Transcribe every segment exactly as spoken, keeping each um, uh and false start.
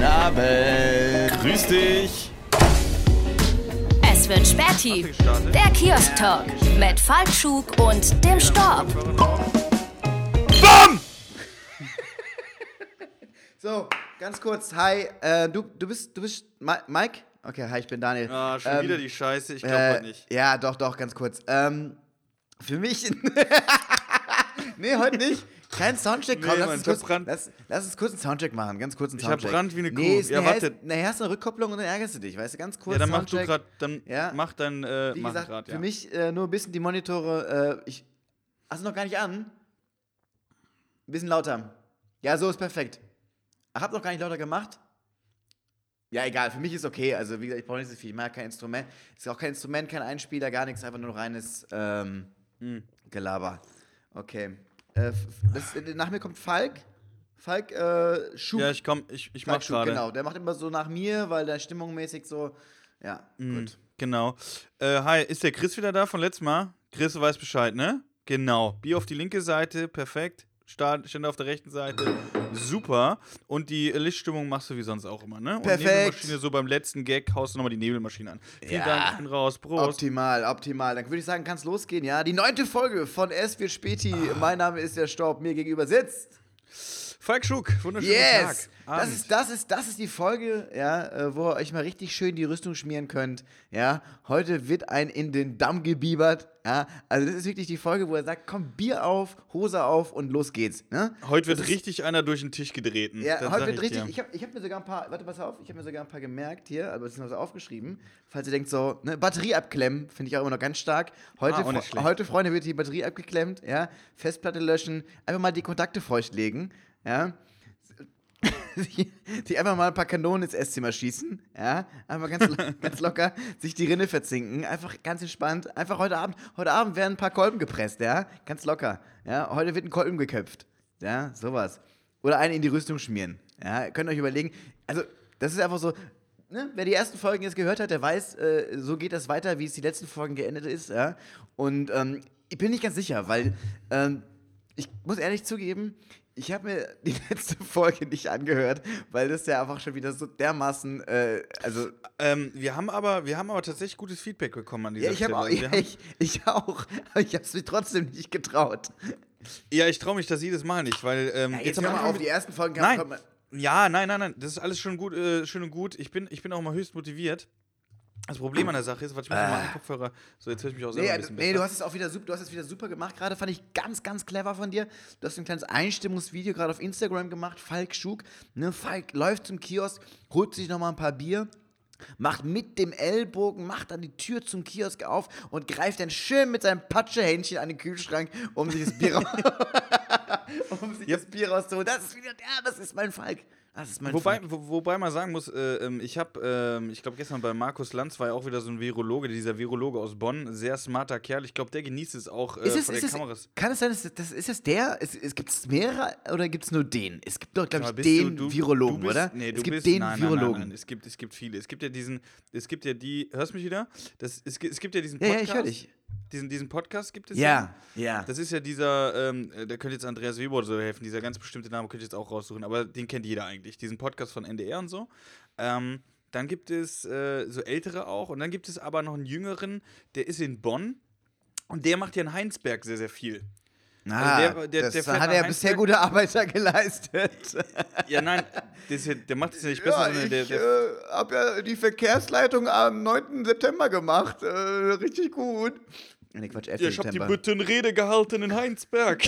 Guten Abend. Grüß dich. Es wird Späti. Der Kiosk-Talk mit Falk-Schug und dem Storb. BAM! So, ganz kurz. Hi, äh, du, du bist, du bist Ma- Mike? Okay, hi, ich bin Daniel. Ah, schon ähm, wieder die Scheiße. Ich glaube äh, heute nicht. Ja, doch, doch, ganz kurz. Ähm, für mich... nee, heute nicht. Kein Soundcheck. Komm, Nee, lass, Mann, uns ich hab kurz, Brand. lass, lass uns kurz einen Soundcheck machen. Ganz kurz einen Ich hab Soundcheck. Brand wie eine Kuh. Nee, ist Ja, nachher, warte. ist, nachher hast du eine Rückkopplung und dann ärgerst du dich, weißt du? Ganz kurz Ja, dann mach du Soundcheck. grad, dann Ja. mach dann, äh, Wie mach gesagt, grad, ja. für mich äh, nur ein bisschen die Monitore. Äh, ich, hast du noch gar nicht an? Ein bisschen lauter. Ja, so ist perfekt. Ach, hab noch gar nicht lauter gemacht? Ja, egal, für mich ist okay. Also, wie gesagt, ich brauche nicht so viel. Ich mag kein Instrument. Ist auch kein Instrument, kein Einspieler, gar nichts. Einfach nur reines ähm, Hm. Gelaber. Okay. Äh, f- das, äh, nach mir kommt Falk. Falk äh, Schub. Ja, ich komm, ich, ich mach Falk Schub, gerade. genau. Der macht immer so nach mir, weil der stimmungsmäßig so. Ja, Mhm, gut. Genau. Äh, hi, ist der Chris wieder da von letztem Mal? Chris weiß Bescheid, ne? Genau. Bier auf die linke Seite, perfekt. Start, Ständer auf der rechten Seite, super. Und die Lichtstimmung machst du wie sonst auch immer, ne? Und Perfekt. Nebelmaschine, so beim letzten Gag haust du nochmal die Nebelmaschine an. Vielen Ja. Dank, ich bin raus, Prost. Optimal, optimal. Dann würde ich sagen, kann es losgehen, ja? Die neunte Folge von Es wird Späti. Mein Name ist der Staub, mir gegenüber sitzt. Falk Schug, wunderschönen Yes! Tag. Das ist, das, ist, das ist die Folge, ja, äh, wo ihr euch mal richtig schön die Rüstung schmieren könnt. Ja, heute wird ein in den Damm gebiebert. Ja, also das ist wirklich die Folge, wo er sagt, komm, Bier auf, Hose auf und los geht's. Ne? Heute wird Das ist- richtig einer durch den Tisch getreten. Ja, das heute sag wird ich richtig. dir. Ich habe ich hab mir sogar ein paar, warte, pass auf, ich habe mir sogar ein paar gemerkt hier, aber beziehungsweise aufgeschrieben. Falls ihr denkt, so, ne, Batterie abklemmen, finde ich auch immer noch ganz stark. Heute, Ah, auch nicht Fre- schlecht. heute, Freunde, wird die Batterie abgeklemmt, ja. Festplatte löschen, einfach mal die Kontakte feucht legen, ja. Die, die einfach mal ein paar Kanonen ins Esszimmer schießen, ja, einfach ganz, lo- ganz locker sich die Rinne verzinken, einfach ganz entspannt, einfach heute Abend, heute Abend werden ein paar Kolben gepresst, ja, ganz locker, ja, heute wird ein Kolben geköpft, ja, sowas. Oder einen in die Rüstung schmieren, ja, könnt ihr euch überlegen, also, das ist einfach so, ne, wer die ersten Folgen jetzt gehört hat, der weiß, äh, so geht das weiter, wie es die letzten Folgen geendet ist, ja, und, ähm, ich bin nicht ganz sicher, weil, ähm, ich muss ehrlich zugeben, ich habe mir die letzte Folge nicht angehört, weil das ja einfach schon wieder so dermaßen, äh, also, Ähm, wir haben aber, wir haben aber tatsächlich gutes Feedback bekommen an dieser ja, ich habe Stelle. auch, Also wir ja, haben- ich, ich auch, aber ich habe es mir trotzdem nicht getraut. ja, ich traue mich das jedes Mal nicht, weil ähm, Ja, jetzt am hör mal Anfang auf, die ersten Folgen Nein. kommt man- Ja, nein, nein, nein, das ist alles schon gut, äh, schön und gut. Ich bin, ich bin auch mal höchst motiviert. Das Problem an der Sache ist, warte, ich muss mal den Kopfhörer. So, jetzt höre ich mich auch selber Nee, ein bisschen nee, besser. du hast es auch wieder super, du hast es wieder super gemacht. Gerade fand ich ganz, ganz clever von dir. Du hast ein kleines Einstimmungsvideo gerade auf Instagram gemacht. Falk Schug. Ne, Falk läuft zum Kiosk, holt sich nochmal ein paar Bier, macht mit dem Ellbogen, macht dann die Tür zum Kiosk auf und greift dann schön mit seinem Patschehändchen an den Kühlschrank, um sich das Bier, raus- um sich das Bier rauszuholen. Das ist wieder, ja, das ist mein Falk. Das ist mein Wobei, Falk. wo, wobei man sagen muss, äh, ähm, ich habe, ähm, ich glaube gestern bei Markus Lanz war ja auch wieder so ein Virologe, dieser Virologe aus Bonn, ein sehr smarter Kerl. Ich glaube, der genießt es auch äh, Ist es, vor ist der es, Kameras. kann es sein, dass das, ist es der? Es, es, gibt es mehrere oder gibt es nur den? Es gibt doch, glaube ich, Aber bist den du- du- Virologen, du bist, oder? Nee, du es gibt bist, den nein, Virologen. Nein, nein, nein. Es gibt, es gibt viele. Es gibt ja diesen, es gibt ja die, hörst du mich wieder? Das, es, gibt- es gibt ja diesen Ja, ja, Podcast. ich höre dich. Diesen, diesen Podcast gibt es Ja, ja. Das ist ja dieser, ähm, da könnte jetzt Andreas Weber oder so helfen, dieser ganz bestimmte Name könnte ich jetzt auch raussuchen, aber den kennt jeder eigentlich, diesen Podcast von N D R und so. Ähm, dann gibt es äh, so ältere auch und dann gibt es aber noch einen jüngeren, der ist in Bonn und der macht ja in Heinsberg sehr, sehr viel. Ah, der- der- das der fährt hat nach er bisher Heinsberg. gute Arbeiter geleistet. Ja, nein, das ist ja, der macht es ja nicht besser, sondern der, der äh, habe ja die Verkehrsleitung am neunten September gemacht. Äh, richtig gut. Nee, Quatsch, elften ja, ich hab die September. Büttenrede gehalten in Heinsberg.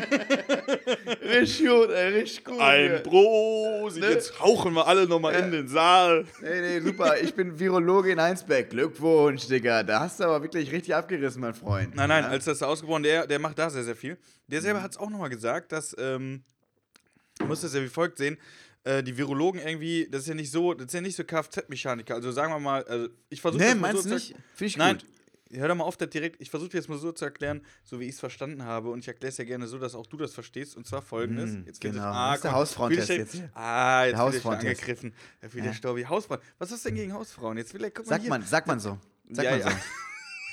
Richtig gut, ey, richtig gut. Ein Prost, Ne? jetzt hauchen wir alle nochmal in den Saal. Nee, nee, super. Ich bin Virologe in Heinsberg. Glückwunsch, Digga. Da hast du aber wirklich richtig abgerissen, mein Freund. Nein, nein, Ja? als das ausgebrochen, der, der macht da sehr, sehr viel. Der selber hat es auch nochmal gesagt, dass, ähm, man muss das ja wie folgt sehen, äh, die Virologen irgendwie, das ist ja nicht so, das ist ja nicht so Kfz-Mechaniker, also sagen wir mal, also ich versuche Nee, das mal meinst so du zu nicht? Finde ich Nein, gut. hör doch mal auf, das direkt, ich versuche jetzt mal so zu erklären, so wie ich es verstanden habe und ich erkläre es ja gerne so, dass auch du das verstehst und zwar folgendes. Mm, jetzt geht genau. es, ah, Das ist der komm, Hausfrauentest will ich- jetzt hier. Ah, jetzt Der wird ich Hausfrauentest. angegriffen. Da will Ja. der Staubi. Hausfrauen. Was hast du denn gegen Hausfrauen? Jetzt will er, guck mal Sag hier. man, sag man so. Sag Ja, man ja. so.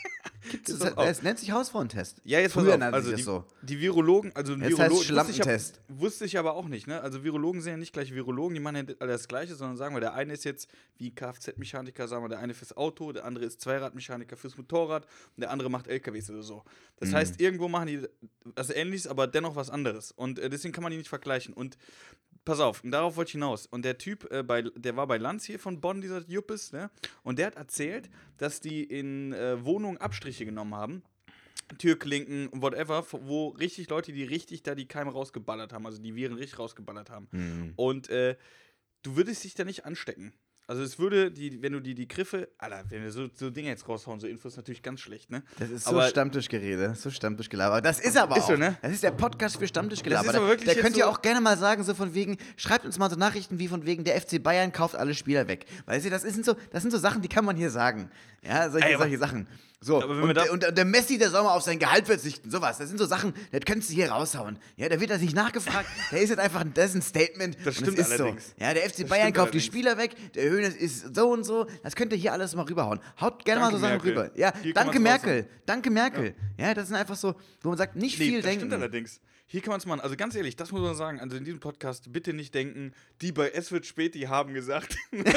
Das, das, das nennt sich Hausfrauentest. Ja, jetzt Früher pass auf, also das die, so. die Virologen, also Jetzt Virologen, heißt Schlampentest. wusste ich, wusste ich aber auch nicht, ne? Also Virologen sind ja nicht gleich Virologen, die machen ja alle das Gleiche, sondern sagen wir, der eine ist jetzt wie Kfz-Mechaniker, sagen wir, der eine fürs Auto, der andere ist Zweiradmechaniker fürs Motorrad und der andere macht L K Ws oder so. Das Mhm. heißt, irgendwo machen die was Ähnliches, aber dennoch was anderes. Und äh, deswegen kann man die nicht vergleichen. Und pass auf, und darauf wollte ich hinaus. Und der Typ, äh, bei, der war bei Lanz hier von Bonn, dieser Juppes, ne? Und der hat erzählt, dass die in äh, Wohnungen Abstriche genommen haben. Türklinken, whatever, wo richtig Leute, die richtig da die Keime rausgeballert haben, also die Viren richtig rausgeballert haben. Mhm. Und äh, du würdest dich da nicht anstecken. Also es würde, die, wenn du die, die Griffe, Alter, wenn wir so, so Dinge jetzt raushauen, so Infos, natürlich ganz schlecht, ne? Das ist so aber Stammtischgerede, so Stammtischgelaber. Das ist aber Ist auch. so, ne? Das ist der Podcast für Stammtischgelaber. Das ist aber wirklich da jetzt könnt ihr so- auch gerne mal sagen, so von wegen, schreibt uns mal so Nachrichten wie von wegen, der F C Bayern kauft alle Spieler weg. Weißt du, das sind so, das sind so Sachen, die kann man hier sagen. Ja, solche, Ey, aber- solche Sachen. So, Aber wenn wir und, da- der- und der Messi, der soll mal auf sein Gehalt verzichten, sowas. Das sind so Sachen, das könntest du hier raushauen. Ja, da wird das nicht nachgefragt. Der ist jetzt einfach, das ist ein Statement. Das und stimmt ist allerdings. So. Ja, der F C Das Bayern stimmt kauft die allerdings. Spieler weg, der Hönes ist so und so. Das könnt ihr hier alles mal rüberhauen. Haut gerne Danke, mal so Sachen Merkel. rüber. Ja, Hier kann danke man's Merkel. Danke Merkel. Ja. das sind einfach so, wo man sagt, nicht Nee, viel das denken. stimmt allerdings. Hier kann man es machen. Also ganz ehrlich, das muss man sagen. Also in diesem Podcast bitte nicht denken, die bei Es wird spät, die haben gesagt.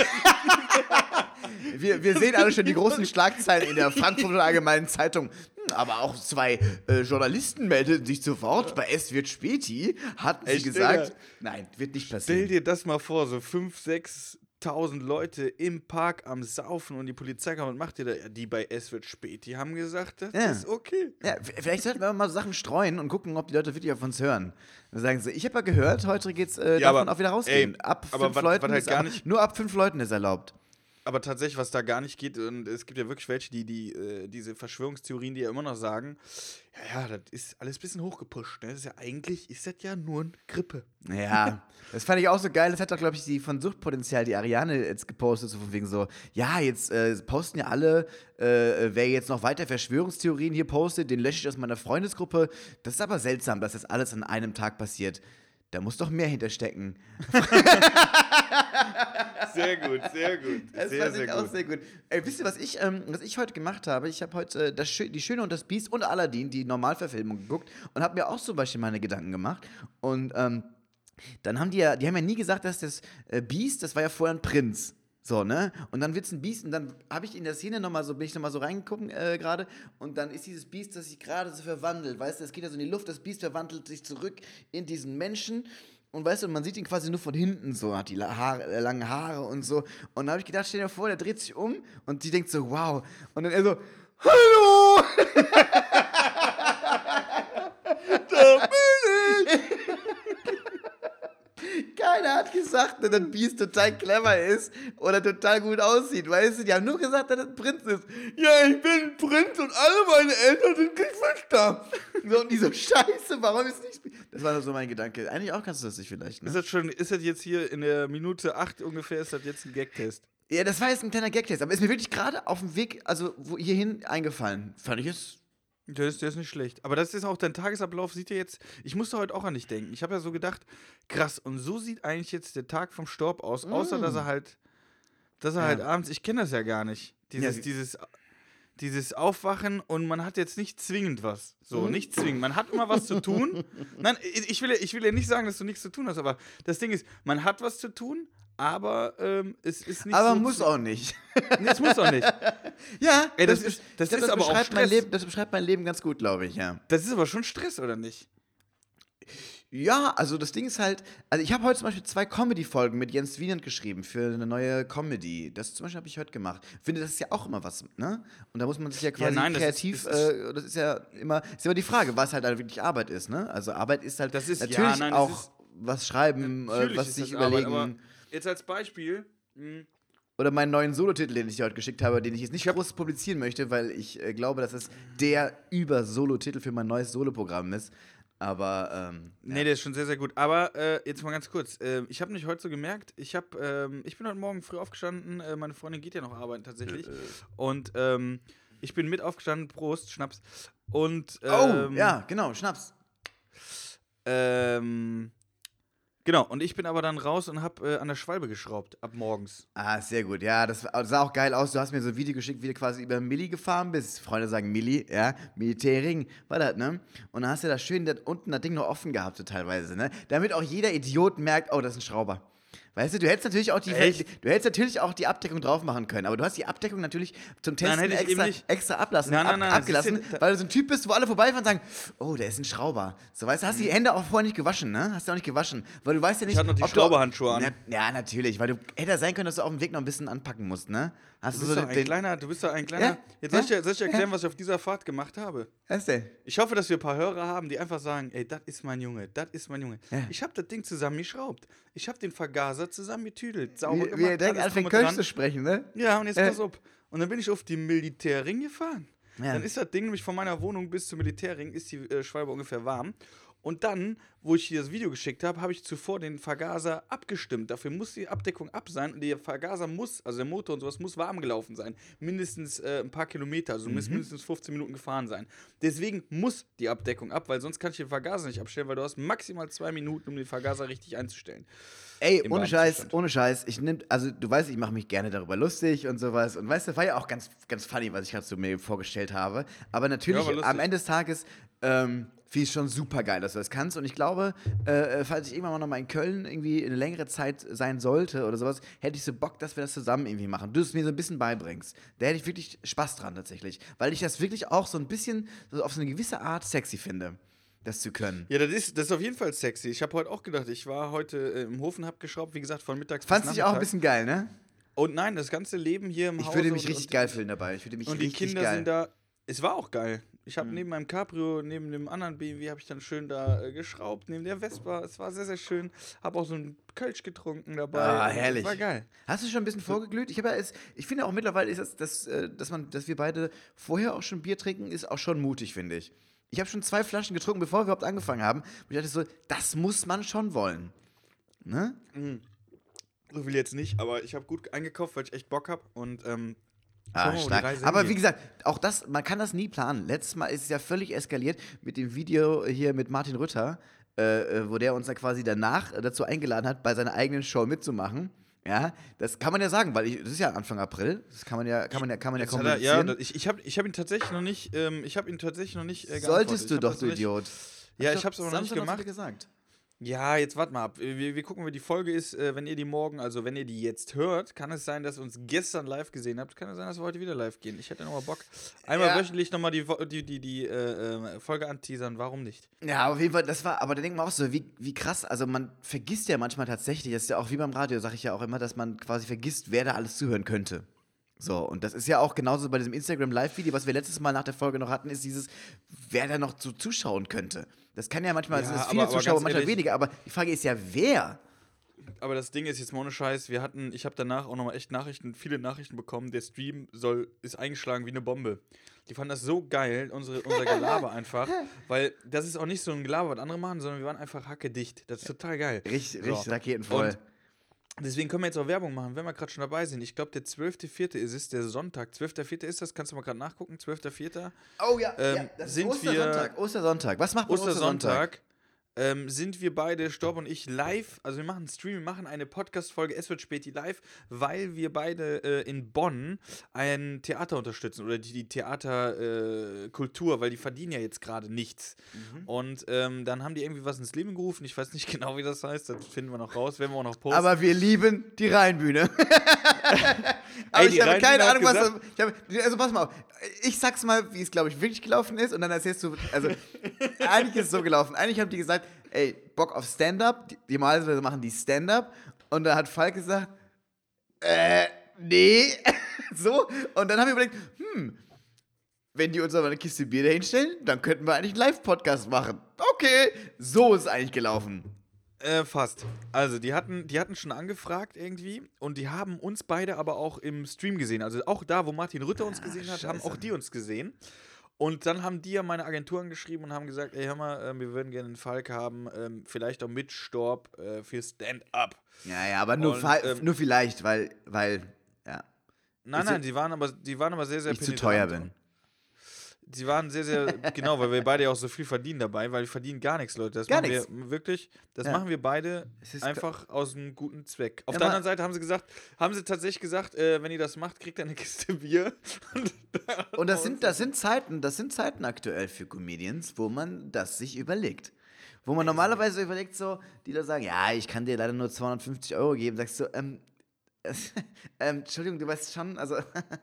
Wir, wir sehen alle schon die großen Schlagzeilen in der Frankfurter Allgemeinen Zeitung. Hm, aber auch zwei äh, Journalisten meldeten sich zu Wort. Bei Es wird Späti hatten sie Ey, stell gesagt, dir- nein, wird nicht Stell passieren. dir das mal vor, so fünf, sechstausend Leute im Park am Saufen und die Polizei kommt und macht dir da, ja, die bei Es wird spät, die haben gesagt, das Ja. ist okay. Ja, v- vielleicht sollten wir mal so Sachen streuen und gucken, ob die Leute wirklich auf uns hören. Dann sagen sie, ich habe ja gehört, heute geht's äh, Ja, davon aber- auch wieder rausgehen. ey, ab aber fünf was- Leuten was halt ist gar aber- nicht- nur ab fünf Leuten ist erlaubt. Aber tatsächlich, was da gar nicht geht, und es gibt ja wirklich welche, die, die äh, diese Verschwörungstheorien, die ja immer noch sagen, ja, ja, das ist alles ein bisschen hochgepusht. Ne? Das ist ja eigentlich, ist das ja nur eine Grippe. Ja, das fand ich auch so geil. Das hat doch, glaube ich, die von Suchtpotenzial, die Ariane, jetzt gepostet, so von wegen so, ja, jetzt äh, posten ja alle, äh, wer jetzt noch weiter Verschwörungstheorien hier postet, den lösche ich aus meiner Freundesgruppe. Das ist aber seltsam, dass das alles an einem Tag passiert. Da muss doch mehr hinterstecken. Sehr gut, sehr gut. Das sehr, fand sehr ich auch gut. sehr gut. Ey, wisst ihr, was ich, ähm, was ich heute gemacht habe? Ich habe heute äh, das Schö- die Schöne und das Biest und Aladdin, die Normalverfilmung, geguckt und habe mir auch zum Beispiel meine Gedanken gemacht. Und ähm, dann haben die ja, die haben ja nie gesagt, dass das äh, Biest, das war ja vorher ein Prinz. So, ne? Und dann wird's ein Biest und dann habe ich in der Szene nochmal so, bin ich nochmal so reingeguckt äh, gerade und dann ist dieses Biest, das sich gerade so verwandelt, weißt du, es geht ja so in die Luft, das Biest verwandelt sich zurück in diesen Menschen und weißt du, man sieht ihn quasi nur von hinten so, hat die La- Haare, äh, langen Haare und so und dann habe ich gedacht, stell dir vor, der dreht sich um und die denkt so, wow und dann er so, hallo! Da bin ich! Keiner hat gesagt, dass das Biest total clever ist oder total gut aussieht, weißt du? Die haben nur gesagt, dass das ein Prinz ist. Ja, ich bin ein Prinz und alle meine Eltern sind Geschwister. So, und die so, scheiße, warum ist nicht... Das war so mein Gedanke. Eigentlich auch ganz lustig vielleicht, ne? Ist das schon, ist das jetzt hier in der Minute acht ungefähr, ist das jetzt ein Gagtest? Ja, das war jetzt ein kleiner Gag-Test, aber ist mir wirklich gerade auf dem Weg, also wo hierhin eingefallen. Fand ich es... Der ist, der ist nicht schlecht. Aber das ist auch dein Tagesablauf, sieht ja jetzt. Ich musste heute auch an dich denken. Ich habe ja so gedacht, krass, und so sieht eigentlich jetzt der Tag vom Storb aus, außer Mm. dass er halt, dass er Ja. halt abends, ich kenne das ja gar nicht. Dieses, Ja. dieses, dieses Aufwachen und man hat jetzt nicht zwingend was. So, Mhm. nicht zwingend. Man hat immer was zu tun. Nein, ich ich will, ja- ich will ja nicht sagen, dass du nichts zu tun hast, aber das Ding ist, man hat was zu tun, aber ähm, es ist nicht Aber so. muss zu- auch nicht. Nee, es muss auch nicht. Ja, Ey, das ist- das ich glaub, ist aber auch beschreibt mein Stress. Leben, Das beschreibt mein Leben ganz gut, glaube ich, ja. Das ist aber schon Stress, oder nicht? Ja, also das Ding ist halt, also ich habe heute zum Beispiel zwei Comedy-Folgen mit Jens Wienand geschrieben für eine neue Comedy. Das zum Beispiel habe ich heute gemacht. Ich finde, das ist ja auch immer was, ne? Und da muss man sich ja quasi nein, das ist- kreativ, das ist- äh, das ist ja immer, ist immer die Frage, was halt, halt wirklich Arbeit ist, ne? Also Arbeit ist halt Das ist- ja, natürlich nein, das auch ist- was schreiben, äh, Natürlich was ist sich das Arbeit, überlegen. aber jetzt als Beispiel, mh, Oder meinen neuen Solotitel, den ich dir heute geschickt habe, den ich jetzt nicht groß publizieren möchte, weil ich äh, glaube, dass es der Über-Solo-Titel für mein neues Solo-Programm ist. Aber, ähm, nee, der ist schon sehr, sehr gut. Aber äh, jetzt mal ganz kurz. Äh, ich habe mich heute so gemerkt, ich, hab, ähm, ich bin heute Morgen früh aufgestanden. Äh, meine Freundin geht ja noch arbeiten tatsächlich. Und ähm, ich bin mit aufgestanden. Prost, Schnaps. Und, oh, ähm, ja, genau, Schnaps. Ähm, Genau, und ich bin aber dann raus und hab äh, an der Schwalbe geschraubt, ab morgens. Ah, sehr gut. Ja, das sah auch geil aus. Du hast mir so ein Video geschickt, wie du quasi über Milli gefahren bist. Freunde sagen Milli, ja. Militärring, war das, ne? Und dann hast du da schön das, unten das Ding noch offen gehabt, so teilweise, ne? Damit auch jeder Idiot merkt, oh, das ist ein Schrauber. Weißt du, du hättest natürlich auch die, Echt? du hättest natürlich auch die Abdeckung drauf machen können, aber du hast die Abdeckung natürlich zum Testen hätte ich eben extra, nicht. extra ablassen, Nein, nein, ab, nein, abgelassen, siehst du, da- weil du so ein Typ bist, wo alle vorbeifahren und sagen, oh, der ist ein Schrauber. So, weißt du, hast die Hände auch vorher nicht gewaschen, ne? Hast du auch nicht gewaschen, weil du weißt ja nicht, hatte noch die ob du- Schrauberhandschuhe an. Na, ja, natürlich, weil du hätte sein können, dass du auf dem Weg noch ein bisschen anpacken musst, ne? Hast Du du, bist, so doch den, ein den kleiner, du bist doch ein kleiner. Ja? Jetzt soll ich, Ja? dir, soll ich dir erklären, was ich auf dieser Fahrt gemacht habe. Was ist denn? Ich hoffe, dass wir ein paar Hörer haben, die einfach sagen, ey, das ist mein Junge, das ist mein Junge. Ja. Ich habe das Ding zusammengeschraubt. Ich habe den Vergaser zusammengetüdelt, sauber Wie, gemacht. wie er direkt alles anfängt, drum und Kölsch dran. zu sprechen, ne? Ja, und jetzt Äh. pass auf. Und dann bin ich auf die Militärring gefahren. Ja. Dann ist das Ding nämlich von meiner Wohnung bis zum Militärring, ist die äh, Schwalbe ungefähr warm. Und dann, wo ich dir das Video geschickt habe, habe ich zuvor den Vergaser abgestimmt. Dafür muss die Abdeckung ab sein und der Vergaser muss, also der Motor und sowas, muss warm gelaufen sein. Mindestens äh, ein paar Kilometer, also du musst mindestens fünfzehn Minuten gefahren sein. Deswegen muss die Abdeckung ab, weil sonst kann ich den Vergaser nicht abstellen, weil du hast maximal zwei Minuten, um den Vergaser richtig einzustellen. Ey, Im ohne Scheiß, Beamtenzustand. ohne Scheiß, ich nehm, also du weißt, ich mache mich gerne darüber lustig und sowas und weißt du, war ja auch ganz, ganz funny, was ich gerade so mir vorgestellt habe, aber natürlich Ja, war lustig. am Ende des Tages ähm, finde ich schon super geil, dass du das kannst und ich glaube, äh, falls ich irgendwann noch mal in Köln irgendwie eine längere Zeit sein sollte oder sowas, hätte ich so Bock, dass wir das zusammen irgendwie machen, du es mir so ein bisschen beibringst, da hätte ich wirklich Spaß dran tatsächlich, weil ich das wirklich auch so ein bisschen, so auf so eine gewisse Art sexy finde, das zu können. Ja, das ist, das ist auf jeden Fall sexy. Ich habe heute auch gedacht, ich war heute äh, im Hof und habe geschraubt, wie gesagt, von mittags Fandst du bis dich auch ein Nachmittag. bisschen geil, ne? Und nein, das ganze Leben hier im Ich Haus. würde mich und, richtig und, geil fühlen dabei, ich würde mich Und die richtig Kinder geil. sind da. Es war auch geil. Ich Mhm. habe neben meinem Cabrio, neben dem anderen B M W, habe ich dann schön da äh, geschraubt, neben der Vespa. Es war sehr, sehr schön. Habe auch so einen Kölsch getrunken dabei. Ah, Und herrlich. Es war geil. Hast du schon ein bisschen vorgeglüht? Ich, habe ja es, ich finde auch mittlerweile ist es, dass, äh, dass, man, dass wir beide vorher auch schon Bier trinken, ist auch schon mutig, finde ich. Ich habe schon zwei Flaschen getrunken, bevor wir überhaupt angefangen haben. Und ich dachte so, das muss man schon wollen. Ne? So viel jetzt nicht, aber ich habe gut eingekauft, weil ich echt Bock habe. Und ähm, Ah, schauen wir mal, wo die stark. Reise Aber hingeht. wie gesagt, auch das, man kann das nie planen. Letztes Mal ist es ja völlig eskaliert mit dem Video hier mit Martin Rütter, äh, äh, wo der uns dann quasi danach dazu eingeladen hat, bei seiner eigenen Show mitzumachen. Ja, das kann man ja sagen, weil ich, das ist ja Anfang April. Das kann man ja, kann man ja, kann man ja Jetzt hat er, ja, kommunizieren. das- ich, ich habe ich hab ihn tatsächlich noch nicht, ähm, ich habe ihn tatsächlich noch nicht äh, Solltest geantwortet. du Ich hab doch, das du noch nicht- Idiot. Ja, Hab ich hab's aber noch nicht Samstag gemacht. wieder gesagt. Ja, jetzt wart mal ab. Wir, wir gucken, wie die Folge ist, äh, wenn ihr die morgen, also wenn ihr die jetzt hört, kann es sein, dass ihr uns gestern live gesehen habt. Kann es sein, dass wir heute wieder live gehen. Ich hätte nochmal Bock. Einmal Ja. wöchentlich nochmal die, Wo- die, die, die äh, äh, Folge anteasern. Warum nicht? Ja, auf jeden Fall, das war, aber da denkt man auch so, wie, wie krass, also man vergisst ja manchmal tatsächlich, das ist ja auch wie beim Radio, sage ich ja auch immer, dass man quasi vergisst, wer da alles zuhören könnte. So, und das ist ja auch genauso bei diesem Instagram-Live-Video, was wir letztes Mal nach der Folge noch hatten, ist dieses, wer da noch so zuschauen könnte. Das kann ja manchmal, Ja, sind es aber- viele aber Zuschauer, ganz manchmal ehrlich- weniger, aber die Frage ist ja, wer? Aber das Ding ist jetzt mal ohne Scheiß, wir hatten, ich habe danach auch nochmal echt Nachrichten, viele Nachrichten bekommen, der Stream soll, ist eingeschlagen wie eine Bombe. Die fanden das so geil, unsere, unser Gelaber einfach, weil das ist auch nicht so ein Gelaber, was andere machen, sondern wir waren einfach hackedicht. Das ist total geil. Richtig, So. richtig raketenvoll. Und deswegen können wir jetzt auch Werbung machen, wenn wir gerade schon dabei sind. Ich glaube, der zwölfter Vierte ist es, der Sonntag. zwölfter Vierte ist das, kannst du mal gerade nachgucken, zwölfter Vierte Oh ja, ähm, ja das sind ist Ostersonntag. wir- Ostersonntag. Was macht man Ostersonntag? Ostersonntag. Ähm, sind wir beide, Storb und ich, live, also wir machen einen Stream, wir machen eine Podcast-Folge, es wird späti live, weil wir beide äh, in Bonn ein Theater unterstützen oder die, die Theaterkultur, äh, weil die verdienen ja jetzt gerade nichts. Mhm. Und ähm, dann haben die irgendwie was ins Leben gerufen, ich weiß nicht genau, wie das heißt, das finden wir noch raus, werden wir auch noch posten. Aber wir lieben die Rheinbühne. Aber Ey, ich die habe keine Rheinbühne hat Ahnung, was gesagt- das, ich hab, also pass mal auf. Ich sag's mal, wie es, glaube ich, wirklich gelaufen ist und dann erzählst du, also eigentlich ist es so gelaufen. Eigentlich haben die gesagt, ey, Bock auf Stand-Up. Die, die normalerweise machen die Stand-Up und da hat Falk gesagt, äh, nee. So, und dann haben wir überlegt, hm, wenn die uns aber eine Kiste Bier dahinstellen, dann könnten wir eigentlich einen Live-Podcast machen. Okay, so ist es eigentlich gelaufen. Äh, fast. Also, die hatten, die hatten schon angefragt irgendwie und die haben uns beide aber auch im Stream gesehen. Also auch da, wo Martin Rütter uns gesehen hat, haben Scheiße. auch die uns gesehen. Und dann haben die ja meine Agentur angeschrieben und haben gesagt, ey, hör mal, ähm, wir würden gerne einen Falk haben, ähm, vielleicht auch mit Storb äh, für Stand-Up. Ja, ja, aber nur, Und, fa- ähm, nur vielleicht, weil, weil, ja. Nein, Ist nein, ja- die waren aber, die waren aber sehr, sehr ich zu penetrant. teuer bin. Sie waren sehr, sehr, genau, weil wir beide ja auch so viel verdienen dabei, weil wir verdienen gar nichts, Leute. Das Gar machen nichts. wir wirklich, das Ja. machen wir beide Es ist einfach aus einem guten Zweck. Auf Ja, der ma- anderen Seite haben sie gesagt, haben sie tatsächlich gesagt, äh, wenn ihr das macht, kriegt ihr eine Kiste Bier. Und das sind, das sind Zeiten, das sind Zeiten aktuell für Comedians, wo man das sich überlegt. Wo man normalerweise überlegt, so, die da sagen, ja, ich kann dir leider nur zweihundertfünfzig Euro geben, sagst du, ähm, ähm, Entschuldigung, du weißt schon, also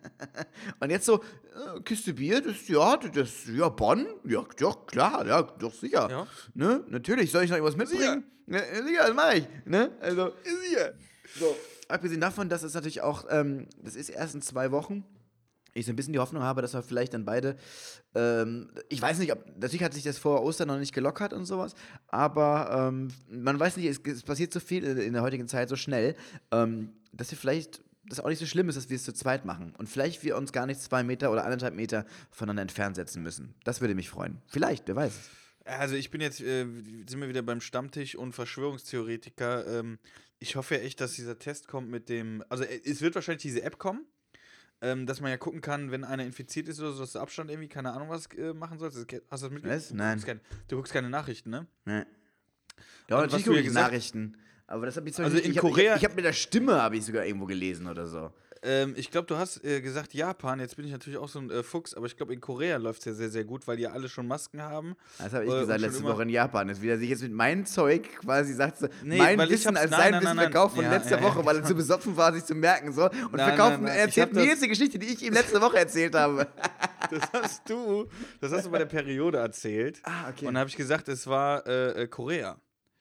und jetzt so, äh, Kiste Bier, das, ja, das, ja, Bonn, ja, doch, klar, ja, doch, sicher, Ja. ne, natürlich, soll ich noch irgendwas mitbringen? Ja, sicher, das mache ich, ne, also, sicher. So, abgesehen davon, dass es natürlich auch, ähm, das ist erst in zwei Wochen, ich so ein bisschen die Hoffnung habe, dass wir vielleicht dann beide, ähm, ich weiß nicht, ob, natürlich hat sich das vor Ostern noch nicht gelockert und sowas, aber ähm, man weiß nicht, es, es passiert so viel in, in der heutigen Zeit so schnell, ähm, dass wir vielleicht, das auch nicht so schlimm ist, dass wir es zu zweit machen und vielleicht wir uns gar nicht zwei Meter oder anderthalb Meter voneinander entfernt setzen müssen. Das würde mich freuen. Vielleicht, wer weiß es. Also ich bin jetzt, äh, sind wir wieder beim Stammtisch und Verschwörungstheoretiker. Ähm, ich hoffe ja echt, dass dieser Test kommt mit dem, also äh, es wird wahrscheinlich diese App kommen, ähm, dass man ja gucken kann, wenn einer infiziert ist oder so, dass du Abstand irgendwie, keine Ahnung, was äh, machen sollst. Hast du das mitgekriegt? Was? Nein. Du guckst, keine, du guckst keine Nachrichten, ne? Ne. Und Ja, was natürlich du gucke ja ich gesagt- Nachrichten. Aber das habe ich zum Also Beispiel in nicht- ich hab- Korea- Ich, ich habe mit der Stimme, habe ich sogar irgendwo gelesen oder so. Ähm, ich glaube, du hast äh, gesagt Japan, jetzt bin ich natürlich auch so ein äh, Fuchs, aber ich glaube, in Korea läuft es ja sehr, sehr gut, weil die ja alle schon Masken haben. Das habe ich Äh, und gesagt schon letzte immer- Woche in Japan. Jetzt wieder sich jetzt mit meinem Zeug quasi sagt, so, Nee, mein weil ich Wissen hab's- als nein, sein nein, Wissen nein, nein. verkauft von Ja, letzter ja, Woche, ja. weil er zu besoffen war, sich zu merken. So, und Nein, verkaufen, nein, nein. er Ich erzählt hab mir das- jetzt die Geschichte, die ich ihm letzte Woche erzählt habe. Das hast du, das hast du bei der Periode erzählt. Ah, okay. Und dann habe ich gesagt, es war äh, äh, Korea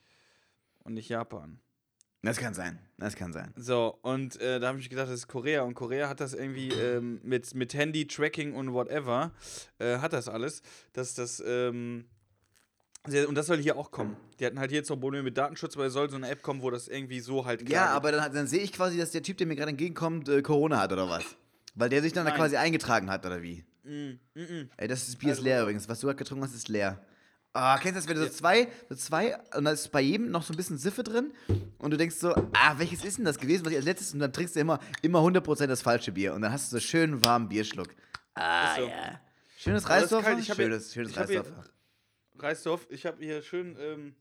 und nicht Japan. Das kann sein, das kann sein. So, und äh, da habe ich gedacht, das ist Korea. Und Korea hat das irgendwie ähm, mit, mit Handy, Tracking und whatever, äh, hat das alles. Dass das, ähm, sehr- und das soll hier auch kommen. Die hatten halt hier jetzt noch Probleme mit Datenschutz, weil es soll so eine App kommen, wo das irgendwie so halt Ja, klar geht. aber dann, dann sehe ich quasi, dass der Typ, der mir gerade entgegenkommt, äh, Corona hat oder was. Weil der sich dann da Nein. quasi eingetragen hat, oder wie? Mm, mm, mm. Ey, das ist Bier ist Also- leer übrigens. Was du gerade getrunken hast, ist leer. Ah, kennst du das, wenn du so zwei, so zwei, und da ist bei jedem noch so ein bisschen Siffe drin und du denkst so, ah, welches ist denn das gewesen, was ich als letztes, und dann trinkst du immer, immer hundert Prozent das falsche Bier und dann hast du so schön warmen Bierschluck. Ah, Ist so. ja. Schönes Aber das ist Reisdorfer? kalt. Ich hab hier- Schönes, schönes ich hab hier- Reisdorfer. Reisdorf, ich habe hier schön ähm,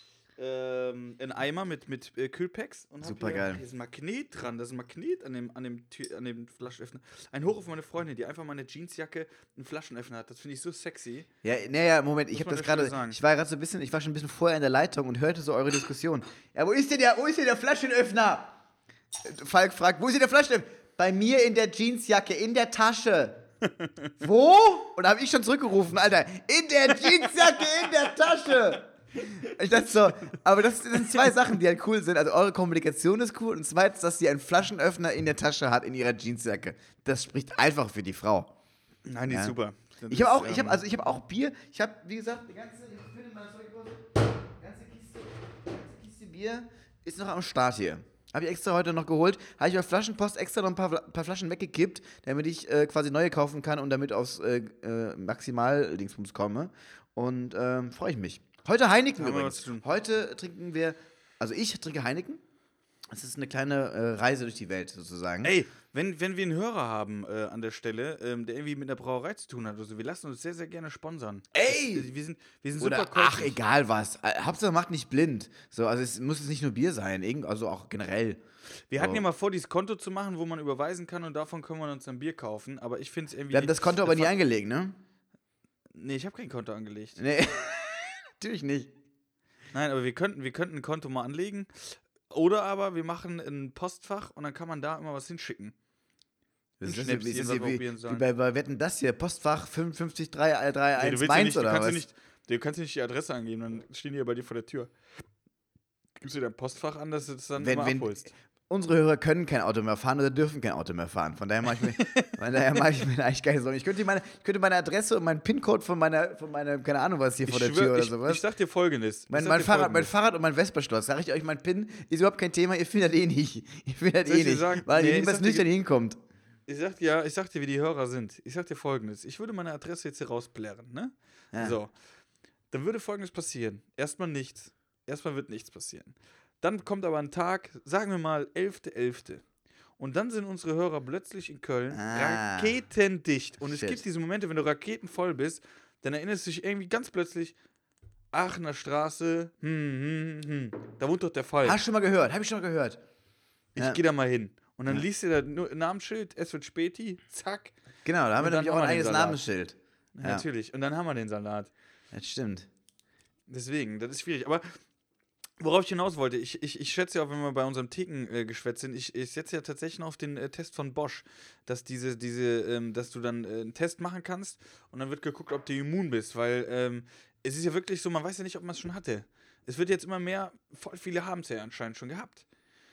ähm, einen Eimer mit, mit äh, Kühlpacks. Und hab Supergeil. Hier, hier ist ein Magnet dran, das ist ein Magnet an dem, an dem, Tür, an dem Flaschenöffner. Ein Hoch auf meine Freundin, die einfach mal eine Jeansjacke einen Flaschenöffner hat. Das finde ich so sexy. Ja, naja, Moment, ich Muss habe man das an der gerade, Stelle sagen. ich war gerade so ein bisschen, ich war schon ein bisschen vorher in der Leitung und hörte so eure Diskussion. Ja, wo ist denn der, wo ist denn der Flaschenöffner? Falk fragt, wo ist denn der Flaschenöffner? Bei mir in der Jeansjacke, in der Tasche. Wo? Und da habe ich schon zurückgerufen, Alter, in der Jeansjacke, in der Tasche. Ich dachte so, aber das sind zwei Sachen, die halt cool sind. Also eure Kommunikation ist cool und zweitens, dass sie einen Flaschenöffner in der Tasche hat, in ihrer Jeansjacke. Das spricht einfach für die Frau. Nein, die Ja. ist super. Das Ich habe auch, ist, ich habe, ähm, also ich habe auch Bier. Ich habe, wie gesagt, die ganze, ich finde meine Zeugdose, ganze Kiste, ganze Kiste Bier ist noch am Start hier. Habe ich extra heute noch geholt. Habe ich bei Flaschenpost extra noch ein paar, paar Flaschen weggekippt, damit ich äh, quasi neue kaufen kann und damit aufs äh, äh, Maximal-Dingsbums komme. Und ähm, freue ich mich. Heute Heineken Haben wir übrigens. was zu tun. Heute trinken wir, also ich trinke Heineken. Es ist eine kleine äh, Reise durch die Welt sozusagen. Ey, wenn, wenn wir einen Hörer haben äh, an der Stelle, ähm, der irgendwie mit einer Brauerei zu tun hat, also wir lassen uns sehr, sehr gerne sponsern. Ey! Das, wir sind, wir sind Oder, super ach, käuflich. egal was. Äh, Hauptsache macht nicht blind. So, also es muss jetzt nicht nur Bier sein, irgend, also auch generell. Wir hatten So. ja mal vor, dieses Konto zu machen, wo man überweisen kann und davon können wir uns ein Bier kaufen, aber ich finde es irgendwie... Wir haben das Konto aber nie angelegt, ne? Nee, ich habe kein Konto angelegt. Nee, natürlich nicht. Nein, aber wir könnten, wir könnten ein Konto mal anlegen. Oder aber wir machen ein Postfach und dann kann man da immer was hinschicken. Das ist Ein das Schnäpschen, wie, ist was das wir wie, probieren wie sollen. bei, bei Wetten das hier, Postfach fünf fünf drei drei Nee, eins du, willst ja Mainz nicht, du, oder kannst ja was? nicht, du kannst ja nicht die Adresse angeben, dann stehen die ja bei dir vor der Tür. Gibst du dein Postfach an, dass du das dann Wenn- immer wenn- abholst. Unsere Hörer können kein Auto mehr fahren oder dürfen kein Auto mehr fahren. Von daher mache ich mir, von daher mache ich mir eigentlich keine Sorgen. Ich könnte meine, ich könnte meine Adresse und meinen PIN-Code von meiner, von meiner, keine Ahnung was hier vor der schwör- Tür oder ich, sowas. Ich sag dir Folgendes. Mein, ich sag mein, dir Fahrrad, mein Folgendes. Fahrrad und mein Vespa-Sturz, sag ich euch, mein PIN ist überhaupt kein Thema, ihr findet eh nicht. Ihr findet Soll eh ich dir nicht, sagen? weil Nee, ihr ich niemals sag dir- nüchtern hinkommt. Ich sag dir, ja, ich sag dir, wie die Hörer sind. Ich sag dir Folgendes. Ich würde meine Adresse jetzt hier rausplärren, ne? Ja. So. Dann würde Folgendes passieren. Erstmal nichts. Erstmal wird nichts passieren. Dann kommt aber ein Tag, sagen wir mal elfter elfter Und dann sind unsere Hörer plötzlich in Köln Ah. raketendicht. Und es Shit. gibt diese Momente, wenn du raketenvoll bist, dann erinnerst du dich irgendwie ganz plötzlich, Aachener Straße, hm, hm, hm, da wohnt doch der Fall. Hast du schon mal gehört? Hab ich schon mal gehört. Ich Ja. gehe da mal hin. Und dann Ja. liest du da nur Namensschild, es wird Späti, zack. Genau, da haben Und wir dann nämlich auch haben ein wir den eigenes Salat. Namensschild. Ja. Natürlich. Und dann haben wir den Salat. Das stimmt. Deswegen, das ist schwierig. Aber worauf ich hinaus wollte, ich, ich, ich schätze ja auch, wenn wir bei unserem Theken-Geschwätz sind, ich, ich setze ja tatsächlich noch auf den äh, Test von Bosch, dass diese, diese, ähm, dass du dann äh, einen Test machen kannst und dann wird geguckt, ob du immun bist, weil ähm, es ist ja wirklich so, man weiß ja nicht, ob man es schon hatte. Es wird jetzt immer mehr, voll viele haben es ja anscheinend schon gehabt.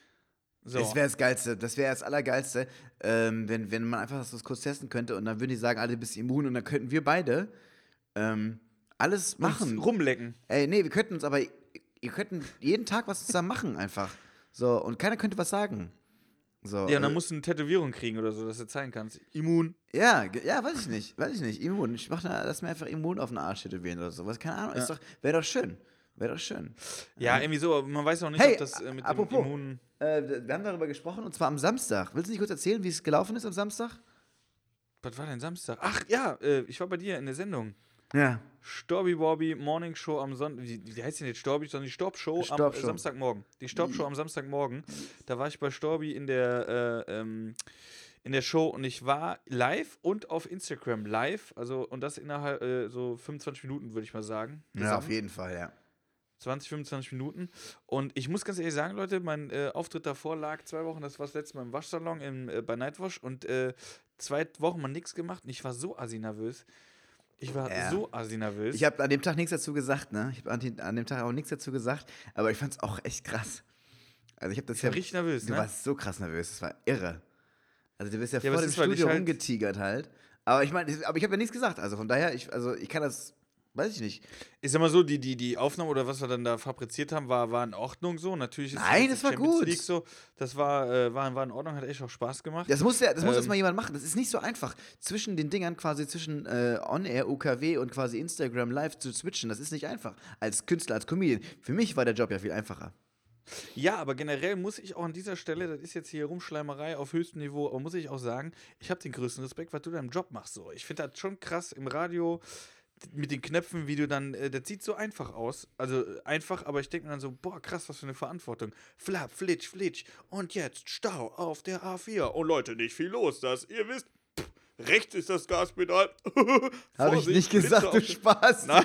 So. Das wäre das Geilste, das wäre das Allergeilste, ähm, wenn, wenn man einfach das kurz testen könnte und dann würden die sagen, alle bist immun und dann könnten wir beide ähm, alles machen. Uns rumlecken. Ey, nee, wir könnten uns aber, ihr könnten jeden Tag was zusammen machen einfach. So, und keiner könnte was sagen. So, Ja, und dann äh, musst du eine Tätowierung kriegen oder so, dass du zeigen kannst. Immun. ja, ge- ja, weiß ich nicht, weiß ich nicht, immun. Ich mach da, lass mir einfach immun auf den Arsch tätowieren oder sowas, keine Ahnung, ist Ja. doch, wäre doch schön, wäre doch schön. Ja, irgendwie so, aber man weiß auch nicht, Hey, ob das äh, mit apropos. dem Immun... Äh, wir haben darüber gesprochen und zwar am Samstag. Willst du nicht kurz erzählen, wie es gelaufen ist am Samstag? Was war denn Samstag? Ach ja, äh, ich war bei dir in der Sendung. Ja. Storby Bobby Morning Show am Sonntag. Wie, wie heißt denn jetzt Storby? Sondern die Stopp-Show am Stopp-Show. äh, Samstagmorgen. Die Stopp-Show am Samstagmorgen. Da war ich bei Storby in der, äh, ähm, in der Show und ich war live und auf Instagram live. Also, und das innerhalb äh, so fünfundzwanzig Minuten, würde ich mal sagen. Ja, auf jeden Fall, ja. zwanzig, fünfundzwanzig Minuten. Und ich muss ganz ehrlich sagen, Leute, mein äh, Auftritt davor lag zwei Wochen, das war das letzte Mal im Waschsalon im, äh, bei Nightwash und äh, zwei Wochen mal nichts gemacht und ich war so assi nervös. Ich war Ja. so assi nervös. Ich habe an dem Tag nichts dazu gesagt, ne? Ich habe an, den- an dem Tag auch nichts dazu gesagt, aber ich fand es auch echt krass. Also ich habe das Ich war ja richtig nervös, Du ne? warst so krass nervös, das war irre. Also du bist ja, Ja, aber vor es dem ist, weil ich Studio halt- rumgetigert halt. Aber ich meine, aber ich habe ja nichts gesagt. Also von daher, ich, also ich kann das, weiß ich nicht. Ich sag mal so, die, die, die Aufnahme oder was wir dann da fabriziert haben, war, war in Ordnung so. Natürlich ist Nein, jetzt das war die Champions gut. League so. Das war, äh, war, war in Ordnung, hat echt auch Spaß gemacht. Das muss ja, das muss Ähm, erst mal jemand machen. Das ist nicht so einfach, zwischen den Dingern quasi zwischen äh, On-Air, U K W und quasi Instagram Live zu switchen. Das ist nicht einfach. Als Künstler, als Comedian. Für mich war der Job ja viel einfacher. Ja, aber generell muss ich auch an dieser Stelle, das ist jetzt hier Rumschleimerei auf höchstem Niveau, aber muss ich auch sagen, ich habe den größten Respekt, was du deinem Job machst. So. Ich finde das schon krass im Radio mit den Knöpfen, wie du dann, äh, das sieht so einfach aus. Also äh, einfach, aber ich denke mir dann so, boah, krass, was für eine Verantwortung. Flap, flitsch, flitsch. Und jetzt Stau auf der A vier. Oh Leute, nicht viel los, das, ihr wisst. Pff, rechts ist das Gaspedal. Habe ich Vorsicht, nicht Blitze gesagt, auf du der- Spaß. Nein.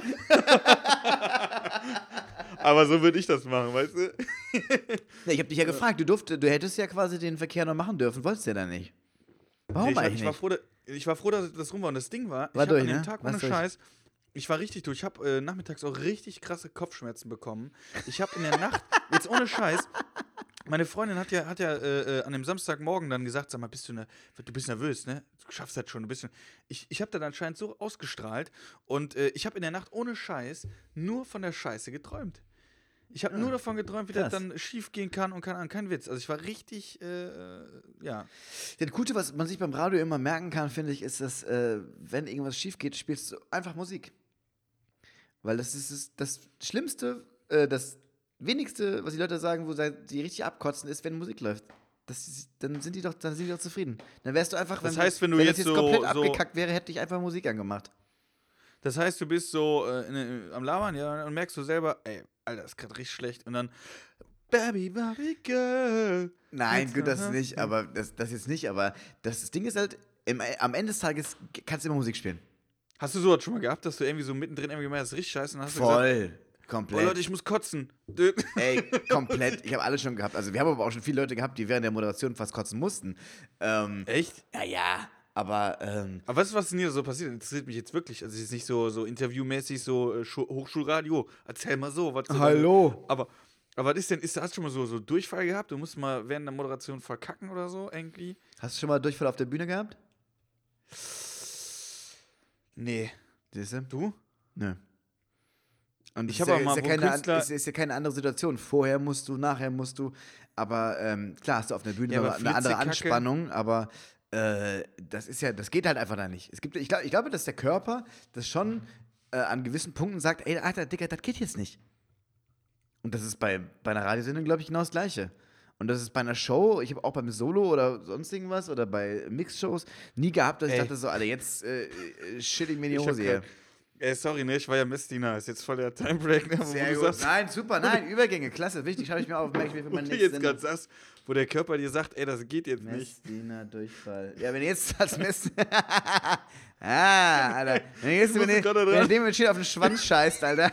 Aber so würde ich das machen, weißt du? Ja, ich habe dich ja gefragt, du, durft, du hättest ja quasi den Verkehr noch machen dürfen, wolltest du ja dann nicht. Warum ich, war- eigentlich ich, war nicht? froh, da, ich war froh, dass das rum war. Und das Ding war, War ich habe durch, an dem ne? Tag War's ohne durch. Scheiß, ich war richtig durch. Ich habe äh, nachmittags auch richtig krasse Kopfschmerzen bekommen. Ich habe in der Nacht, jetzt ohne Scheiß, meine Freundin hat ja, hat ja äh, äh, an dem Samstagmorgen dann gesagt, sag mal, bist du, ne, du bist nervös, ne? Du schaffst das schon, du bist... Ich, ich habe dann anscheinend so ausgestrahlt und äh, ich habe in der Nacht ohne Scheiß nur von der Scheiße geträumt. Ich habe nur davon geträumt, wie das krass. dann schief gehen kann und kann, kein Witz. Also ich war richtig, äh, ja. Das Gute, was man sich beim Radio immer merken kann, finde ich, ist, dass, äh, wenn irgendwas schief geht, spielst du einfach Musik. Weil das ist das, das Schlimmste, äh, das Wenigste, was die Leute sagen, wo sie die richtig abkotzen, ist, wenn Musik läuft. Das ist, dann sind die doch, dann sind die doch zufrieden. Dann wärst du einfach, Das wenn, heißt, wenn du wenn jetzt das jetzt so- komplett so- abgekackt wäre, hätte ich einfach Musik angemacht. Das heißt, du bist so äh, in, am Labern, ja, und merkst du selber, ey, Alter, das ist gerade richtig schlecht. Und dann, Baby, Baby Girl. Nein, Jetzt gut, das noch- nicht, aber das, das jetzt nicht, aber das, das Ding ist halt, im, am Ende des Tages kannst du immer Musik spielen. Hast du sowas schon mal gehabt, dass du irgendwie so mittendrin irgendwie gemerkt hast, das ist richtig scheiße? Und dann hast du gesagt, Voll. oh Komplett. Leute, ich muss kotzen. Ey, komplett. Ich habe alles schon gehabt. Also wir haben aber auch schon viele Leute gehabt, die während der Moderation fast kotzen mussten. Ähm, Echt? ja, ja, aber ähm, Aber weißt du, was denn hier so passiert? Interessiert mich jetzt wirklich. Also, es ist nicht so, so interviewmäßig, so äh, Schu- Hochschulradio. Erzähl mal so. Was so Hallo. Deine, aber, aber was ist denn, ist, hast du schon mal so, so Durchfall gehabt? Du musst mal während der Moderation verkacken oder so, irgendwie? hast du schon mal Durchfall auf der Bühne gehabt? Nee. Siehst du? Du? Nö. Und Ich es ist hab aber ja, mal, ist ja wo keine, an- Künstler- ist, ist ja keine andere Situation. Vorher musst du, nachher musst du. Aber ähm, klar hast du auf der Bühne Ja, noch aber eine andere Flitzekacke- Anspannung, aber äh, das ist ja, das geht halt einfach da nicht. Es gibt, ich, glaub, ich glaube, dass der Körper das schon äh, an gewissen Punkten sagt, ey, Alter, Digga, das geht jetzt nicht. Und das ist bei, bei einer Radiosendung, glaube ich, genau das Gleiche. Und das ist bei einer Show, ich habe auch beim Solo oder sonst irgendwas oder bei Mixshows nie gehabt, dass ich Ey. dachte so, Alter, jetzt äh, äh, shit ich mir in die Ich hab Hose hier. grad- Ey, sorry, ne, ich war ja Messdiener. Ist jetzt voll der Timebreak, ne? Wo Sehr du gut. sagst, Nein, super, nein, Übergänge, klasse, wichtig, schreibe ich mir auf, merke ich mir für wo meine du nächste jetzt gerade sagst, wo der Körper dir sagt, ey, das geht jetzt nicht. Messdiener Durchfall. Ja, wenn jetzt als Mess... ah, Alter. Wenn jetzt, Ich wenn, musste wenn, gerade wenn dran. dem steht auf den Schwanz scheißt, Alter.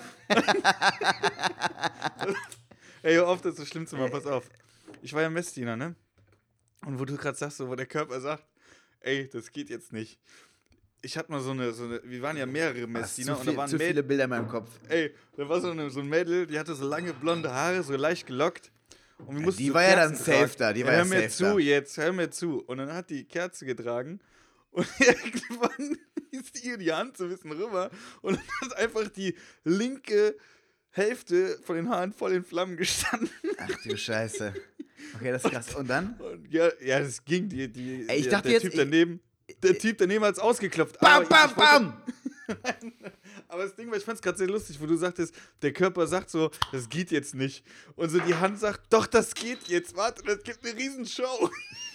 Ey, hör auf, das ist das Schlimmste mal, pass auf. Ich war ja Messdiener, ne? Und wo du gerade sagst, so, wo der Körper sagt, ey, das geht jetzt nicht. Ich hatte mal so eine, so eine, wir waren ja mehrere Hast Messdiener zu, und da viel, waren zu viele Mädels, Bilder in meinem Kopf. ey, da war so, eine, so ein Mädel, die hatte so lange blonde Haare, so leicht gelockt. Und wir mussten die so war ja dann Kerzen safe tragen. da, die ja, war ja hör mir safe zu da. jetzt, hör mir zu. Und dann hat die Kerze getragen und irgendwann ist ihr die Hand so ein bisschen rüber und dann hat einfach die linke Hälfte von den Haaren voll in Flammen gestanden. Ach du Scheiße. Okay, das ist krass. Und dann? Und ja, ja, das ging, die, die, Ey, ich der, dachte der jetzt, Typ ich- daneben, der Typ daneben hat es ausgeklopft. Bam, Aber bam, ich, ich wollte- bam! Aber das Ding war, ich fand's gerade sehr lustig, wo du sagtest, der Körper sagt so, das geht jetzt nicht. Und so die Hand sagt, doch, das geht jetzt, warte, das gibt eine Riesenshow.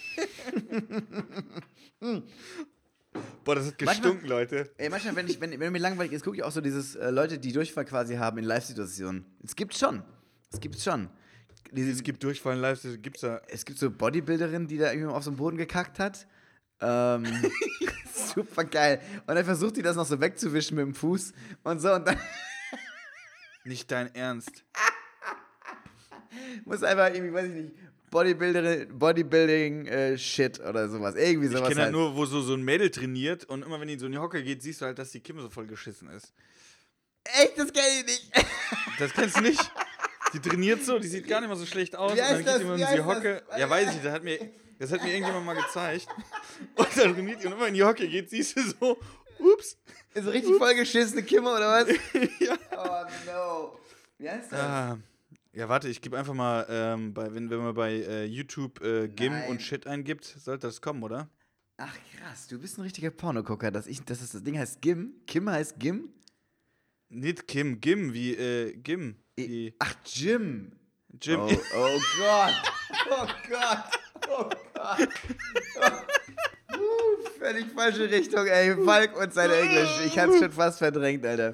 Boah, das hat gestunken, Leute. Ey, manchmal, wenn, ich, wenn, wenn mir langweilig ist, gucke ich auch so dieses äh, Leute, die Durchfall quasi haben in Live-Situationen. Es gibt's schon. Es gibt's schon. Diese, Es gibt Durchfallen live, das gibt's da. es gibt so Bodybuilderinnen, die da irgendwie auf so den Boden gekackt hat. Ähm, super geil. Und dann versucht die das noch so wegzuwischen mit dem Fuß und so. Und dann Nicht dein Ernst. muss einfach irgendwie, weiß ich nicht, Bodybuilderin, Bodybuilding äh, Shit oder sowas. Irgendwie Ich sowas kenne halt halt. nur, wo so, so ein Mädel trainiert und immer wenn die so in die Hocke geht, siehst du halt, dass die Kimme so voll geschissen ist. Echt, das kenn ich nicht. Das kennst du nicht? Die trainiert so, die sieht gar nicht mal so schlecht aus. Wie und dann heißt geht das? die immer Wie in die heißt Hocke. das? Ja, weiß ich, das hat mir, das hat mir irgendjemand mal gezeigt. Und dann trainiert die und immer in die Hocke geht, siehst du so, ups. Ist so richtig vollgeschissene Kimme oder was? Ja. Oh no. Wie heißt das? Ah, ja, warte, ich gebe einfach mal, ähm, bei, wenn, wenn man bei äh, YouTube äh, Gim Nein. und Shit eingibt, sollte das kommen, oder? Ach krass, du bist ein richtiger Pornogucker. Dass ich, das, ist, das Ding heißt Gim. Kim heißt Gim. Nicht Kim, Gim, wie äh, Gim. Wie Ach, Jim. Jim. Oh, oh Gott. Oh Gott. Oh Gott. Uh, völlig falsche Richtung, ey. Falk und seine Englisch. Ich hab's schon fast verdrängt, Alter.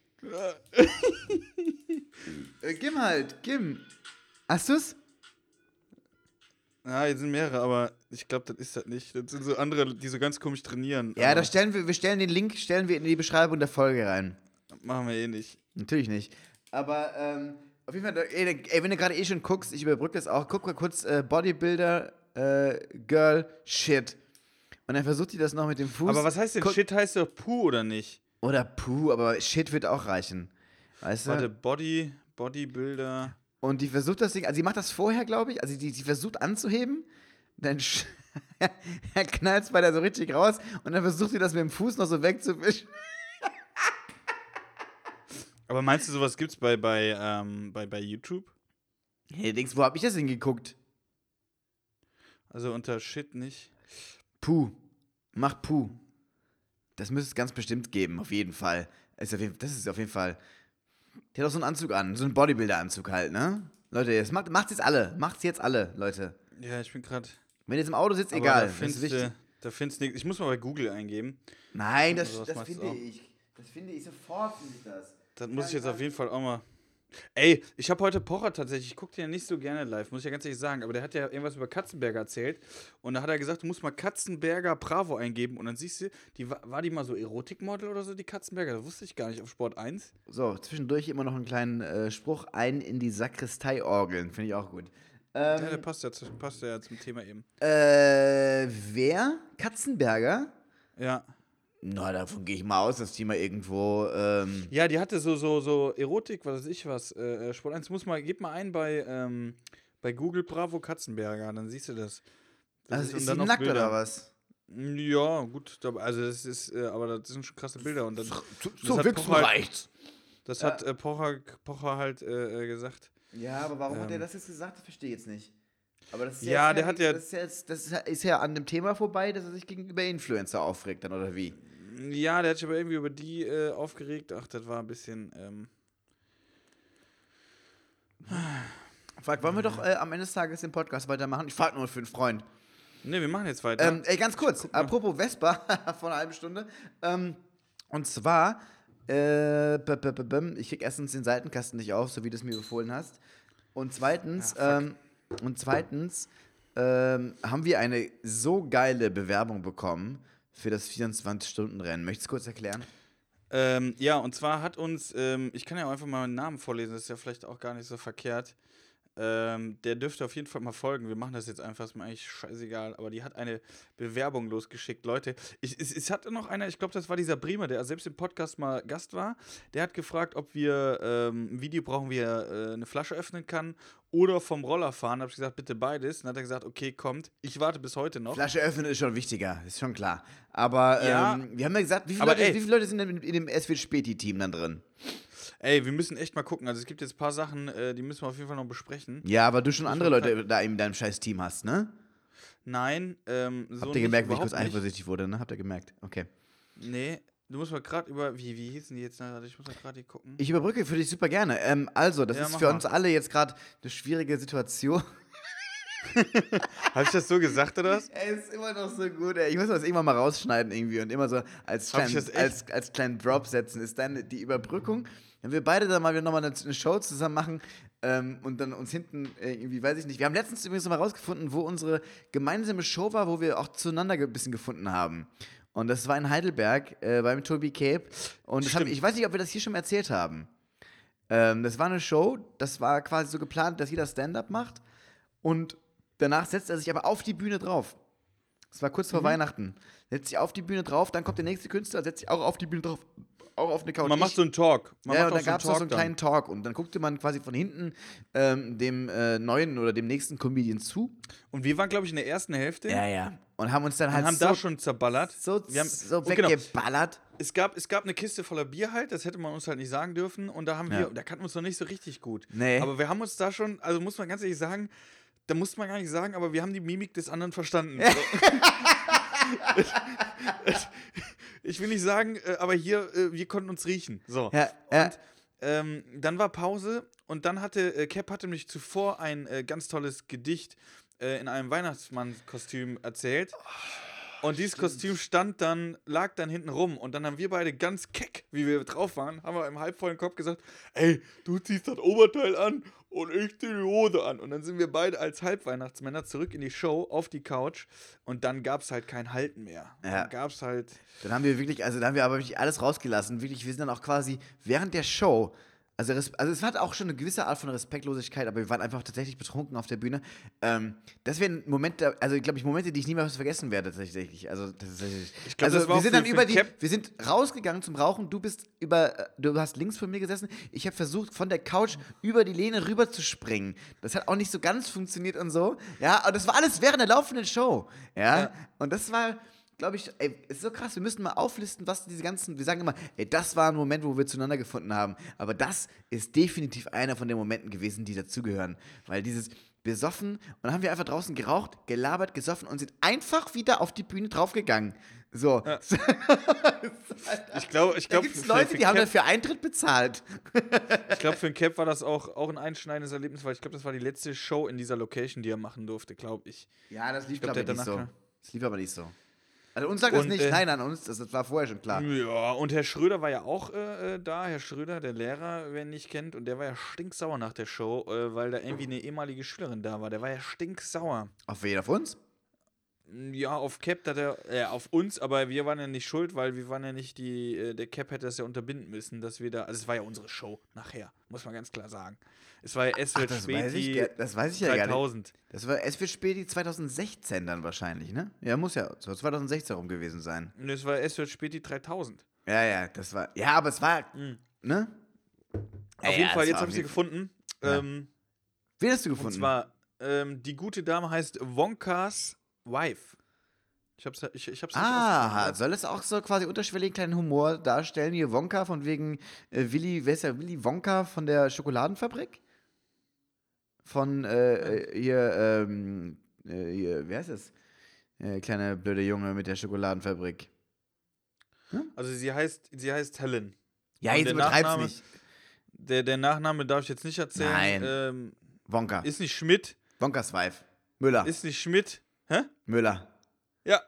Äh, Gim halt, Gim. Hast du's? Ja, hier sind mehrere, aber ich glaube, das ist das nicht. Das sind so andere, die so ganz komisch trainieren. Ja, aber da stellen wir, wir stellen den Link stellen wir in die Beschreibung der Folge rein. machen wir eh nicht. Natürlich nicht. Aber ähm, auf jeden Fall, ey, ey, wenn du gerade eh schon guckst, ich überbrücke das auch, guck mal kurz äh, Bodybuilder, äh, Girl, Shit. Und dann versucht die das noch mit dem Fuß. Aber was heißt denn Guck- Shit? Heißt doch Puh oder nicht? Oder Puh, aber Shit wird auch reichen. Weißt du? Warte, Body, Bodybuilder. Und die versucht das Ding, also sie macht das vorher, glaube ich, also die, die versucht anzuheben, dann sch- er knallt es bei der so richtig raus und dann versucht sie das mit dem Fuß noch so wegzuwischen. Aber meinst du, sowas gibt's bei, bei, ähm, bei, bei YouTube? Hey, denkst, wo hab ich das denn geguckt? Also unter Shit nicht. Puh. Mach Puh. Das müsste es ganz bestimmt geben, auf jeden Fall. Ist auf jeden, das ist auf jeden Fall. Der hat auch so einen Anzug an, so einen Bodybuilder-Anzug halt, ne? Leute, jetzt macht, macht's jetzt alle. Macht's jetzt alle, Leute. Ja, ich bin gerade. Wenn ihr jetzt im Auto sitzt, Aber egal. Da Das ist findest wichtig. du, da findest nichts. Ich muss mal bei Google eingeben. Nein, Guck das, mal, was das machst du finde auch? ich. Das finde ich sofort, finde ich das. Das muss ich jetzt auf jeden Fall auch mal. Ey, ich habe heute Pocher tatsächlich, ich gucke den ja nicht so gerne live, muss ich ja ganz ehrlich sagen, aber der hat ja irgendwas über Katzenberger erzählt und da hat er gesagt, du musst mal Katzenberger Bravo eingeben und dann siehst du, die war, war die mal so Erotikmodel oder so, die Katzenberger, das wusste ich gar nicht auf Sport eins. So, zwischendurch immer noch einen kleinen äh, Spruch ein in die Sakristei orgeln, finde ich auch gut. Ähm, Ja, der passt ja, zu- passt ja zum Thema eben. äh, wer? Katzenberger? Ja. Na, davon gehe ich mal aus, dass die mal irgendwo, ähm, Ja, die hatte so, so, so Erotik, was weiß ich was, äh, Sport eins, muss mal, gib mal ein bei, ähm, bei Google Bravo Katzenberger, dann siehst du das. das also und ist dann sie noch nackt Bilder. oder was? Ja, gut, da- also das ist, äh, aber das sind schon krasse Bilder und dann. Zu hat Wichsen Pocher- reicht's. Das Ja. hat äh, Pocher, Pocher halt äh, äh, gesagt. Ja, aber warum hat er Ähm. das jetzt gesagt? Das verstehe ich jetzt nicht. Aber das ist Ja, jetzt der hat ja- Das ist, ja jetzt, das ist ja- ist ja an dem Thema vorbei, dass er sich gegenüber Influencer aufregt, dann, oder wie? Ja, der hat sich aber irgendwie über die äh, aufgeregt. Ach, das war ein bisschen. Ähm Frag, wollen wir doch äh, am Ende des Tages den Podcast weitermachen? Ich frage nur für einen Freund. Ne, wir machen jetzt weiter. Ähm, ey, ganz kurz, apropos Vespa, vor einer halben Stunde. Ähm, und zwar, äh, b -b -b -b ich krieg erstens den Seitenkasten nicht auf, so wie du es mir befohlen hast. Und zweitens, Ah, ähm, und zweitens ähm, haben wir eine so geile Bewerbung bekommen für das vierundzwanzig-Stunden-Rennen. Möchtest du kurz erklären? Ähm, ja, und zwar hat uns, ähm, ich kann ja auch einfach mal einen Namen vorlesen, das ist ja vielleicht auch gar nicht so verkehrt. Ähm, der dürfte auf jeden Fall mal folgen. Wir machen das jetzt einfach, ist mir eigentlich scheißegal. Aber die hat eine Bewerbung losgeschickt. Leute, ich, es, es hatte noch einer, ich glaube, das war dieser Bremer, der selbst im Podcast mal Gast war. Der hat gefragt, ob wir ähm, ein Video brauchen, wie er äh, eine Flasche öffnen kann oder vom Roller fahren. Da habe ich gesagt, bitte beides. Dann hat er gesagt, okay, kommt. Ich warte bis heute noch. Flasche öffnen ist schon wichtiger, ist schon klar. Aber Ja, ähm, wir haben ja gesagt, wie viele, aber Leute, ey. wie viele Leute sind denn in, in dem S W Späti-Team dann drin? Ey, wir müssen echt mal gucken. Also es gibt jetzt ein paar Sachen, äh, die müssen wir auf jeden Fall noch besprechen. Ja, aber du schon Muss andere man Leute da in deinem scheiß Team hast, ne? Nein, ähm, so Habt ihr gemerkt, wie ich überhaupt kurz eifersüchtig wurde, ne? Habt ihr gemerkt? Okay. Nee, du musst mal gerade über, wie, wie hießen die jetzt? Na, ich muss mal gerade gucken. Ich überbrücke für dich super gerne. Ähm, also, das Ja, ist mach für mal. uns alle jetzt gerade eine schwierige Situation. Habe ich das so gesagt, oder was? Ey, ist immer noch so gut, ey. Ich muss das irgendwann mal rausschneiden irgendwie und immer so als Hab ich kleinen, das echt? als, als kleinen Drop setzen. Ist dann die Überbrückung, wenn wir beide dann mal wieder nochmal eine, eine Show zusammen machen ähm, und dann uns hinten äh, irgendwie, weiß ich nicht. Wir haben letztens übrigens noch mal rausgefunden, wo unsere gemeinsame Show war, wo wir auch zueinander ein bisschen gefunden haben. Und das war in Heidelberg äh, beim Toby Cape. Und das haben, Stimmt. ich weiß nicht, ob wir das hier schon mal erzählt haben. Ähm, das war eine Show, das war quasi so geplant, dass jeder Stand-up macht. Und danach setzt er sich aber auf die Bühne drauf. Das war kurz vor Mhm. Weihnachten. Setzt sich auf die Bühne drauf, dann kommt der nächste Künstler, setzt sich auch auf die Bühne drauf. Auch auf eine Couch. Man macht so einen Talk. Man ja, macht und auch dann gab es so noch so einen einen Talk kleinen Talk. Und dann guckte man quasi von hinten ähm, dem äh, neuen oder dem nächsten Comedian zu. dann. Und wir waren, glaube ich, in der ersten Hälfte Ja, ja. Und haben uns dann und halt haben so, da schon zerballert. so, wir haben, so und genau, weggeballert. es, gab, es gab eine Kiste voller Bier halt, das hätte man uns halt nicht sagen dürfen. Und da haben Ja. wir, da kannten wir uns noch nicht so richtig gut. Nee. Aber wir haben uns da schon, also muss man ganz ehrlich sagen, da muss man gar nicht sagen, aber wir haben die Mimik des anderen verstanden. Ich will nicht sagen, äh, aber hier, äh, wir konnten uns riechen. So. Ja, ja. Und ähm, dann war Pause und dann hatte, äh, Cap hatte mich zuvor ein äh, ganz tolles Gedicht äh, in einem Weihnachtsmann-Kostüm erzählt. Und dieses Kostüm stand dann, lag dann hinten rum. Und dann haben wir beide ganz keck, wie wir drauf waren, haben wir im halbvollen Kopf gesagt, ey, du ziehst das Oberteil an und ich zieh die Hose an. Und dann sind wir beide als Halbweihnachtsmänner zurück in die Show, auf die Couch. Und dann gab es halt kein Halten mehr. Ja. Dann gab es halt... Dann haben wir wirklich, also da haben wir aber wirklich alles rausgelassen. Wirklich, wir sind dann auch quasi während der Show, also, res- also es hat auch schon eine gewisse Art von Respektlosigkeit, aber wir waren einfach tatsächlich betrunken auf der Bühne. Ähm, das wären Momente, also glaube ich, Momente, die ich niemals vergessen werde tatsächlich. Also, tatsächlich. Ich glaub, also das war wir auch sind für- dann für über die, Cap- wir sind rausgegangen zum Rauchen. Du bist über, äh, du hast links von mir gesessen. Ich habe versucht, von der Couch über die Lehne rüber zu springen. Das hat auch nicht so ganz funktioniert und so. Ja, und das war alles während der laufenden Show. Ja, Ja. und das war, glaube ich, ey, ist so krass, wir müssten mal auflisten, was diese ganzen, wir sagen immer, ey, das war ein Moment, wo wir zueinander gefunden haben, aber das ist definitiv einer von den Momenten gewesen, die dazugehören, weil dieses besoffen und dann haben wir einfach draußen geraucht, gelabert, gesoffen und sind einfach wieder auf die Bühne draufgegangen. So. Ja. Ich glaube, ich Da glaube, gibt es Leute, die haben dafür Eintritt bezahlt. Ich glaube, für einen Cap war das auch, auch ein einschneidendes Erlebnis, weil ich glaube, das war die letzte Show in dieser Location, die er machen durfte, glaube ich. Ja, das lief, Ich glaub, glaube ich, der nicht hat so. danach- Das lief aber nicht so. Also uns sagt das Und, nicht, äh, nein, an uns, das, das war vorher schon klar. Ja, und Herr Schröder war ja auch äh, äh, da, Herr Schröder, der Lehrer, wer ihn nicht kennt, und der war ja stinksauer nach der Show, äh, weil da irgendwie eine ehemalige Schülerin da war. Der war ja stinksauer. Auf wen, auf uns? Ja, auf Cap, hat er, äh, auf uns, aber wir waren ja nicht schuld, weil wir waren ja nicht die, äh, der Cap hätte das ja unterbinden müssen, dass wir da, also es war ja unsere Show nachher, muss man ganz klar sagen. Es war ja S W das, weiß ich, Späti gar- das weiß ich ja gar nicht. dreitausend. Das war S W Späti zwanzig sechzehn dann wahrscheinlich, ne? Ja, muss ja so zwanzig sechzehn rum gewesen sein. Und es war S W Späti dreitausend. Ja, ja, das war, ja, aber es war, Mhm. ne? Auf Ja, jeden ja, Fall, es jetzt war habe ich sie auf jeden gefunden. Ja. Ähm, Wen hast du und gefunden? zwar, ähm, die gute Dame heißt Wonkas Wife. Ich hab's, ich, ich hab's nicht Ah, ausgesprochen. soll es auch so quasi unterschwelligen kleinen Humor darstellen, hier Wonka von wegen äh, Willy, wer ist der Willy Wonka von der Schokoladenfabrik? Von äh, äh, hier, ähm, äh, hier, wer ist es? Äh, kleiner blöde Junge mit der Schokoladenfabrik. Also sie heißt, sie heißt Helen. Ja, Und jetzt der übertreib's Nachname- nicht. Der, der Nachname darf ich jetzt nicht erzählen. Nein. Ähm, Wonka. Ist nicht Schmidt. Wonkas Wife. Müller. Ist nicht Schmidt. Hä? Müller. Ja.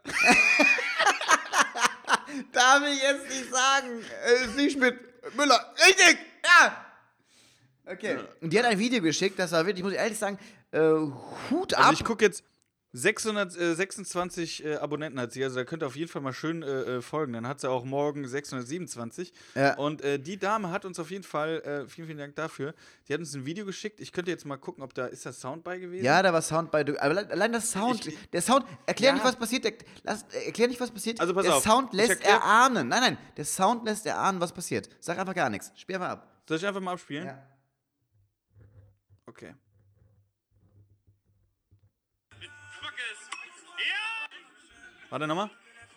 Darf ich jetzt nicht sagen. Äh, ist nicht Schmidt. Müller. Richtig. Ja. Okay. Und die hat ein Video geschickt, das war wirklich, muss ich ehrlich sagen, äh, Hut ab. Also ich gucke jetzt, sechshundertsechsundzwanzig äh, Abonnenten hat sie, also da könnt ihr auf jeden Fall mal schön äh, folgen. Dann hat sie auch morgen sechshundertsiebenundzwanzig. Ja. Und äh, die Dame hat uns auf jeden Fall, äh, vielen, vielen Dank dafür, die hat uns ein Video geschickt. Ich könnte jetzt mal gucken, ob da, ist da Sound bei gewesen? Ja, da war Sound bei, aber allein das Sound, ich, der Sound, erklär ja. nicht, was passiert, der, lass, erklär nicht, was passiert. Also pass der auf. Sound lässt erklär, erahnen, nein, nein, der Sound lässt erahnen, was passiert. Sag einfach gar nichts, spiel einfach ab. Soll ich einfach mal abspielen? Ja. Okay. Warte nochmal.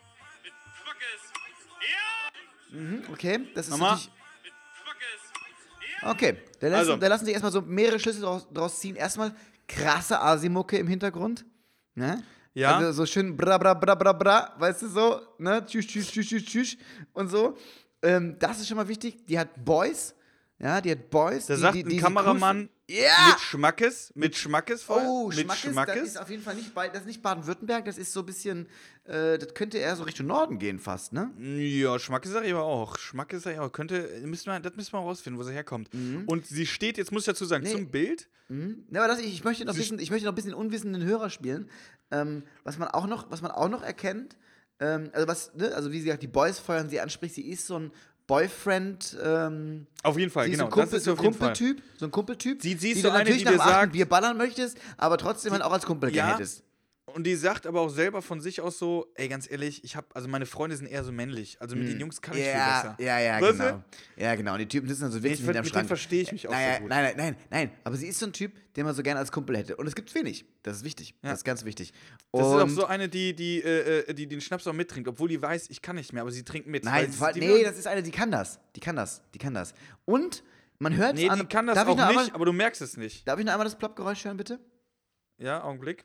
Mhm, okay, das ist Nochmal. natürlich... Okay, da lassen, Also. da lassen sich erstmal so mehrere Schlüsse draus, draus ziehen. Erstmal krasse Asi-Mucke im Hintergrund. Ne? Ja. Also so schön bra bra bra bra bra, weißt du so, ne? Tschüss, tschüss, tschüss, tschüss, tschüss und so. Ähm, das ist schon mal wichtig. Die hat Boys. Ja, die hat Boys. Da die, sagt die, ein die Kameramann cool ja! mit Schmackes, mit Schmackes voll. Oh, mit Schmackes, Schmackes. das ist auf jeden Fall nicht, bei, das ist nicht Baden-Württemberg, das ist so ein bisschen, äh, das könnte eher so Richtung Norden gehen fast, ne? Ja, Schmackes sag ich aber auch. Schmackes sag ich auch. Könnte, müssen wir, das müssen wir rausfinden, wo sie herkommt. Mhm. Und sie steht, jetzt muss ich dazu sagen, Nee. zum Bild. Mhm. Ja, aber das, ich, ich, möchte noch ein bisschen, ich möchte noch ein bisschen den unwissenden Hörer spielen. Ähm, was, man auch noch, was man auch noch erkennt, ähm, also, was, ne, also wie sie gesagt, die Boys feuern sie anspricht, sie ist so ein Boyfriend, ähm, Auf jeden Fall, sie ist genau. so ein Kumpel, das ist so auf ein jeden Fall. Kumpeltyp, so ein Kumpeltyp, Sie- sie ist die so du eine, natürlich die nach dir dem achten sagt- Bier ballern möchtest, aber trotzdem halt auch als Kumpel Ja. hättest. Und die sagt aber auch selber von sich aus so, ey, ganz ehrlich, ich hab, also meine Freunde sind eher so männlich. Also mit den Jungs kann ich viel Ja, besser. ja, ja, Weißt du? genau. Ja, genau. Und die Typen sitzen dann so witzig Ich- hinterm mit denen Schrank. verstehe ich mich auch naja, so gut. Nein, nein, nein, nein. Aber sie ist so ein Typ, den man so gerne als Kumpel hätte. Und es gibt wenig. Das ist wichtig. Ja. Das ist ganz wichtig. Das Und ist auch so eine, die, die, äh, äh, die den Schnaps auch mittrinkt, obwohl die weiß, ich kann nicht mehr, aber sie trinkt mit. Nein, Weil vor- die- nee, das ist eine, die kann das. Die kann das. Die kann das. Und man hört Nee, an. die kann das darf auch ich noch nicht, einmal, aber du merkst es nicht. Darf ich noch einmal das Plopp-Geräusch hören, bitte? Ja, Augenblick.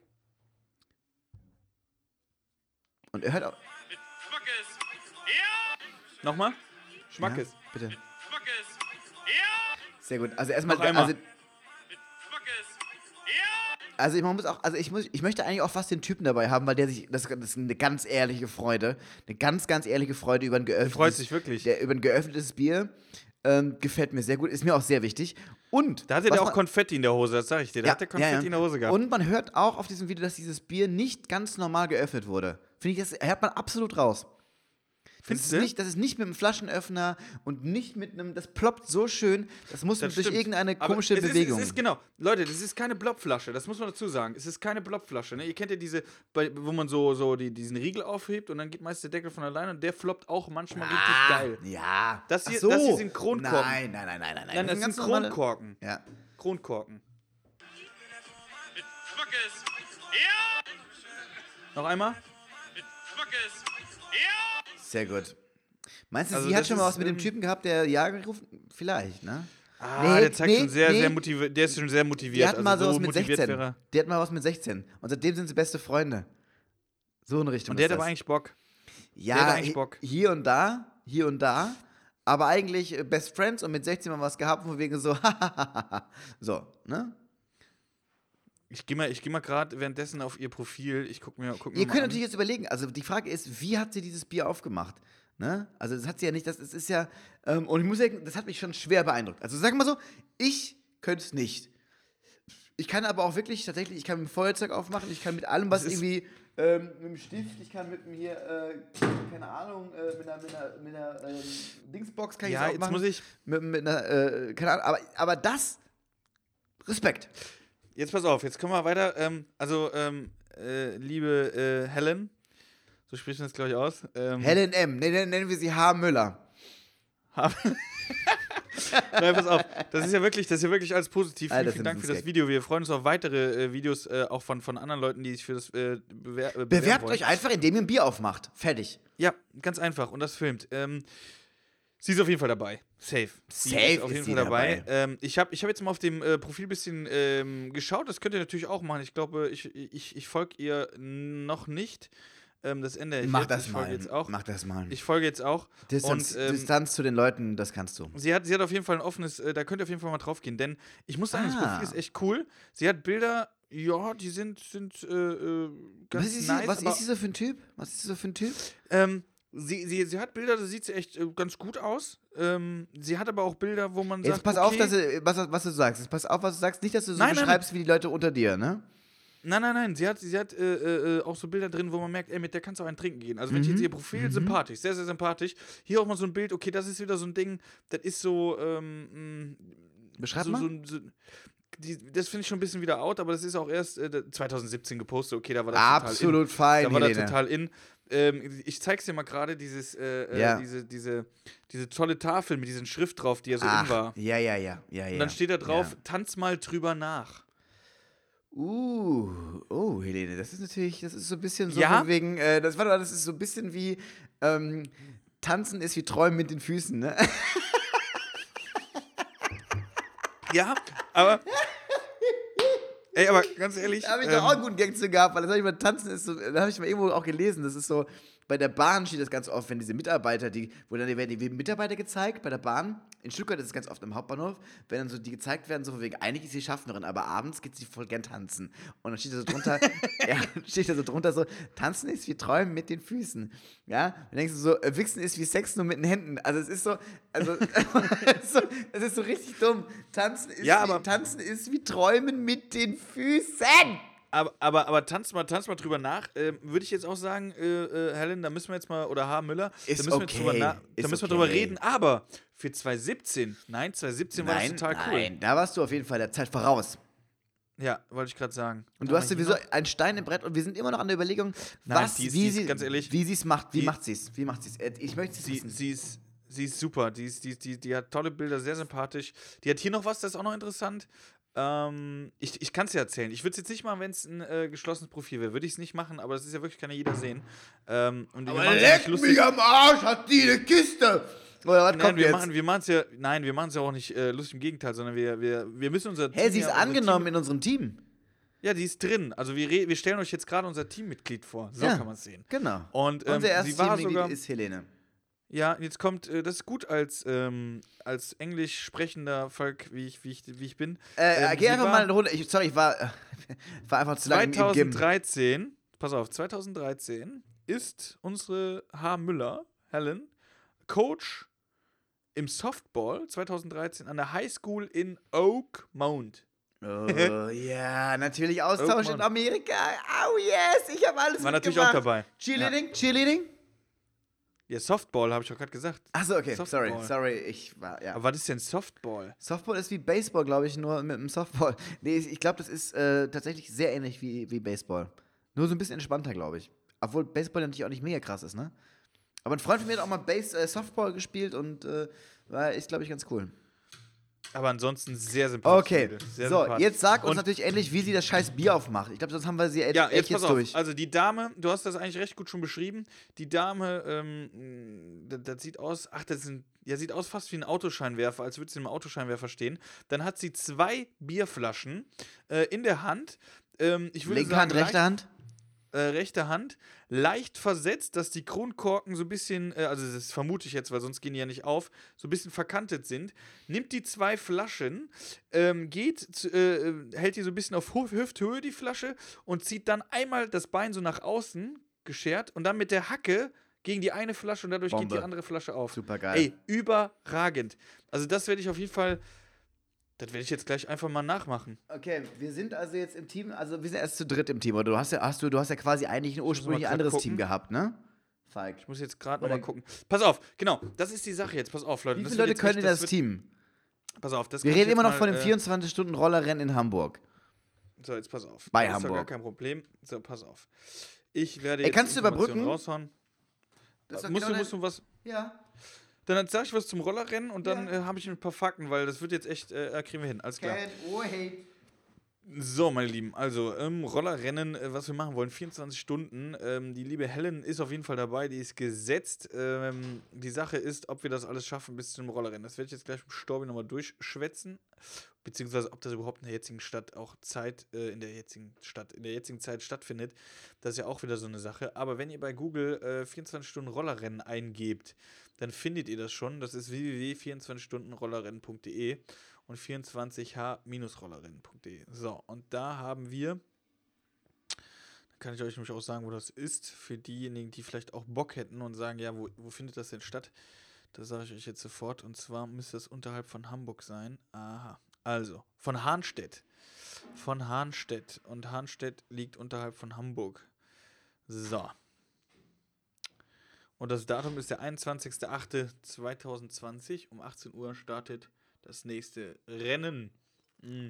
Und hört auch. Nochmal? Schmackes. Ja, bitte. Sehr gut. Also erstmal. Noch einmal. Also, also ich, man muss auch, also ich muss, ich möchte eigentlich auch fast den Typen dabei haben, weil der sich, das, das ist eine ganz ehrliche Freude, eine ganz, ganz ehrliche Freude über ein geöffnetes, freut sich wirklich. Der, über ein geöffnetes Bier, ähm, gefällt mir sehr gut, ist mir auch sehr wichtig. Und Da hatte was der auch man- Konfetti in der Hose, das sag ich dir. Da ja, hat der Konfetti ja, ja. in der Hose gehabt. Und man hört auch auf diesem Video, dass dieses Bier nicht ganz normal geöffnet wurde. Finde ich, das hört man absolut raus. Das Findest ist, du? nicht, das ist nicht mit einem Flaschenöffner und nicht mit einem, das ploppt so schön, das muss Das durch stimmt. irgendeine Aber komische es Bewegung. Ist, es ist genau, Leute, das ist keine Blobflasche, das muss man dazu sagen. Es ist keine Blobflasche. Ne? Ihr kennt ja diese, bei, wo man so, so die, diesen Riegel aufhebt und dann geht meist der Deckel von alleine und der floppt auch manchmal richtig geil. Ja. Das hier- Ach so. das hier sind Kronkorken. Nein, nein, nein, nein, nein. Nein, das, sind sind ganz normale- Kronkorken. Ja. Kronkorken. Noch einmal? Sehr gut. Meinst du, Also sie hat das schon mal ist, was mit dem ähm, Typen gehabt, der Ja gerufen? Vielleicht, ne? Ah, Nee, der zeigt nee, schon sehr, nee. sehr motiviert. Der ist schon sehr motiviert. Die hatten mal also sowas so mit motiviert sechzehn. wäre er. Die hatten mal was mit sechzehn. Und seitdem sind sie beste Freunde. So in Richtung Und der ist hat aber das. eigentlich Bock. Ja, der hat eigentlich hi- Bock. hier und da, hier und da. Aber eigentlich äh, Best Friends und mit sechzehn mal was gehabt, von wegen so, so, ne? Ich gehe mal, ich geh mal gerade währenddessen auf ihr Profil. Ich guck mir, guck mir Ihr mal könnt an. natürlich jetzt überlegen, also die Frage ist, wie hat sie dieses Bier aufgemacht? Ne? Also das hat sie ja nicht, das ist, ist ja, ähm, und ich muss sagen, das hat mich schon schwer beeindruckt. Also sagen wir mal so, ich könnte es nicht. Ich kann aber auch wirklich, tatsächlich, ich kann mit dem Feuerzeug aufmachen, ich kann mit allem, was Das ist- irgendwie, ähm, mit dem Stift, ich kann mit dem hier, äh, keine Ahnung, äh, mit einer, mit einer, mit einer ähm, Dingsbox kann ich Ja, es auch jetzt machen. muss ich- Mit, mit einer, äh, keine Ahnung, aber, aber das, Respekt. Jetzt pass auf, jetzt kommen wir weiter. Ähm, also, ähm, äh, liebe äh, Helen, so spricht man das, glaube ich, aus. Ähm, Helen M., nennen, nennen wir sie H. Müller. Nein, pass auf. Das ist ja wirklich, das ist ja wirklich alles positiv. Vielen, Alter, vielen Dank für das Simpsons-Gag. Video. Wir freuen uns auf weitere äh, Videos, äh, auch von, von anderen Leuten, die sich für das äh, bewer äh, bewerben Bewerbt wollen. euch einfach, indem ihr ein Bier aufmacht. Fertig. Ja, ganz einfach. Und das filmt. Ähm, sie ist auf jeden Fall dabei. Safe. Sie Safe ist auf ist jeden sie Fall dabei. dabei. Ähm, ich habe ich hab jetzt mal auf dem äh, Profil ein bisschen ähm, geschaut. Das könnt ihr natürlich auch machen. Ich glaube, ich, ich, ich folge ihr noch nicht. Ähm, das ändere ich Mach jetzt. das ich mal. Folge jetzt auch. Mach das mal. Ich folge jetzt auch. Distanz, und, ähm, Distanz zu den Leuten, das kannst du. Sie hat, sie hat auf jeden Fall ein offenes, äh, da könnt ihr auf jeden Fall mal drauf gehen, denn ich muss sagen, Ah. das Profil ist echt cool. Sie hat Bilder, ja, die sind, sind äh, äh, ganz Was, ist, nice. sie, was aber, ist sie so für ein Typ? Was ist sie so für ein Typ? Ähm, sie, sie, sie hat Bilder, da sieht sie echt äh, ganz gut aus. Ähm, sie hat aber auch Bilder, wo man Jetzt sagt, pass okay, auf, dass du, was, was du sagst. Jetzt pass auf, was du sagst. Nicht, dass du so Nein, nein, beschreibst wie die Leute unter dir, ne? Nein, nein, nein. Sie hat, sie hat äh, äh, auch so Bilder drin, wo man merkt, ey, mit der kannst du auch einen trinken gehen. Also, wenn ich Mhm. jetzt ihr Profil, Mhm. sympathisch, sehr, sehr sympathisch. Hier auch mal so ein Bild, okay, das ist wieder so ein Ding, das ist so, ähm, Beschreib so, mal. so, so die, das finde ich schon ein bisschen wieder out, aber das ist auch erst äh, zwanzig siebzehn gepostet, okay, da war das Absolut fein, total in. Da war Helene. das total in. Ähm, ich zeig's dir mal gerade, dieses, äh, Ja. äh, diese, diese, diese tolle Tafel mit dieser Schrift drauf, die ja so Ach, in war. ja, ja, ja, ja, ja. Und dann steht da drauf, Ja. tanz mal drüber nach. Uh, oh, Helene, das ist natürlich, das ist so ein bisschen so Ja? von wegen, äh, das, warte mal, das ist so ein bisschen wie, ähm, tanzen ist wie träumen mit den Füßen, ne? Ja, aber. Ey, aber ganz ehrlich. Da habe ich ähm, doch auch einen guten Gag zu gehabt, weil das habe ich mal tanzen ist so, da habe ich mal irgendwo auch gelesen, das ist so, bei der Bahn steht das ganz oft, wenn diese Mitarbeiter, die, wo dann werden die Mitarbeiter gezeigt, bei der Bahn, in Stuttgart ist es ganz oft im Hauptbahnhof, wenn dann so die gezeigt werden, so von wegen, eigentlich ist sie Schaffnerin, aber abends geht sie voll gern tanzen. Und dann steht da so drunter, ja, steht da so drunter so, tanzen ist wie träumen mit den Füßen. Ja, dann denkst du so, äh, wichsen ist wie Sex nur mit den Händen. Also es ist so, also, es ist so, es ist so richtig dumm. Tanzen ist, Ja, wie, aber- tanzen ist wie träumen mit den Füßen. Aber, aber, aber tanz mal, tanz mal drüber nach. Ähm, Würde ich jetzt auch sagen, äh, äh, Helen, da müssen wir jetzt mal, oder H. Müller, Ist da müssen wir okay, jetzt drüber, na, da ist müssen wir okay. drüber reden. Aber für zwanzig siebzehn, nein, zwanzig siebzehn war das Nein, total cool. nein, da warst du auf jeden Fall der Zeit voraus. Ja, wollte ich gerade sagen. Und du hast sowieso einen Stein im Brett und wir sind immer noch an der Überlegung, Nein, was, die ist- wie die ist, sie, ganz ehrlich, wie sie es macht. Wie die- macht sie es? Wie macht sie es? Äh, Ich möchte es Sie, wissen. sie, ist, sie ist super. Die, ist, die, die, die hat tolle Bilder, sehr sympathisch. Die hat hier noch was, das ist auch noch interessant. Ähm, ich ich kann es ja erzählen. Ich würde es jetzt nicht machen, wenn es ein äh, geschlossenes Profil wäre. Würde ich es nicht machen, aber das ist ja wirklich, kann ja jeder sehen. Ähm, und wir machen's ja nicht lustig. am Arsch, hat die eine Kiste. Oder was Nein, kommt wir jetzt? machen wir machen's ja, nein, wir machen es ja auch nicht äh, lustig, im Gegenteil, sondern wir, wir, wir müssen unser Hey, sie ja, ist unser angenommen Team, in unserem Team. Ja, die ist drin. Also wir, re- wir stellen euch jetzt gerade unser Teammitglied vor. So Ja, kann man es sehen. Genau. Und ähm, Unser erstes sie war Teammitglied sogar, ist Helene. ja, jetzt kommt, äh, das ist gut als, ähm, als englisch sprechender Volk, wie ich, wie ich, wie ich bin. Äh, Ähm, geh sie einfach war mal eine Runde. Ich, sorry, ich war, äh, war einfach zu lange im, im Gym. zweitausenddreizehn, pass auf, zweitausenddreizehn ist unsere H. Müller, Helen, Coach im Softball zweitausenddreizehn an der High School in Oakmont. Oh, ja, natürlich Austausch Oh, in Mann. Amerika. Oh, yes, ich habe alles War natürlich auch mitgemacht. dabei. Cheerleading? Cheerleading? Ja, Softball, habe ich doch gerade gesagt. Achso, okay, Softball. sorry, sorry, ich war, ja. Aber was ist denn Softball? Softball ist wie Baseball, glaube ich, nur mit dem Softball. Nee, ich glaube, das ist äh, tatsächlich sehr ähnlich wie, wie Baseball. Nur so ein bisschen entspannter, glaube ich. Obwohl Baseball natürlich auch nicht mega krass ist, ne? Aber ein Freund von mir hat auch mal Base, äh, Softball gespielt und äh, war, ist, glaube ich, ganz cool. Aber ansonsten sehr sympathisch. Okay, Sehr so, sympathisch. jetzt sag uns Und natürlich endlich, wie sie das scheiß Bier aufmacht. Ich glaube, sonst haben wir sie echt, ja, echt jetzt jetzt pass auf. durch. Also die Dame, du hast das eigentlich recht gut schon beschrieben. Die Dame, ähm, das, das sieht aus, ach, das sind, ja, sieht aus fast wie ein Autoscheinwerfer, als würde sie in einem Autoscheinwerfer stehen. Dann hat sie zwei Bierflaschen äh, in der Hand. Ähm, ich würde Linke sagen, Hand, rechte leicht- Hand? Äh, rechte Hand, leicht versetzt, dass die Kronkorken so ein bisschen, äh, also das vermute ich jetzt, weil sonst gehen die ja nicht auf, so ein bisschen verkantet sind, nimmt die zwei Flaschen, ähm, geht, zu, äh, hält die so ein bisschen auf Hü- Hüfthöhe, die Flasche, und zieht dann einmal das Bein so nach außen, geschert, und dann mit der Hacke gegen die eine Flasche und dadurch Bombe. geht die andere Flasche auf. Super geil. Ey, überragend. Also das werde ich auf jeden Fall, das werde ich jetzt gleich einfach mal nachmachen. Okay, wir sind also jetzt im Team, also wir sind erst zu dritt im Team, oder du hast ja, hast du, du hast ja quasi eigentlich ein ursprünglich mal grad anderes gucken. Team gehabt, ne? Falk. Ich muss jetzt gerade Oder- nochmal gucken. Pass auf, genau, das ist die Sache jetzt. Pass auf, Leute. Wie das viele wird Leute jetzt können in echt- das wird- Team? Pass auf, das Wir kann ich reden jetzt immer noch mal, von dem äh, vierundzwanzig-Stunden-Rollerrennen in Hamburg. So, jetzt pass auf. Bei das ist doch gar Hamburg. kein Problem. So, pass auf. Ich werde Ey, jetzt kannst du Informationen überbrücken? raushauen. Das ist doch Musst, genau du, musst du was. Ja. Dann sag ich was zum Rollerrennen und dann Ja. äh, habe ich ein paar Fakten, weil das wird jetzt echt, äh, kriegen wir hin. Alles klar. Can't wait. So, meine Lieben, also ähm, Rollerrennen, äh, was wir machen wollen, vierundzwanzig Stunden. Ähm, die liebe Helen ist auf jeden Fall dabei, die ist gesetzt. Ähm, die Sache ist, ob wir das alles schaffen bis zum Rollerrennen. Das werde ich jetzt gleich mit Storbi nochmal durchschwätzen. Beziehungsweise, ob das überhaupt in der jetzigen Stadt auch Zeit, äh, in der jetzigen Stadt, in der jetzigen Zeit stattfindet. Das ist ja auch wieder so eine Sache. Aber wenn ihr bei Google äh, vierundzwanzig Stunden Rollerrennen eingebt, dann findet ihr das schon. Das ist w w w punkt vierundzwanzig stunden rollerrennen punkt d e. Und vierundzwanzig h rollerrennen punkt d e. So, und da haben wir, da kann ich euch nämlich auch sagen, wo das ist, für diejenigen, die vielleicht auch Bock hätten und sagen, ja, wo, wo findet das denn statt? Das sage ich euch jetzt sofort, und zwar müsste das unterhalb von Hamburg sein. Aha, also, von Hahnstedt. Von Hahnstedt. Und Hahnstedt liegt unterhalb von Hamburg. So. Und das Datum ist der einundzwanzigster achter zweitausendzwanzig. Um achtzehn Uhr startet das nächste Rennen. Mm.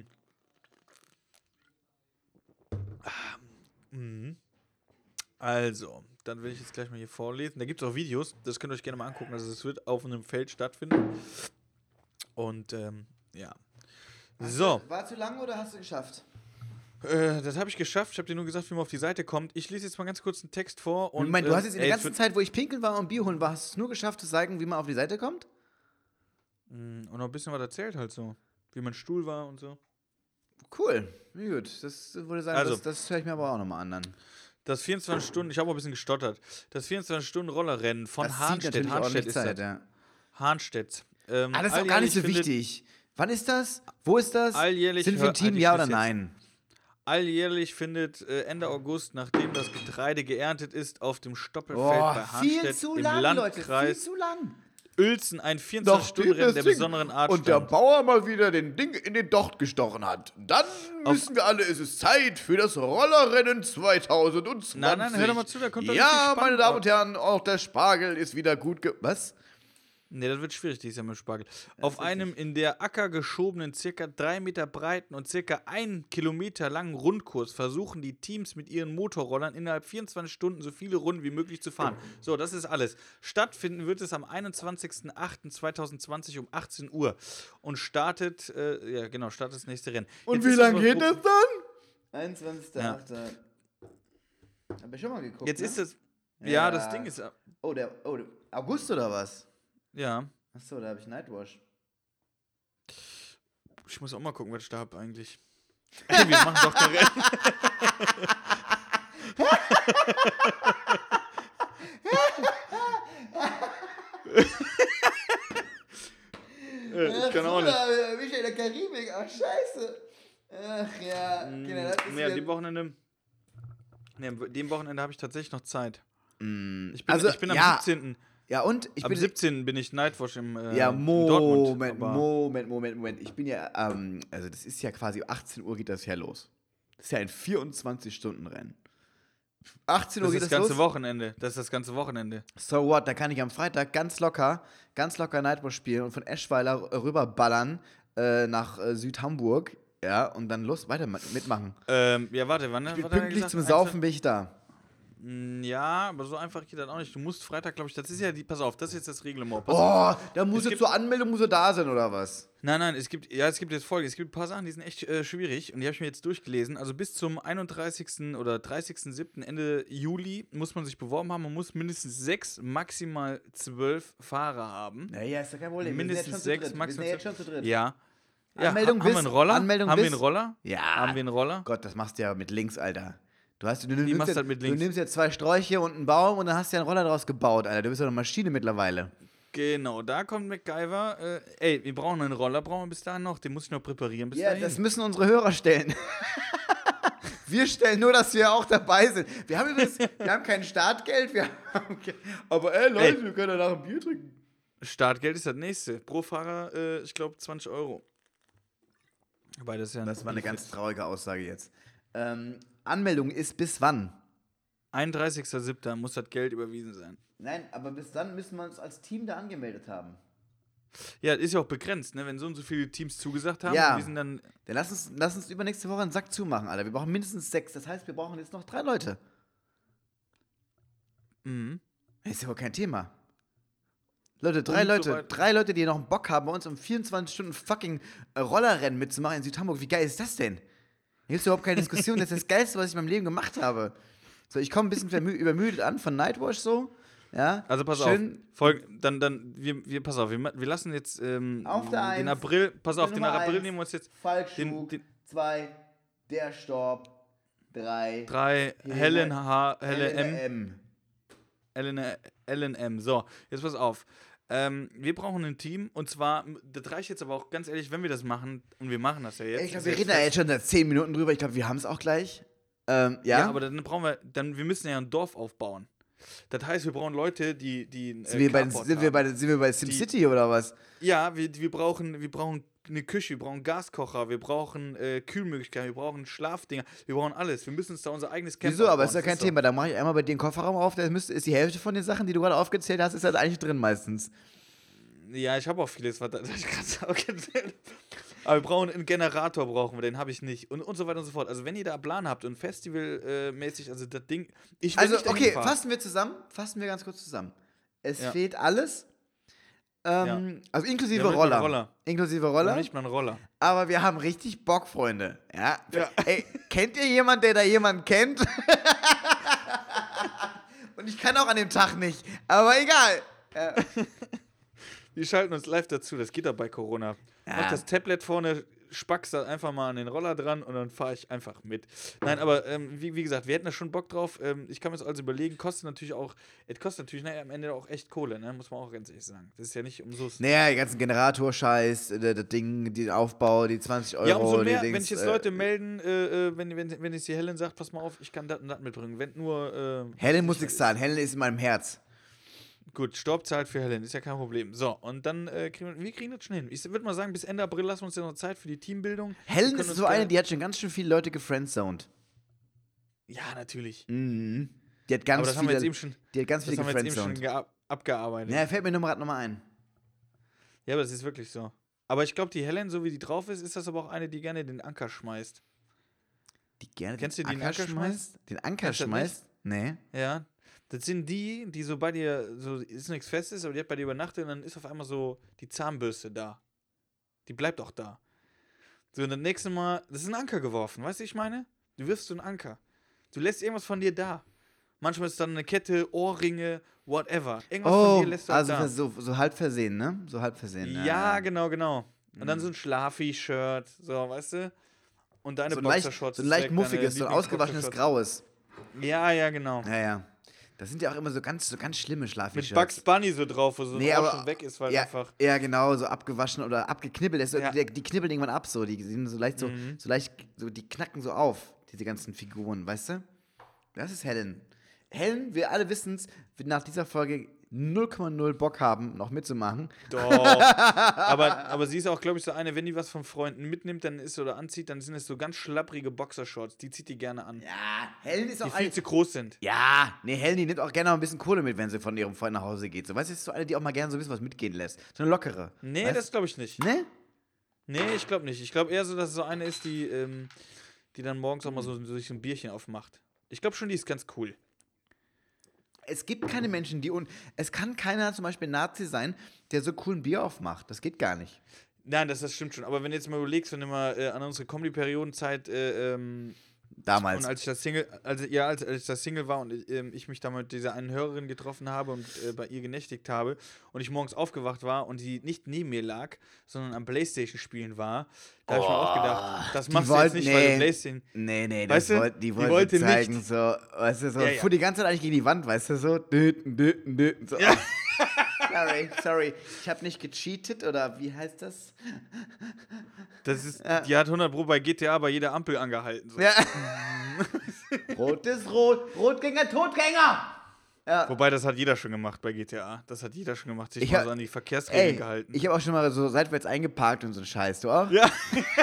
Mhm. Also, dann will ich jetzt gleich mal hier vorlesen. Da gibt es auch Videos, das könnt ihr euch gerne mal angucken. Also es wird auf einem Feld stattfinden. Und, ähm, ja. So. War zu lang oder hast du geschafft? Äh, das habe ich geschafft. Ich habe dir nur gesagt, wie man auf die Seite kommt. Ich lese jetzt mal ganz kurz einen Text vor. Und, ich meine, du äh, hast jetzt in der ey, ganzen Zeit, wo ich pinkeln war und Bier holen war, hast du es nur geschafft zu zeigen, wie man auf die Seite kommt? Und noch ein bisschen was erzählt halt so. Wie mein Stuhl war und so. Cool. Gut. Das würde sagen, Also, das, das höre ich mir aber auch nochmal an dann. Das vierundzwanzig Stunden, ich habe auch ein bisschen gestottert. Das vierundzwanzig Stunden Rollerrennen von das Hahnstedt. Hahnstedt ist Zeit, das. ja. Hahnstedt. Ähm, Ah, das ist auch gar nicht so wichtig. Wann ist das? Wo ist das? Alljährlich, Sind wir ein Team, halt ja oder nein? Alljährlich findet äh, Ende August, nachdem das Getreide geerntet ist, auf dem Stoppelfeld Oh, bei Hahnstedt viel zu im lang, Landkreis Leute, viel zu lang. Uelzen ein vierundzwanzig-Stunden-Rennen der besonderen Art und der stand. Bauer mal wieder den Ding in den Docht gestochen hat. Dann müssen wir alle, es ist Zeit für das Rollerrennen zweitausendzwanzig. Nein, nein, hör doch mal zu, da kommt doch Ja, richtig spannend meine Damen raus. und Herren, auch der Spargel ist wieder gut ge... Was? Nee, das wird schwierig, dieses Jahr mit dem Spargel. Auf einem in der Acker geschobenen, circa drei Meter breiten und circa ein Kilometer langen Rundkurs versuchen die Teams mit ihren Motorrollern innerhalb vierundzwanzig Stunden so viele Runden wie möglich zu fahren. So, das ist alles. Stattfinden wird es am einundzwanzigster achter zweitausendzwanzig um achtzehn Uhr. Und startet, äh, ja genau, startet das nächste Rennen. Und Jetzt wie ist lange das geht Pro- das dann? einundzwanzigster achter Ja. Hab ich schon mal geguckt, Jetzt ne? ist das, ja, Ja. das Ding ist, Oh, der, oh, der August oder was? ja. Achso, da habe ich Nightwash. Ich muss auch mal gucken, was ich da habe eigentlich. Ey, wir machen doch kein Rennen. äh, ich kann auch nicht. Michael der Karibik, ach scheiße. Ach ja, genau, das ist Nee, an wieder- dem Wochenende. Nee, an dem Wochenende habe ich tatsächlich noch Zeit. Mm, Ich bin, also, ich bin am ja, siebzehnten Ja, und ich Am bin. siebzehnten bin ich Nightwash im, äh, Ja, in Dortmund. Moment, aber- Moment, Moment, Moment. Ich bin ja, ähm, also das ist ja quasi achtzehn Uhr geht das ja los. Das ist ja ein vierundzwanzig-Stunden-Rennen. achtzehn Uhr Das geht ist das das ganze los. Wochenende. Das ist das ganze Wochenende. So what, da kann ich am Freitag ganz locker, ganz locker Nightwatch spielen und von Eschweiler rüberballern äh, nach äh, Südhamburg. Ja, und dann los, weiter ma- mitmachen. Ähm, ja, warte, wann? Ich bin was hat er pünktlich gesagt? zum Saufen, bin ich da. Mm, Ja, aber so einfach geht das auch nicht. Du musst Freitag, glaube ich, das ist ja die, pass auf, das ist jetzt das Reglement. Pass auf. Oh, da muss Es er gibt- zur Anmeldung muss er da sein, oder was? Nein, nein, es gibt, ja, es gibt jetzt Folgendes. Es gibt ein paar Sachen, die sind echt äh, schwierig und die habe ich mir jetzt durchgelesen. Also bis zum einunddreißigsten oder dreißigsten siebten Ende Juli muss man sich beworben haben. Man muss mindestens sechs, maximal zwölf Fahrer haben. Naja, ist doch kein Problem. Mindestens sechs, maximal Wir sind ja jetzt schon zu dritt. Ja. Ja, Anmeldung ha haben wir bis- einen Roller? Anmeldung haben wir bis- einen Roller? Ja. Haben wir einen Roller? Gott, das machst du ja mit links, Alter. Du, hast, du, du, Wie nimmst machst du ja, das mit du links? nimmst ja zwei Sträuche und einen Baum und dann hast du ja einen Roller draus gebaut, Alter. Du bist ja eine Maschine mittlerweile. Genau, da kommt MacGyver. Äh, ey, wir brauchen einen Roller, brauchen wir bis dahin noch. Den muss ich noch präparieren bis Ja, dahin. das müssen unsere Hörer stellen. Wir stellen nur, dass wir auch dabei sind. Wir haben übrigens, wir haben kein Startgeld, wir haben ke- aber ey, Leute, Ey. wir können danach ein Bier trinken. Startgeld ist das nächste. Pro Fahrer, äh, ich glaube, zwanzig Euro. Wobei das ja Das war eine ganz traurige Aussage jetzt. Ähm, Anmeldung ist bis wann? einunddreißigster siebter muss das Geld überwiesen sein. Nein, aber bis dann müssen wir uns als Team da angemeldet haben. Ja, ist ja auch begrenzt, ne? Wenn so und so viele Teams zugesagt haben, Ja. und wir sind dann. Dann lass uns, lass uns übernächste Woche einen Sack zumachen, Alter. Wir brauchen mindestens sechs. Das heißt, wir brauchen jetzt noch drei Leute. Mhm. Das ist ja wohl kein Thema. Leute, drei Und so Leute, weiter. drei Leute, die noch einen Bock haben, bei uns um vierundzwanzig Stunden fucking äh, Rollerrennen mitzumachen in Südhamburg. Wie geil ist das denn? Hier ist überhaupt keine Diskussion. Das ist das Geilste, was ich in meinem Leben gemacht habe. So, ich komme ein bisschen vermü- übermüdet an von Nightwatch so. Ja, also pass schön. auf, Folg, dann, dann, wir, wir, pass auf, wir, wir lassen jetzt ähm, Auf der den Eins, April, pass auf, den Nummer April eins, nehmen wir uns jetzt Falkschug, den, den, zwei, der Storb, drei, drei, Helen H, Helle M, M. Ellen, Ellen M. So, jetzt pass auf. Ähm, wir brauchen ein Team und zwar, das reicht jetzt aber auch ganz ehrlich, wenn wir das machen, und wir machen das ja jetzt. Ich glaube, wir reden da jetzt schon seit zehn Minuten drüber. Ich glaube, wir haben es auch gleich. Ähm, ja? ja, aber dann brauchen wir, dann, wir müssen ja ein Dorf aufbauen. Das heißt, wir brauchen Leute, die, die äh, sind, wir bei, sind, wir bei, sind wir bei SimCity oder was? Ja, wir, wir, brauchen, wir brauchen eine Küche, wir brauchen Gaskocher, wir brauchen äh, Kühlmöglichkeiten, wir brauchen Schlafdinger, wir brauchen alles. Wir müssen uns da unser eigenes Camp Wieso? aufbauen. Aber ist ja kein ist Thema. Da mache ich einmal bei dir den Kofferraum auf. Da müsste, ist die Hälfte von den Sachen, die du gerade aufgezählt hast, ist halt eigentlich drin meistens. Ja, ich habe auch vieles, was ich gerade aufgezählt. Aber wir brauchen einen Generator, brauchen wir, den habe ich nicht. Und, und so weiter und so fort. Also wenn ihr da einen Plan habt und festivalmäßig, also das Ding, ich will Also, nicht dahin okay, fahren. fassen wir zusammen. Fassen wir ganz kurz zusammen. Es Ja. fehlt alles. Ähm, Ja. Also inklusive Wir haben nicht mal Roller. einen Roller. Inklusive Wir Roller. haben nicht mal einen Roller. Aber wir haben richtig Bock, Freunde. Ja. Ja. Ey, kennt ihr jemanden, der da jemanden kennt? Und ich kann auch an dem Tag nicht. Aber egal. Ja. Wir schalten uns live dazu, das geht doch bei Corona. Ja. Mach das Tablet vorne, spackst da einfach mal an den Roller dran und dann fahre ich einfach mit. Nein, aber ähm, wie, wie gesagt, wir hätten da schon Bock drauf. Ähm, ich kann mir das also überlegen, kostet natürlich auch, es kostet natürlich naja, am Ende auch echt Kohle, ne? Muss man auch ganz ehrlich sagen. Das ist ja nicht umsonst. Naja, die ganzen Generator-Scheiß, äh, das Ding, den Aufbau, die zwanzig Euro. Ja, umso mehr, die Dings, wenn ich jetzt äh, Leute melden, äh, äh, wenn, wenn, wenn jetzt die Helen sagt, pass mal auf, ich kann das und das mitbringen. Wenn nur. Äh, Helen muss nichts zahlen. Helen ist in meinem Herz. Gut, Staub zahlt für Helen, ist ja kein Problem. So, und dann äh, kriegen wir, wir kriegen das schon hin. Ich würde mal sagen, bis Ende April lassen wir uns ja noch Zeit für die Teambildung. Helen ist so eine, die hat schon ganz schön viele Leute gefriendzoned. Ja, natürlich. Mhm. Die hat ganz Aber das viele, haben wir jetzt eben schon, die hat ganz das viele haben wir jetzt eben schon gefriendzoned. geab- abgearbeitet. Ja, fällt mir nur gerade nochmal ein. Ja, aber das ist wirklich so. Aber ich glaube, die Helen, so wie die drauf ist, ist das aber auch eine, die gerne den Anker schmeißt. Die gerne Kennst den du die, den Anker Anker schmeißt? Den Anker Kennst du das schmeißt? Nee. Ja. Das sind die, die so bei dir, so ist nichts Festes, aber die hat bei dir übernachtet und dann ist auf einmal so die Zahnbürste da. Die bleibt auch da. So, und das nächste Mal, das ist ein Anker geworfen, weißt du, ich meine? Du wirfst so einen Anker. Du lässt irgendwas von dir da. Manchmal ist es dann eine Kette, Ohrringe, whatever. Irgendwas von Oh, dir lässt du halt also da. so, so halb versehen, ne? So halb versehen. Ja, genau, genau. Und dann so ein Schlafi-Shirt, so, weißt du? Und deine So ein leicht, Boxershorts. so ein ist leicht weg, muffiges, so deine ein ausgewaschenes Lieblings-Boxershorts. Graues. Ja, ja, genau. Ja, ja. Das sind ja auch immer so ganz, so ganz schlimme Mit Schlafi-Shirts. Bugs Bunny so drauf, wo so Nee, ein Ohr aber- schon weg ist, weil ja, einfach. ja, genau, so abgewaschen oder abgeknibbelt. Das ist so, Ja. die, die knibbeln irgendwann ab, so. Die sind so leicht so, Mhm. so leicht, so, die knacken so auf, diese ganzen Figuren, weißt du? Das ist Helen. Helen, wir alle wissen es, wird nach dieser Folge null Komma null Bock haben, noch mitzumachen. Doch. aber, aber sie ist auch, glaube ich, so eine, wenn die was von Freunden mitnimmt, dann ist oder anzieht, dann sind es so ganz schlapprige Boxershorts. Die zieht die gerne an. Ja, Helen ist Die auch viel eine. zu groß sind. Ja, nee, Helen, die nimmt auch gerne noch ein bisschen Kohle mit, wenn sie von ihrem Freund nach Hause geht. So, weißt du, ist so eine, die auch mal gerne so ein bisschen was mitgehen lässt. So eine lockere. Nee, weißt? das glaube ich nicht. Ne? Nee, ich glaube nicht. Ich glaube eher so, dass es so eine ist, die, ähm, die dann morgens auch mal so, so sich ein Bierchen aufmacht. Ich glaube schon, die ist ganz cool. Es gibt keine Menschen, die. Un es kann keiner zum Beispiel Nazi sein, der so cool ein Bier aufmacht. Das geht gar nicht. Nein, das, das stimmt schon. Aber wenn du jetzt mal überlegst, wenn du mal äh, an unsere Comedy-Periodenzeit äh, ähm, Damals. und als ich das Single, also ja, als, als ich das Single war und ich, ähm, ich mich da mit dieser einen Hörerin getroffen habe und äh, bei ihr genächtigt habe und ich morgens aufgewacht war und die nicht neben mir lag, sondern am Playstation spielen war, da habe ich mir auch gedacht, das die machst du wollt- jetzt nicht, weil nee. du Playstation. Nee, nee, Weißt das du, wollt, die die wollte, wollte zeigen, nicht. so, weißt du, so, Ja, ja. fuhr die ganze Zeit eigentlich gegen die Wand, weißt du, so, döten, döten, döten, so. Ja. Sorry, sorry, ich habe nicht gecheatet, oder wie heißt das? Das ist, die hat hundert Pro bei G T A bei jeder Ampel angehalten. So. Ja. Rot ist rot, Rotgänger, Totgänger! Ja. Wobei, das hat jeder schon gemacht bei G T A. Das hat jeder schon gemacht, sich Ich mal hab- so an die Verkehrsregeln Ey, gehalten. ich habe auch schon mal so seitwärts eingeparkt und so einen Scheiß, du auch? Ja.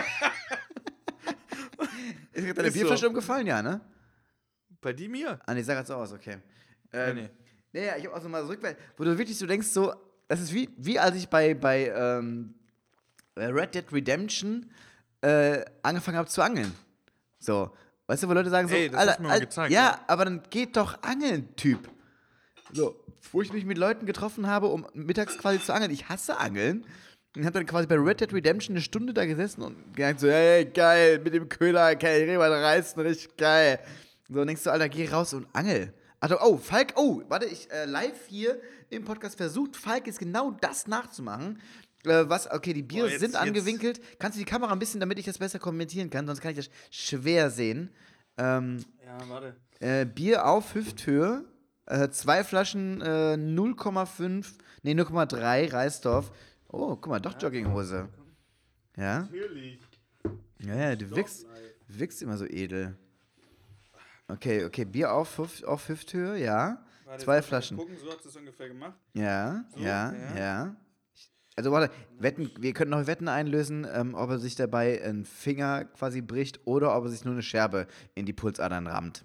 Ist dir deine Ist Bierflasche so. umgefallen, ja, ne? Bei die mir? Ah, nee, sag jetzt so aus, okay. Ähm, nee. Nee, ja, ich habe auch so mal so rückwärts, wo du wirklich so denkst, so, das ist wie, wie als ich bei, bei ähm, Red Dead Redemption äh, angefangen habe zu angeln. So, weißt du, wo Leute sagen so, Ey, das hast du mir mal gezeigt, ja, ja. aber dann geht doch angeln, Typ. So, wo ich mich mit Leuten getroffen habe, um mittags quasi zu angeln. Ich hasse Angeln. Und hab dann quasi bei Red Dead Redemption eine Stunde da gesessen und gesagt so, hey, geil, mit dem Köder kann ich rüber reißen, richtig geil. So, denkst du, Alter, geh raus und angel. Also, oh, Falk, oh, warte, ich äh, live hier im Podcast versucht, Falk ist genau das nachzumachen. Äh, was, okay, die Biere oh, jetzt, sind jetzt. angewinkelt. Kannst du die Kamera ein bisschen, damit ich das besser kommentieren kann, sonst kann ich das schwer sehen. Ähm, ja, warte. Äh, Bier auf Hüfthöhe, äh, zwei Flaschen äh, null Komma fünf, nee, null Komma drei Reisdorf. Oh, guck mal, doch Jogginghose. Ja? Natürlich. Ja, ja, du wirkst, wirkst immer so edel. Okay, okay, Bier auf, Hüft, auf Hüfthöhe, ja. Warte, Zwei jetzt Flaschen. Gucken, so hat es ungefähr gemacht. Ja, So, ja, ja. ja. Also warte, Wetten, wir können noch Wetten einlösen, ähm, ob er sich dabei einen Finger quasi bricht oder ob er sich nur eine Scherbe in die Pulsadern rammt.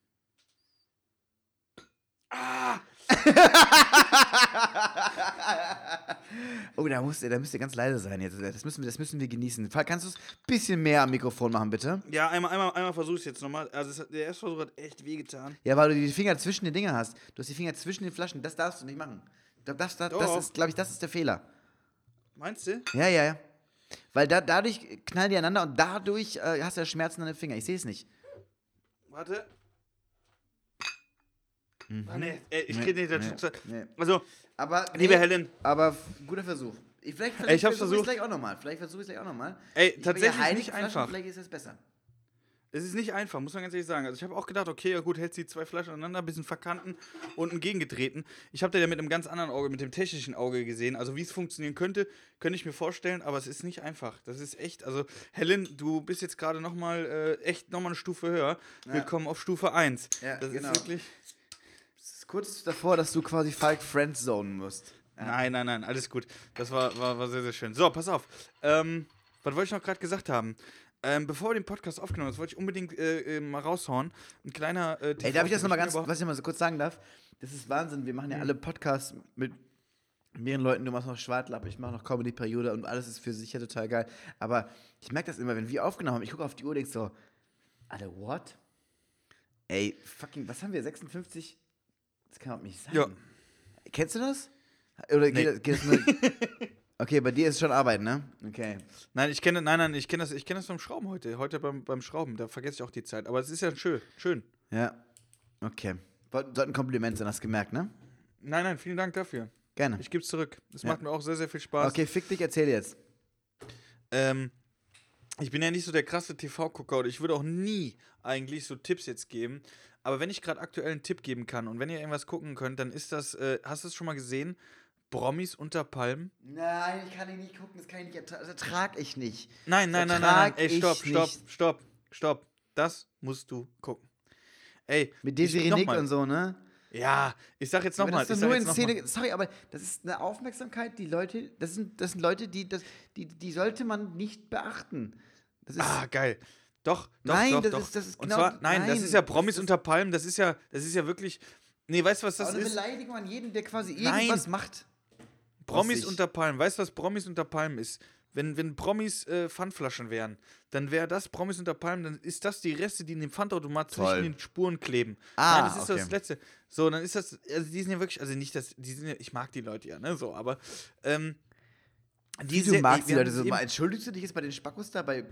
Ah! Oh, da, musst, da müsst ihr ganz leise sein jetzt. Das müssen wir, das müssen wir genießen. Kannst du es ein bisschen mehr am Mikrofon machen, bitte? Ja, einmal, einmal, einmal versuch ich jetzt nochmal. Also es hat, der erste Versuch hat echt wehgetan. Ja, weil du die Finger zwischen den Dinger hast. Du hast die Finger zwischen den Flaschen. Das darfst du nicht machen. Das, das, das, das ist, glaube ich, das ist der Fehler. Meinst du? Ja, ja, ja. Weil da, dadurch knallen die aneinander und dadurch äh, hast du ja Schmerzen an den Finger. Ich sehe es nicht. Warte. Mhm. Ah, nee, ey, ich Nee, krieg nicht dazu. nee, nee. Also, Aber, liebe nee, Helen. Aber f- guter Versuch. Ich, vielleicht Ey, ich hab's versuche versucht. es gleich auch nochmal. Vielleicht versuche ich es gleich auch nochmal. Ey, tatsächlich nicht einfach. Vielleicht ist es besser. Es ist nicht einfach, muss man ganz ehrlich sagen. Also ich habe auch gedacht, okay, ja gut, hältst die zwei Flaschen aneinander, ein bisschen verkanten und einen gegengedrehten. Ich habe da ja mit einem ganz anderen Auge, mit dem technischen Auge gesehen. Also wie es funktionieren könnte, könnte ich mir vorstellen, aber es ist nicht einfach. Das ist echt, also Helen, du bist jetzt gerade nochmal, äh, echt nochmal eine Stufe höher. Ja. Willkommen auf Stufe eins. Ja, das genau. ist wirklich... Es ist kurz davor, dass du quasi Falk friendzonen musst. Ja. Nein, nein, nein, alles gut. Das war, war, war sehr, sehr schön. So, pass auf. Ähm, was wollte ich noch gerade gesagt haben? Ähm, bevor wir den Podcast aufgenommen haben, das wollte ich unbedingt äh, äh, mal raushauen. Ein kleiner äh, Ey, darf ich das nochmal ganz, aber- was ich mal so kurz sagen darf? Das ist Wahnsinn. Wir machen ja alle Podcasts mit mehreren Leuten. Du machst noch Schwartlapp, ich mache noch Comedy-Periode und alles ist für sich ja total geil. Aber ich merke das immer, wenn wir aufgenommen haben, ich gucke auf die Uhr und denke so, Alter, what? Ey, fucking, was haben wir, sechsundfünfzig? Das kann doch nicht sein. Ja. Kennst du das? Oder geht, Nee. das, geht das nur... Okay, bei dir ist es schon Arbeit, ne? Okay. Nein, ich kenne, nein, nein, ich kenne das, ich kenne das beim Schrauben heute. Heute beim, beim Schrauben, da vergesse ich auch die Zeit. Aber es ist ja schön, schön. Ja. Okay. Sollte ein Kompliment sein, hast du gemerkt, ne? Nein, nein, vielen Dank dafür. Gerne. Ich gebe es zurück. Es Ja. macht mir auch sehr, sehr viel Spaß. Okay, fick dich, erzähl jetzt. Ähm, ich bin ja nicht so der krasse T V-Gucker und ich würde auch nie eigentlich so Tipps jetzt geben. Aber wenn ich gerade aktuell einen Tipp geben kann und wenn ihr irgendwas gucken könnt, dann ist das, äh, hast du es schon mal gesehen? Promis unter Palmen? Nein, ich kann ihn nicht gucken, das kann ich nicht ertragen. Das ertrag ich nicht. Nein, nein, nein, nein, Ertrag nein. Ey, stopp, ich stopp, nicht. stopp, stopp. Das musst du gucken. Ey, Mit ich- Desiree noch Nick mal. und so, ne? Ja, ich sag jetzt Aber nochmal. das ist doch nur in Szene. Sorry, aber das ist eine Aufmerksamkeit, die Leute, das sind, das sind Leute, die, das, die, die sollte man nicht beachten. Das ist. Ah, geil. Doch, doch, Nein, doch, das doch. ist- das ist Und genau- zwar, nein, das nein, ist ja das Promis ist- unter Palmen, das ist ja, das ist ja wirklich. Nee, weißt du, was das aber eine ist? Beleidigung an jeden, der quasi Nein. irgendwas macht. Promis ich- unter Palmen. Weißt du, was Promis unter Palmen ist? Wenn, wenn Promis äh, Pfandflaschen wären, dann wäre das Promis unter Palmen, dann ist das die Reste, die in dem Pfandautomat Toll. zwischen den Spuren kleben. Ah, Nein, das ist so okay. das Letzte. So, dann ist das, also die sind ja wirklich, also nicht das, die sind ja, ich mag die Leute ja, ne, so, aber, ähm, Die du sehr- magst die wir haben Leute so. eben- Mal, entschuldigst du dich jetzt bei den Spackos da bei. Äh,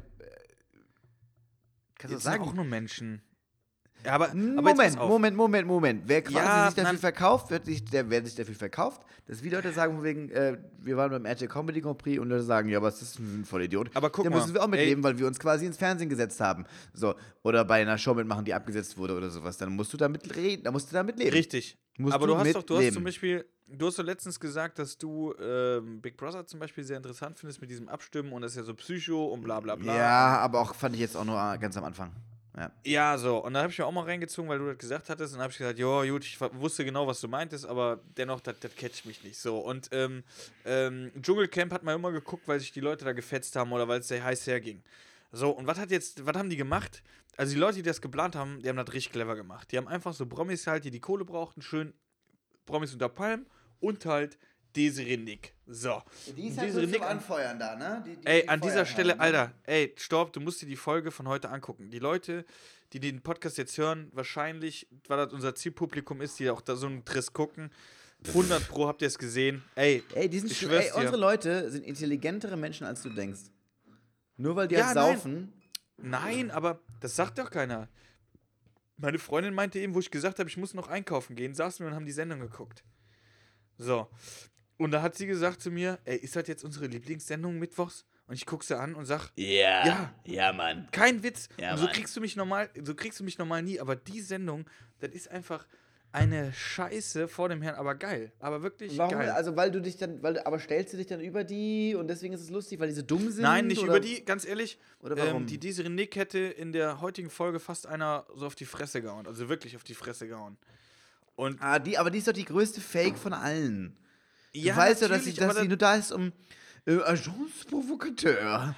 kannst du Jetzt das sind sagen? auch nur Menschen. Ja, aber, aber jetzt Moment, pass auf. Moment, Moment, Moment. Wer quasi Ja, sich dafür Mann. verkauft, wird sich, der, wer sich dafür verkauft, dass wie Leute sagen, von wegen, äh, wir waren beim R T L Comedy Grand Prix und Leute sagen, ja, aber das ist ein Vollidiot. Aber guck da mal, müssen wir auch ey. mitleben, weil wir uns quasi ins Fernsehen gesetzt haben. So. Oder bei einer Show mitmachen, die abgesetzt wurde oder sowas. Dann musst du damit reden, da musst du damit leben. Richtig. Musst aber du du hast doch, du hast mitleben. zum Beispiel, du hast doch letztens gesagt, dass du ähm, Big Brother zum Beispiel sehr interessant findest mit diesem Abstimmen und das ist ja so Psycho und bla bla bla. Ja, aber auch fand ich jetzt auch nur äh, ganz am Anfang. Ja. Ja, so. Und da habe ich mir auch mal reingezogen, weil du das gesagt hattest. Und dann habe ich gesagt, ja, gut, ich wusste genau, was du meintest, aber dennoch, das catcht mich nicht. So. Und ähm, ähm, Dschungelcamp hat man immer geguckt, weil sich die Leute da gefetzt haben oder weil es sehr heiß herging. So, und was hat jetzt, was haben die gemacht? Also die Leute, die das geplant haben, die haben das richtig clever gemacht. Die haben einfach so Promis halt, die die Kohle brauchten, schön Promis unter Palmen und halt Desiree Nick. So. Die ist Und halt Desiree so Nick zum an- Anfeuern da, ne? Die, die, Ey, die an dieser feuern Stelle, halt, ne? Alter, ey, stopp, du musst dir die Folge von heute angucken. Die Leute, die den Podcast jetzt hören, wahrscheinlich, weil das unser Zielpublikum ist, die auch da so einen Triss gucken, hundert Pro habt ihr es gesehen. Ey, Ey, die sind ich schon, schwör's ey, dir. unsere Leute sind intelligentere Menschen, als du denkst. Nur weil die Ja, halt nein. saufen. Nein, aber das sagt doch keiner. Meine Freundin meinte eben, wo ich gesagt habe, ich muss noch einkaufen gehen, saßen wir und haben die Sendung geguckt. So. Und da hat sie gesagt zu mir, ey, ist das jetzt unsere Lieblingssendung mittwochs? Und ich gucke sie an und sag, Ja. Ja. Ja, Mann. kein Witz. Ja, und so Mann. kriegst du mich normal, so kriegst du mich normal nie, aber die Sendung, das ist einfach eine Scheiße vor dem Herrn, aber geil. Aber wirklich Warum? geil. Also, weil du dich dann, weil, aber stellst du dich dann über die und deswegen ist es lustig, weil die so dumm sind? Nein, nicht oder? über die, ganz ehrlich. Oder warum? Ähm, die Desiree Nick hätte in der heutigen Folge fast einer so auf die Fresse gehauen. Also wirklich auf die Fresse gehauen. Und Ah, die, aber die ist doch die größte Fake von allen. Du ja, weißt ja, dass sie, natürlich, dass aber sie nur da ist, um äh, Agence Provocateur.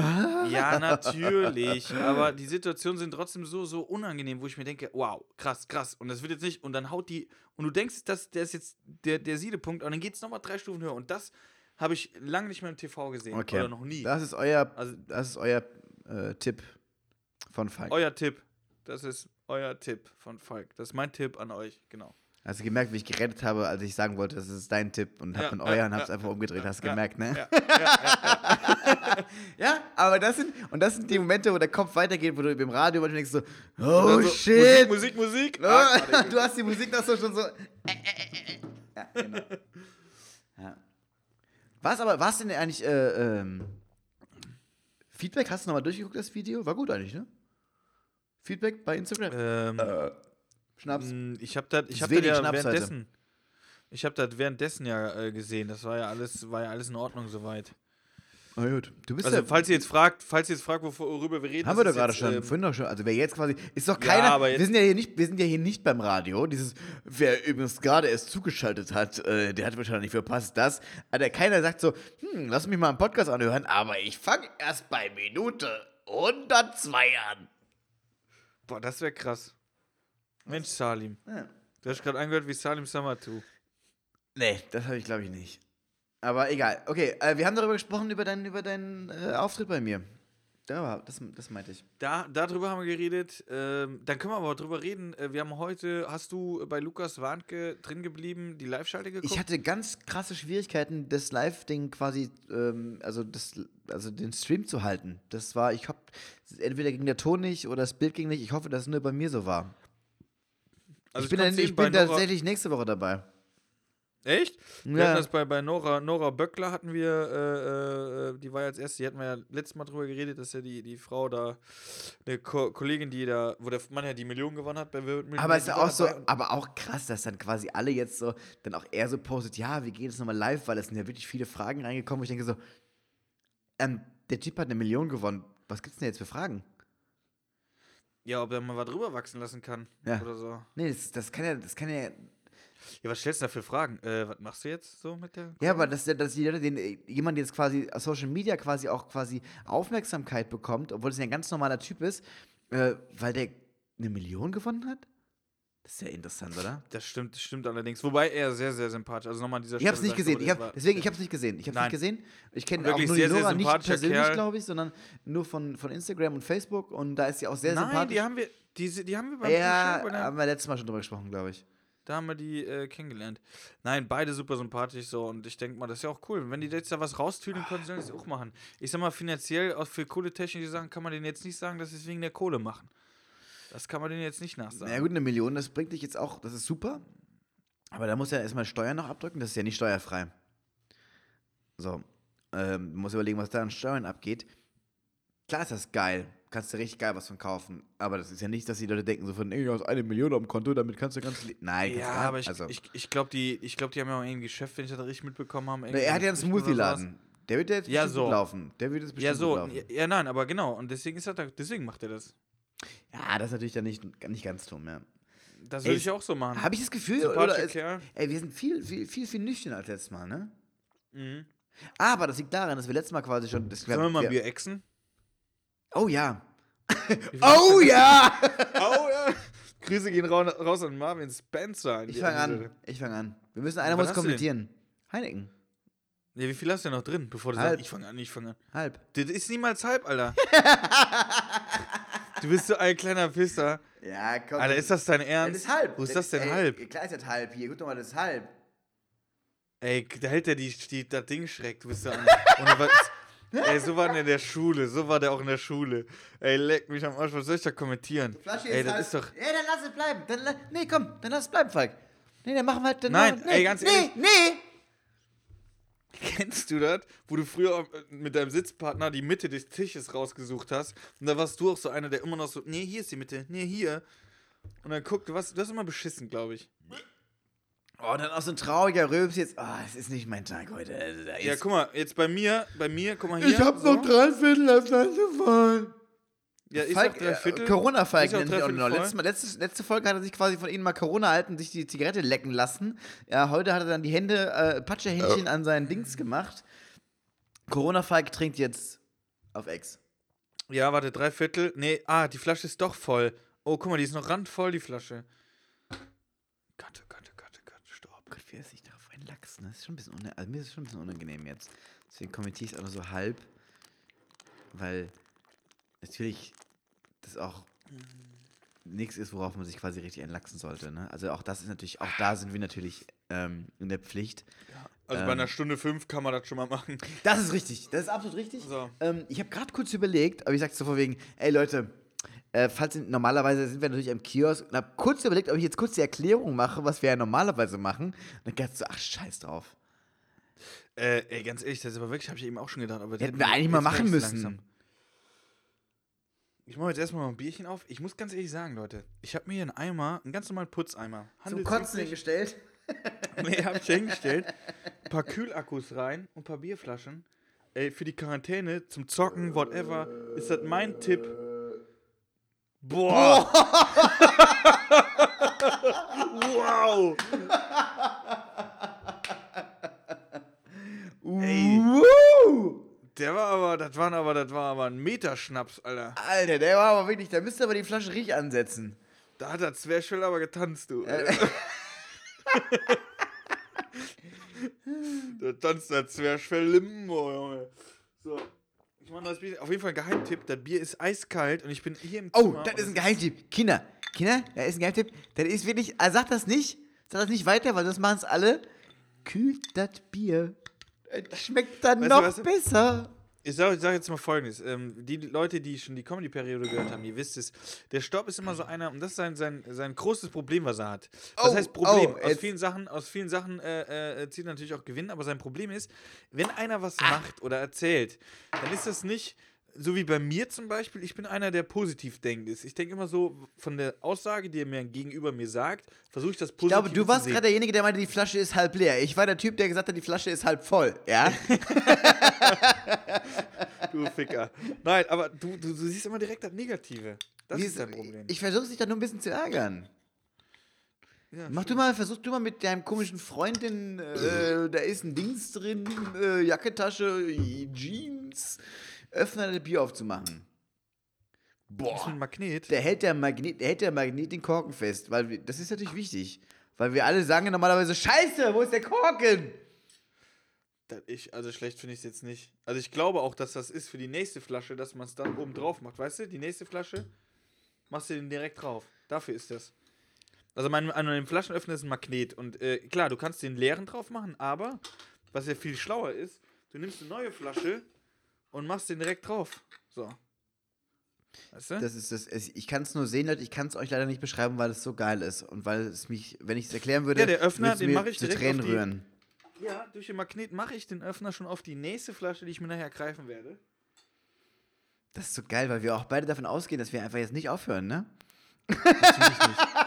ja, natürlich. Aber die Situationen sind trotzdem so, so unangenehm, wo ich mir denke, wow, krass, krass. Und das wird jetzt nicht, und dann haut die, und du denkst, dass der ist jetzt der, der Siedepunkt, und dann geht es nochmal drei Stufen höher. Und das habe ich lange nicht mehr im T V gesehen. Okay. Oder noch nie. Das ist euer, Also- das ist euer äh, Tipp von Falk. Euer Tipp. Das ist euer Tipp von Falk. Das ist mein Tipp an euch, genau. Hast du gemerkt, wie ich gerettet habe, als ich sagen wollte, das ist dein Tipp und hab Ja, dann ja, euer und ja, hab's einfach umgedreht, hast du ja, gemerkt, ne? Ja, ja, ja, Ja, aber das sind, und das sind die Momente, wo der Kopf weitergeht, wo du im Radio manchmal denkst so, oh Also, shit! Musik, Musik, Musik. Oh, Ah, warte, du hast die Musik noch so schon so. Äh, äh, äh, äh. Ja, genau. Ja. Was aber, was denn eigentlich, äh, ähm, Feedback? Hast du nochmal durchgeguckt, das Video? War gut eigentlich, ne? Feedback bei Instagram? ähm, Äh, Schnaps. mh, ich habe das ich Ist hab das wenig ja Schnaps heute. währenddessen, ich habe das währenddessen ja äh, gesehen. Das war ja alles, war ja alles in Ordnung soweit. Na gut. Du bist Also ja, falls ihr jetzt fragt, falls ihr jetzt fragt, worüber wir reden, haben das wir doch ist gerade jetzt, schon, ähm, vorhin doch schon. Also wer jetzt quasi, ist doch Ja, keiner, aber jetzt- wir sind ja hier nicht, wir sind ja hier nicht beim Radio. Dieses, wer übrigens gerade erst zugeschaltet hat, äh, der hat wahrscheinlich verpasst das. Aber keiner sagt so, hm, lass mich mal einen Podcast anhören, aber ich fange erst bei Minute hundertzwei an. Boah, das wäre krass. Mensch, Salim. Ja. Du hast gerade angehört wie Salim Samatu. Nee, das habe ich glaube ich nicht. Aber egal. Okay, äh, wir haben darüber gesprochen, über deinen, über deinen äh, Auftritt bei mir. Ja, das, das meinte ich. Da, darüber haben wir geredet. Ähm, dann können wir aber drüber reden. Äh, wir haben heute, hast du bei Lukas Warnke drin geblieben, die Live-Schalte geguckt? Ich hatte ganz krasse Schwierigkeiten, das Live-Ding quasi, ähm, also, das, also den Stream zu halten. Das war, ich hab, entweder ging der Ton nicht oder das Bild ging nicht. Ich hoffe, dass es nur bei mir so war. Also ich bin, konnt's dann, ich sehen bei bin Nora- tatsächlich nächste Woche dabei. Echt? Wir Ja. hatten das bei, bei Nora, Nora Böckler hatten wir, äh, äh, die war ja als erste, die hatten wir ja letztes Mal drüber geredet, dass ja die, die Frau da, eine Ko Kollegin, die da, wo der Mann ja die Million gewonnen hat, bei Wer wird Millionär, Aber es ist die ja war auch so, dabei. aber auch krass, dass dann quasi alle jetzt so, dann auch eher so postet, ja, wie geht es nochmal live, weil es sind ja wirklich viele Fragen reingekommen, wo ich denke so, ähm, der Typ hat eine Million gewonnen. Was gibt's denn jetzt für Fragen? Ja, ob er mal was drüber wachsen lassen kann. Ja. Oder so. Nee, das, das kann ja, das kann ja. Ja, was stellst du da für Fragen? Äh, was machst du jetzt so mit der? Ja, aber dass, der- dass die Leute, den, jemand jetzt quasi auf Social Media quasi auch quasi Aufmerksamkeit bekommt, obwohl es ja ein ganz normaler Typ ist, äh, weil der eine Million gewonnen hat? Das ist ja interessant, oder? Das stimmt, das stimmt allerdings. Wobei er sehr, sehr sympathisch. Also nochmal an dieser Ich hab's Stelle nicht sag gesehen. Ich aber hab, das deswegen, ich hab's nicht gesehen. Ich hab's Nein. nicht gesehen. Ich kenne auch Wirklich nur sehr, die sehr Nora, nicht sympathischer persönlich, Kerl. glaube ich, sondern nur von, von Instagram und Facebook und da ist sie auch sehr Nein, sympathisch. die haben wir, die, die haben wir beim ja, Frühstück, oder? haben wir letztes Mal schon drüber gesprochen, glaube ich. Da haben wir die äh, kennengelernt. Nein, beide super sympathisch so und ich denke mal, das ist ja auch cool. Wenn die jetzt da was raustüdeln können, sollen sie es auch machen. Ich sag mal, finanziell, auch für coole technische Sachen kann man denen jetzt nicht sagen, dass sie es wegen der Kohle machen. Das kann man denen jetzt nicht nachsagen. Na ja, gut, eine Million, das bringt dich jetzt auch, das ist super. Aber da muss ja erstmal Steuern noch abdrücken, das ist ja nicht steuerfrei. So, ähm, du musst überlegen, was da an Steuern abgeht. Klar ist das geil, kannst du richtig geil was von kaufen. Aber das ist ja nicht, dass die Leute denken so von, ey, du hast eine Million auf dem Konto, damit kannst du ganz... Le Nein, Ja, kannst du gar- aber ich, also, ich, ich glaube, die, ich glaub, die haben ja auch irgendwie ein Geschäft, wenn ich das richtig mitbekommen habe. Na, er hat ja einen Smoothie-Laden. Der wird jetzt Ja, bestimmt so. gut laufen. Der wird jetzt bestimmt Ja, gut so. laufen. Ja, ja, nein, aber genau. Und deswegen, ist er da, deswegen macht er das. Ja, das ist natürlich dann nicht, nicht ganz dumm, ja. Das Ey, würde ich ja auch so machen. Habe ich das Gefühl, oder Sympathischer ist, Kerl. ey, wir sind viel, viel, viel, viel nüchtern als letztes Mal, ne? Mhm. Aber das liegt daran, dass wir letztes Mal quasi schon... Das, Sollen wir mal ein Bier exen? Oh ja. Wie viel Oh ja! Oh ja! Grüße gehen raus, raus an Marvin Spencer. in Ich die fange an. Episode. Ich fange an. Wir müssen, einer Was muss hast du denn? kommentieren. Heineken. Ja, wie viel hast du denn noch drin, bevor du Halb. sagst, ich fange an, ich fange an. Halb. Das ist niemals halb, Alter. Du bist so ein kleiner Pisser. Ja, komm. Alter, ist das dein Ja, Ernst? das ist halb. Wo ist das denn Ey, halb? Klar ist das halb hier. Guck doch mal, das ist halb. Ey, da hält der die, die, das Ding schreckt, du bist ja. Ey, so war der in der Schule, so war der auch in der Schule. Ey, leck mich am Arsch, was soll ich da kommentieren? Die Flasche ey, ist das halt, ist doch... Ey, dann lass es bleiben. Dann, la- nee, komm, dann lass es bleiben, Falk. Nee, dann machen wir halt... Dann Nein, machen wir, ey, nee, ganz nee, ehrlich. Nee, Kennst du das, wo du früher mit deinem Sitzpartner die Mitte des Tisches rausgesucht hast und da warst du auch so einer, der immer noch so, nee, hier ist die Mitte, nee, hier. Und dann guck, du warst, du hast immer beschissen, glaube ich. Oh, dann auch so ein trauriger Rülps jetzt. Oh, es ist nicht mein Tag heute. Also, da Ja, ist- guck mal, jetzt bei mir, bei mir, guck mal hier. Ich hab so. noch drei Viertel auf Nase voll. Ja, ich Falk, sag drei Viertel. äh, Corona-Falk Ich sag nennt sich drei auch Viertel noch. voll. Letzte, Mal- letzte, letzte Folge hat er sich quasi von ihnen mal Corona halten und sich die Zigarette lecken lassen. Ja, heute hat er dann die Hände, äh, Patschehändchen an seinen Dings gemacht. Corona-Falk trinkt jetzt auf Ex. Ja, warte, drei Viertel. Nee, ah, die Flasche ist doch voll. Oh, guck mal, die ist noch randvoll, die Flasche. Gott, oh Gott, oh Gott, oh Gott, stopp. Gott, wie er sich darauf einlachst, ne? Das ist schon ein bisschen unangenehm. Also mir ist es schon ein bisschen unangenehm jetzt. Deswegen kommentiere ich es auch nur so halb. Weil natürlich das auch nichts ist, worauf man sich quasi richtig einlachsen sollte, ne? Also auch das ist natürlich, auch da sind wir natürlich ähm, in der Pflicht. Also Ähm. bei einer Stunde fünf kann man das schon mal machen. Das ist richtig, das ist absolut richtig. So. Ähm, ich habe gerade kurz überlegt, aber ich sag's so vor wegen, ey Leute, äh, falls ihr, normalerweise sind wir natürlich am Kiosk und habe kurz überlegt, ob ich jetzt kurz die Erklärung mache, was wir ja normalerweise machen. Und dann dachte ich so, ach, scheiß drauf. Äh, ey, ganz ehrlich, das ist aber wirklich, habe ich eben auch schon gedacht. Aber Hätten wir eigentlich mal jetzt machen merk's müssen. langsam. Ich mache jetzt erstmal noch ein Bierchen auf. Ich muss ganz ehrlich sagen, Leute, ich habe mir hier einen Eimer, einen ganz normalen Putzeimer. Zum Kotzen hingestellt. Nee, hab ich hingestellt. Ein paar Kühlakkus rein und ein paar Bierflaschen. Ey, für die Quarantäne, zum Zocken, whatever, ist das mein Tipp. Boah! Wow! Ey. Uh. Der war aber, das war aber, das war aber ein Meterschnaps, Alter. Alter, der war aber wirklich, da müsst ihr aber die Flasche richtig ansetzen. Da hat der Zwerchfell aber getanzt, du. Da tanzt der Zwerchfell Limbo, Junge. So. Ich meine, das Bier, auf jeden Fall ein Geheimtipp. Das Bier ist eiskalt und ich bin hier im Oh, Zimmer. das und ist ein Geheimtipp. Kinder, Kinder, das ist ein Geheimtipp. Das ist wirklich, also sag das nicht, sag das nicht weiter, weil das machen es alle. Kühlt das Bier. Das schmeckt dann Weißt du, noch weißt du? besser. Ich sage ich sag jetzt mal Folgendes. Ähm, die Leute, die schon die Comedy-Periode gehört haben, ihr wisst es, der Stopp ist immer so einer, und das ist sein, sein, sein großes Problem, was er hat. Was Oh, heißt Problem? oh, aus jetzt- vielen Sachen, aus vielen Sachen äh, äh, zieht er natürlich auch Gewinn, aber sein Problem ist, wenn einer was macht oder erzählt, dann ist das nicht so wie bei mir zum Beispiel. Ich bin einer, der positiv denkt ist. Ich denke immer so, von der Aussage, die er mir gegenüber mir sagt, versuche ich das Ich positiv glaube, du warst gerade derjenige, der meinte, die Flasche ist halb leer. Ich war der Typ, der gesagt hat, die Flasche ist halb voll. Ja? Du Ficker. Nein, aber du, du, du siehst immer direkt das Negative. Das Wie ist dein Problem. Ich versuche dich da nur ein bisschen zu ärgern. Ja, Mach du mal, versuch du mal mit deinem komischen Freundin, äh, da ist ein Dings drin, äh, Jacketasche, Jeans, Öffner, das Bier aufzumachen. Das ist ein Boah, Magnet. der hält der Magnet, der hält der Magnet den Korken fest, weil wir, das ist natürlich wichtig, weil wir alle sagen ja normalerweise, Scheiße, wo ist der Korken? Das ich, also schlecht finde ich es jetzt nicht. Also ich glaube auch, dass das ist für die nächste Flasche, dass man es dann oben drauf macht. Weißt du, die nächste Flasche, machst du den direkt drauf. Dafür ist das. Also mein, an dem Flaschenöffner ist ein Magnet. Und äh, klar, du kannst den leeren drauf machen, aber was ja viel schlauer ist, du nimmst eine neue Flasche und machst den direkt drauf. So. Weißt du? Das ist das, es- ich kann es nur sehen, Leute, ich kann es euch leider nicht beschreiben, weil es so geil ist und weil es mich, wenn ich es erklären würde, Ja, der Öffner, würd's den mir mach ich zu direkt Tränen auf die- rühren. Ja, durch den Magnet mache ich den Öffner schon auf die nächste Flasche, die ich mir nachher greifen werde. Das ist so geil, weil wir auch beide davon ausgehen, dass wir einfach jetzt nicht aufhören, ne? Natürlich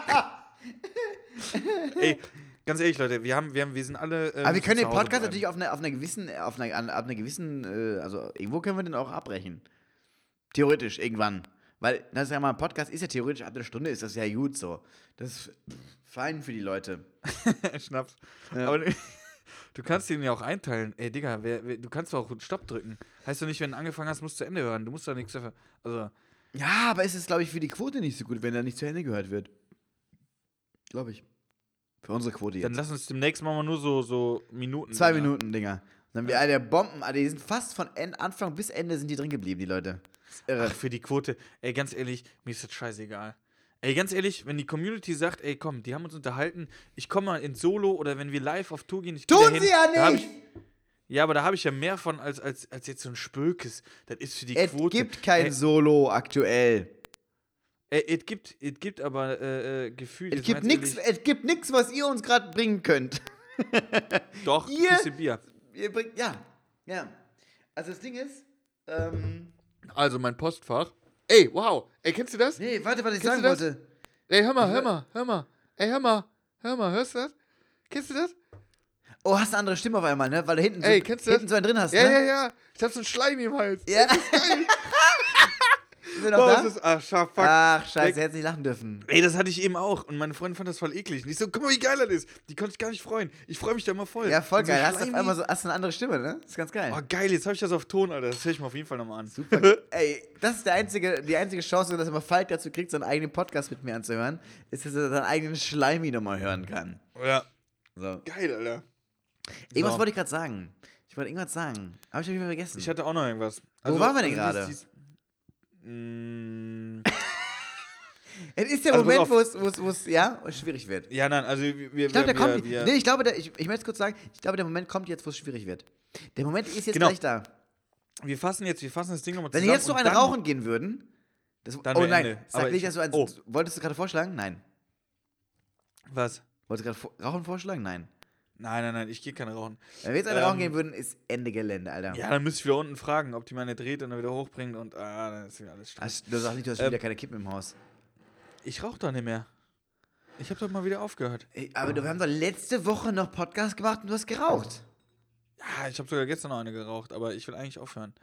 nicht. Ey, ganz ehrlich, Leute, wir haben, wir haben, wir sind alle. Ähm, Aber wir können zu den Hause Podcast bleiben. natürlich auf einer auf einer gewissen, auf einer, an- ab einer gewissen, äh, also irgendwo können wir den auch abbrechen. Theoretisch, irgendwann. Weil, das ist ja mal, ein Podcast ist ja theoretisch, ab einer Stunde ist das ja gut so. Das ist fein für die Leute. Schnaps. Ja. Aber du, du kannst den ja auch einteilen. Ey, Digga, wer, wer, du kannst doch auch Stopp drücken. Heißt doch nicht, wenn du angefangen hast, musst du zu Ende hören. Du musst doch nichts dafür. Also, Ja, aber es ist, glaube ich, für die Quote nicht so gut, wenn da nicht zu Ende gehört wird. Glaube ich. Für unsere Quote jetzt. dann lass uns demnächst mal nur so, so Minuten. Zwei Dinger. Minuten, Dinger. Dann haben wir alle Bomben, Alter, die sind fast von en- Anfang bis Ende sind die drin geblieben, die Leute. Das ist irre. Ach, für die Quote. Ey, ganz ehrlich, mir ist das scheißegal. Ey, ganz ehrlich, wenn die Community sagt, ey, komm, die haben uns unterhalten, ich komme mal ins Solo oder wenn wir live auf Tour gehen, ich geh Tun dahin, sie ja da hab nicht! Ich, ja, aber da habe ich ja mehr von als, als, als jetzt so ein Spökes. Das ist für die Es Quote. gibt kein ey, Solo aktuell. ey, es gibt, es gibt aber äh, äh, Gefühl. Es gibt nichts, es gibt nichts, was ihr uns gerade bringen könnt. Doch, ihr, Kiste Bier. Ihr bringt, ja, ja. Also das Ding ist, ähm, Also mein Postfach. Ey, wow. Ey, kennst du das? nee, warte, was ich Kennst sagen du das? wollte. Ey, hör mal, hör mal, hör mal. Ey, hör mal, hör mal, hörst du das? Kennst du das? Oh, hast eine andere Stimme auf einmal, ne? Weil du hinten, Ey, so, kennst du hinten das? so einen drin hast, Ja, ne? ja, ja. Ich hab so einen Schleim im Hals. Ja. Sind wir noch Boah, da? das ist, ach, fuck. Ach, scheiße, hätte nicht lachen dürfen. Ey, das hatte ich eben auch. Und meine Freundin fand das voll eklig. Und ich so, guck mal, wie geil das ist. Die konnte ich gar nicht freuen. Ich freue mich da immer voll. Ja, voll Und so geil. Hast auf schleimig. einmal so, hast eine andere Stimme, ne? Das ist ganz geil. Oh, geil, jetzt habe ich das auf Ton, Alter. Das höre ich mir auf jeden Fall nochmal an. Super. Ey, das ist der einzige, die einzige Chance, dass man Falk dazu kriegt, seinen eigenen Podcast mit mir anzuhören, ist, dass er seinen eigenen Schleimi nochmal hören kann. Ja. So. Geil, Alter. Irgendwas So. wollte ich gerade sagen. Ich wollte irgendwas sagen. Habe ich auf jeden Fall vergessen. Ich hatte auch noch irgendwas. Wo waren wir denn also gerade? dies- dies- Mm, Es ist der Also, Moment, pass wo es, wo es, wo es, ja, wo es schwierig wird. ja, nein, also wir, wir, Ich glaube, der wir, kommt. wir, Nee, ich glaube, der, ich, ich möchte kurz sagen, ich glaube, der Moment kommt jetzt, wo es schwierig wird. Der Moment ist jetzt Genau. gleich da. wir fassen jetzt, wir fassen das Ding nochmal Wenn zusammen. wir jetzt so und eine dann- rauchen gehen würden. Das, Dann oh wär nein, Ende. sag Aber nicht, ich- dass du eins. oh. Wolltest du gerade vorschlagen? Nein. Was? Wolltest du gerade vor, Rauchen vorschlagen? Nein. Nein, nein, nein, ich gehe keine rauchen. Wenn wir jetzt eine Ähm, rauchen gehen würden, ist Ende Gelände, Alter. Ja, dann müsste ich wieder unten fragen, ob die meine dreht und dann wieder hochbringt und ah, dann ist wieder alles Stress. Ach, du sagst nicht, du hast schon Ähm, wieder keine Kippen im Haus. Ich rauche doch nicht mehr. Ich habe doch mal wieder aufgehört. Ey, aber du, wir haben doch letzte Woche noch Podcast gemacht und du hast geraucht. Ja, ich habe sogar gestern noch eine geraucht, aber ich will eigentlich aufhören.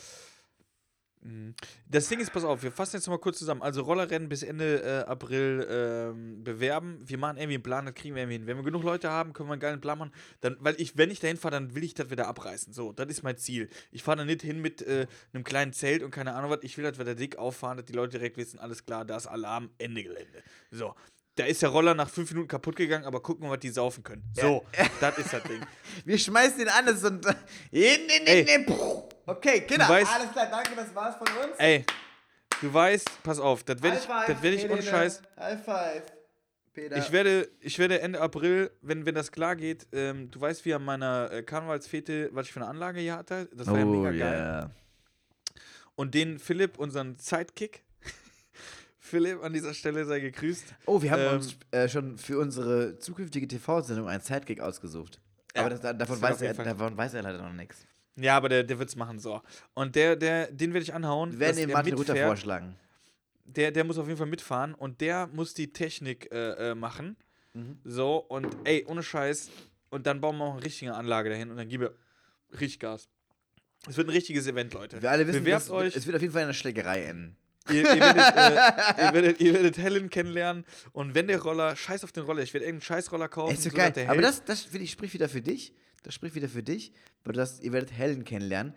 Mhm. Das Ding ist, pass auf, wir fassen jetzt noch mal kurz zusammen. Also Rollerrennen bis Ende äh, April ähm, bewerben. Wir machen irgendwie einen Plan, das kriegen wir irgendwie hin. Wenn wir genug Leute haben, können wir einen geilen Plan machen. Dann, weil ich, wenn ich dahin fahre, dann will ich das wieder abreißen. So, das ist mein Ziel. Ich fahre da nicht hin mit äh, einem kleinen Zelt und keine Ahnung was. Ich will, dass wir da dick auffahren, dass die Leute direkt wissen, alles klar, da ist Alarm, Ende Gelände. So. Da ist der Roller nach fünf Minuten kaputt gegangen, aber gucken wir, was die saufen können. So, das ist das Ding. Wir schmeißen den an, das ist so ein. In, in, Ey. in, in, okay, Kinder, Du weißt- alles klar, danke, das war's von uns. Ey, du weißt, pass auf, das werde ich, High five, das werd ich Helene. unscheiß. High five, Peter. Ich werde, ich werde Ende April, wenn, wenn das klar geht, ähm, du weißt, wie an meiner äh, Karnevalsfete, was ich für eine Anlage hier hatte. Das war ja oh, mega geil. yeah. Und den Philipp, unseren Sidekick, Philipp, an dieser Stelle sei gegrüßt. Oh, wir haben Ähm, uns äh, schon für unsere zukünftige T V-Sendung einen Sidekick ausgesucht. Ja, Aber das, davon, das wird weiß auf er, jeden Fall- davon weiß er leider noch nichts. Ja, aber der, der wird's machen, so. Und der, der, den werde ich anhauen. Wir werden dass ihm der Martin Rütter mitfährt. vorschlagen. Der, der muss auf jeden Fall mitfahren und der muss die Technik äh, äh, machen. So, und ey, ohne Scheiß. Und dann bauen wir auch eine richtige Anlage dahin und dann geben wir richtig Gas. Es wird ein richtiges Event, Leute. Wir alle wissen, Bewerbt das, euch. es wird auf jeden Fall in einer Schlägerei enden. Ihr, ihr, werdet, äh, ihr, werdet, ihr werdet Helen kennenlernen und wenn der Roller, scheiß auf den Roller, ich werde irgendeinen Scheißroller kaufen. Ist so so geil. dass der Aber hält. das, das finde ich, spricht wieder für dich. Das spricht wieder für dich, weil du hast, ihr werdet Helen kennenlernen.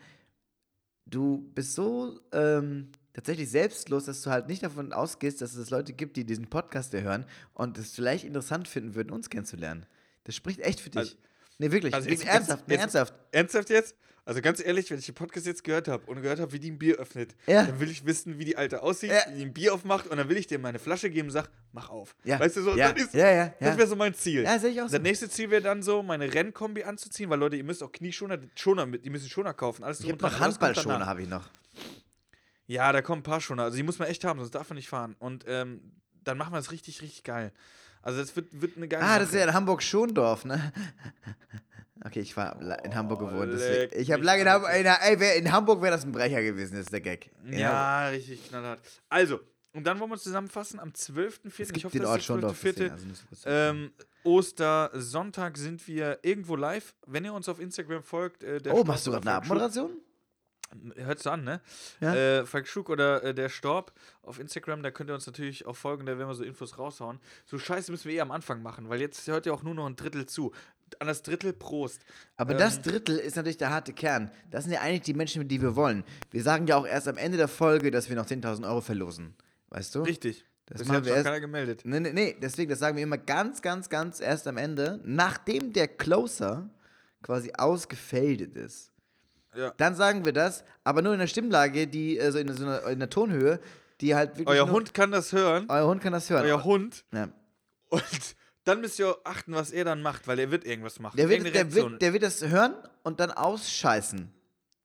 Du bist so ähm, tatsächlich selbstlos, dass du halt nicht davon ausgehst, dass es Leute gibt, die diesen Podcast hier hören und es vielleicht interessant finden würden, uns kennenzulernen. Das spricht echt für dich. Also- nee, wirklich. also wirklich jetzt- ernsthaft. Nee, jetzt- ernsthaft. Ernsthaft jetzt? Also ganz ehrlich, wenn ich den Podcast jetzt gehört habe und gehört habe, wie die ein Bier öffnet, Ja. dann will ich wissen, wie die Alte aussieht, Ja. wie die ein Bier aufmacht und dann will ich dir meine Flasche geben und sag, mach auf. Ja. Weißt du so, ja. das, ist, ja, ja, das ja. wäre so mein Ziel. Ja, sehe ich auch so. Das nächste Ziel wäre dann so, meine Rennkombi anzuziehen, weil Leute, ihr müsst auch Knieschoner, Schoner mit, die müssen Schoner kaufen. Alles Ich drum habe und noch dran. Aber das kommt Handballschoner, danach. habe ich noch. Ja, da kommen ein paar Schoner. Also die muss man echt haben, sonst darf man nicht fahren. Und ähm, dann machen wir das richtig, richtig geil. Also das wird, wird eine geile Ah, das ist Sache. ja in Hamburg-Schondorf, ne? Okay, ich war in Hamburg gewohnt. leck Deswegen. Ich habe mich lange in am Hamburg. Ey, na, ey, wer- in Hamburg wäre das ein Brecher gewesen, das ist der Gag. In Ja, richtig knallhart. Also, und dann wollen wir uns zusammenfassen am zwölften Es vierten gibt Ich hoffe, den das Ort ist der Schondorf. zwölfte deswegen, vierte also musst du kurz- Ähm, Ostersonntag sind wir irgendwo live. Wenn ihr uns auf Instagram folgt, äh, der Oh, Storb machst du oder gerade eine Falk Abmoderation? Schuck- Hört's an, ne? Ja. Äh, Falk Schuck oder äh, der Storb auf Instagram, da könnt ihr uns natürlich auch folgen, da werden wir so Infos raushauen. So Scheiße müssen wir eh am Anfang machen, weil jetzt hört ihr auch nur noch ein Drittel zu. An das Drittel Prost. Aber Ähm, das Drittel ist natürlich der harte Kern. Das sind ja eigentlich die Menschen, die wir wollen. Wir sagen ja auch erst am Ende der Folge, dass wir noch zehntausend Euro verlosen. Weißt du? Richtig. Das Das machen hat wir schon erst- keiner gemeldet. Nee, nee, nee, deswegen, das sagen wir immer ganz, ganz, ganz erst am Ende, nachdem der Closer quasi ausgefadet ist. Ja. Dann sagen wir das, aber nur in einer Stimmlage, die, äh, so in so einer, in einer Tonhöhe, die halt wirklich Euer nur, Hund kann das hören. Euer Hund kann das hören. Euer Hund. Ja. Und dann müsst ihr achten, was er dann macht, weil er wird irgendwas machen. Der wird, Irgendeine der, Reaktion. wird, der wird das hören und dann ausscheißen.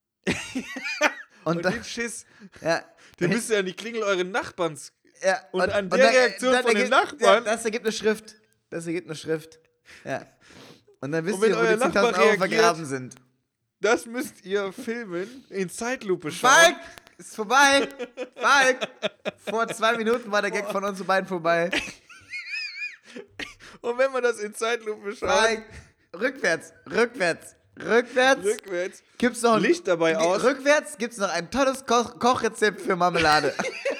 Und, und dann, den Schiss, ja, den müsst ihr an die Klingel euren Nachbarns. ja, Und an der dann- Reaktion dann von den ergibt- Nachbarn- Ja, das ergibt eine Schrift. Das ergibt eine Schrift. Ja. Und dann wisst Und wenn ihr, wo euer die Nachbar zehntausend Euro reagiert- vergraben sind. Das müsst ihr filmen, in Zeitlupe schauen. Falk! Ist vorbei! Falk! Vor zwei Minuten war der Gag von uns beiden vorbei. Und wenn man das in Zeitlupe schaut, Falk! Rückwärts! Rückwärts! Rückwärts! rückwärts, Gibt's noch ein Licht dabei Ge- aus. Rückwärts gibt's noch ein tolles Koch Kochrezept für Marmelade.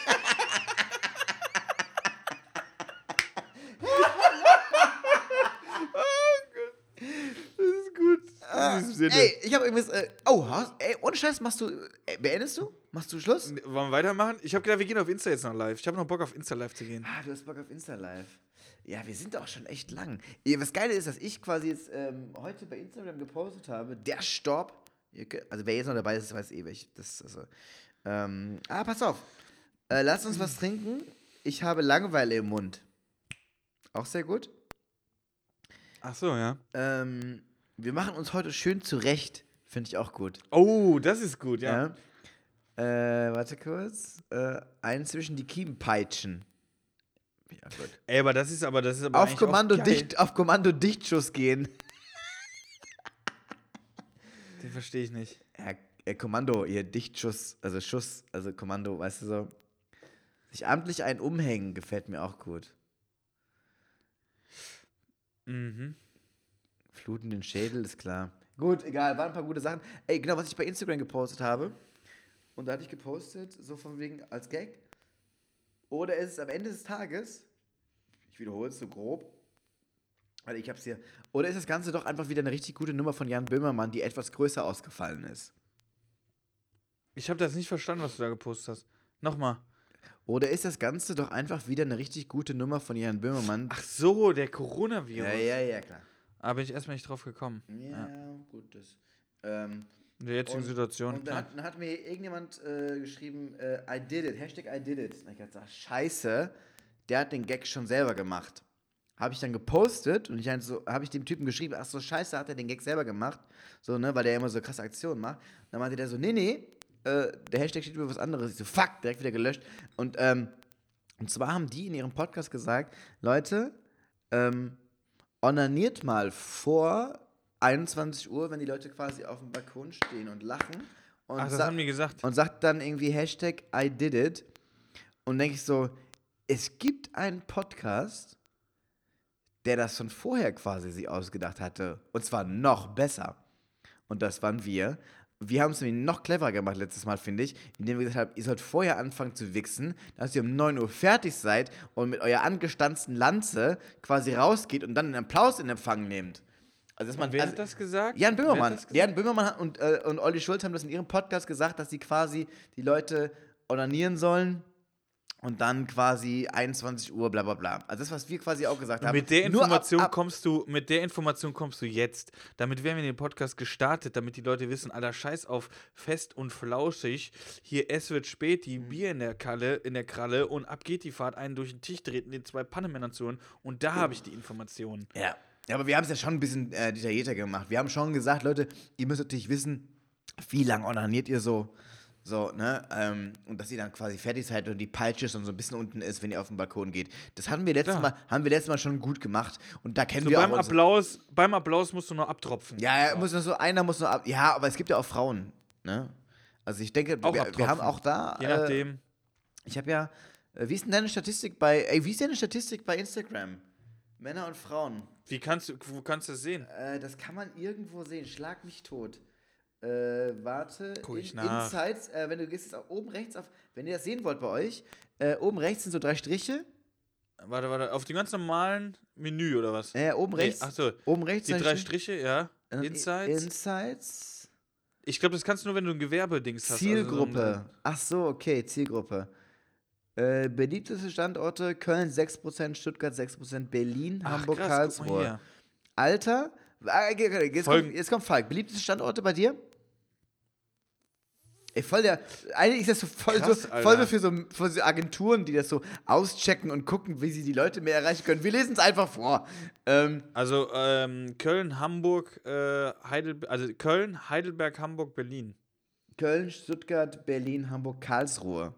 Das ist gut. In diesem Sinne. Ey, ich habe irgendwas. Äh, oh, hast, ey, ohne Scheiß, machst du. Äh, beendest du? Machst du Schluss? Wollen wir weitermachen? Ich habe gedacht, wir gehen auf Insta jetzt noch live. Ich habe noch Bock auf Insta live zu gehen. Ah, du hast Bock auf Insta Live. Ja, wir sind auch schon echt lang. Ja, was Geile ist, dass ich quasi jetzt ähm, heute bei Instagram gepostet habe, der Stopp. Also wer jetzt noch dabei ist, weiß eh, welch. Das, also, ähm, ah, pass auf. Äh, lass uns was trinken. Ich habe Langeweile im Mund. Auch sehr gut. Ach so, ja. Ähm, wir machen uns heute schön zurecht. Finde ich auch gut. Oh, das ist gut, ja. ja. Äh, warte kurz. Äh, einen zwischen die Kiemen peitschen. Ja, gut. Ey, aber das ist aber, das ist aber Auf eigentlich Kommando, auch geil. dicht, auf Kommando Dichtschuss gehen. Den verstehe ich nicht. Ja, äh, Kommando, hier Dichtschuss, also Schuss, also Kommando, weißt du so. Sich amtlich einen umhängen, gefällt mir auch gut. Mhm. Fluten den Schädel, ist klar. Gut, egal, waren ein paar gute Sachen. Ey, genau, was ich bei Instagram gepostet habe. Und da hatte ich gepostet, so von wegen als Gag. Oder ist es am Ende des Tages, ich wiederhole es so grob, weil ich hab's hier, oder ist das Ganze doch einfach wieder eine richtig gute Nummer von Jan Böhmermann, die etwas größer ausgefallen ist? Ich habe das nicht verstanden, was du da gepostet hast. Nochmal. Oder ist das Ganze doch einfach wieder eine richtig gute Nummer von Jan Böhmermann? Ach so, der Coronavirus. ja, ja, ja, klar. Aber bin ich erstmal nicht drauf gekommen. Ja, gut, das. Ähm, In der jetzigen und, Situation. Und dann klar. hat, dann hat mir irgendjemand äh, geschrieben, äh, I did it, Hashtag I did it. Und ich hab gesagt, scheiße, der hat den Gag schon selber gemacht. Habe ich dann gepostet und ich halt so, habe ich dem Typen geschrieben, ach so, scheiße, hat er den Gag selber gemacht. So, ne, weil der immer so krasse Aktionen macht. Dann meinte der so, nee, nee, äh, der Hashtag steht über was anderes. Ich so, fuck, direkt wieder gelöscht. Und, ähm, und zwar haben die in ihrem Podcast gesagt, Leute, ähm, onaniert mal vor einundzwanzig Uhr, wenn die Leute quasi auf dem Balkon stehen und lachen. Und Ach, das sa- haben die gesagt. und sagt dann irgendwie Hashtag I did it. Und denke ich so, es gibt einen Podcast, der das schon vorher quasi sich ausgedacht hatte. Und zwar noch besser. Und das waren wir. Wir haben es nämlich noch cleverer gemacht letztes Mal, finde ich, indem wir gesagt haben, ihr sollt vorher anfangen zu wichsen, dass ihr um neun Uhr fertig seid und mit eurer angestanzten Lanze quasi rausgeht und dann einen Applaus in Empfang nehmt. Also, dass man, Wer also, hat das gesagt? Jan Wer Böhmermann. hat das gesagt? Jan Böhmermann hat und, äh, und Olli Schulz haben das in ihrem Podcast gesagt, dass sie quasi die Leute onanieren sollen und dann quasi einundzwanzig Uhr, bla bla bla. Also das, was wir quasi auch gesagt haben. Mit der Nur ab- Information ab, kommst du, mit der Information kommst du jetzt. Damit werden wir den Podcast gestartet, damit die Leute wissen, Alter, scheiß auf fest und flauschig. Hier, es wird spät, die Mhm. Bier in der Kalle, in der Kralle und ab geht die Fahrt, einen durch den Tisch treten, den zwei Pannemännern zu holen. Und da habe ich die Informationen. Ja. Ja, aber wir haben es ja schon ein bisschen äh, detaillierter gemacht. Wir haben schon gesagt, Leute, ihr müsst natürlich wissen, wie lange onaniert ihr so. So, ne? Ähm, und dass ihr dann quasi fertig seid und die Peitsche schon so ein bisschen unten ist, wenn ihr auf den Balkon geht. Das hatten wir letztes Ja. Mal, haben wir letztes Mal schon gut gemacht. Und da kennen So wir beim auch unsere- Applaus, beim Applaus musst du nur abtropfen. Ja, ja, muss nur so, einer muss nur ab. Ja, aber es gibt ja auch Frauen, ne? Also ich denke, Auch wir, abtropfen. wir haben auch da. Je äh, nachdem. Ich habe ja. Äh, wie ist denn deine Statistik bei. Ey, wie ist deine Statistik bei Instagram? Männer und Frauen. Wie kannst du, wo kannst du das sehen? Äh, das kann man irgendwo sehen. Schlag mich tot. Äh, warte. Guck ich in, nach. Insights, äh, wenn du gehst jetzt auch oben rechts auf. Wenn ihr das sehen wollt bei euch, äh, oben rechts sind so drei Striche. Warte, warte, auf dem ganz normalen Menü oder was? Äh, oben Nee, rechts. ach so, Oben rechts die drei Striche, ja. Äh, Insights. Insights. Ich glaube, das kannst du nur, wenn du ein Gewerbedings hast. Zielgruppe. Also so ein- Ach so, okay, Zielgruppe. Äh, beliebteste Standorte: Köln sechs Prozent, Stuttgart sechs Prozent, Berlin, Ach, Hamburg, krass, guck mal Karlsruhe. hier. Alter, ah, okay, okay, jetzt, Folgen- kommt, jetzt kommt Falk. Beliebteste Standorte bei dir? Ey, voll der, eigentlich ist das so voll, Krass, so, Alter. voll so für so für so Agenturen, die das so auschecken und gucken, wie sie die Leute mehr erreichen können. Wir lesen es einfach vor. Ähm, Also ähm, Köln, Hamburg, äh, Heidelberg, also Köln, Heidelberg, Hamburg, Berlin. Köln, Stuttgart, Berlin, Hamburg, Karlsruhe.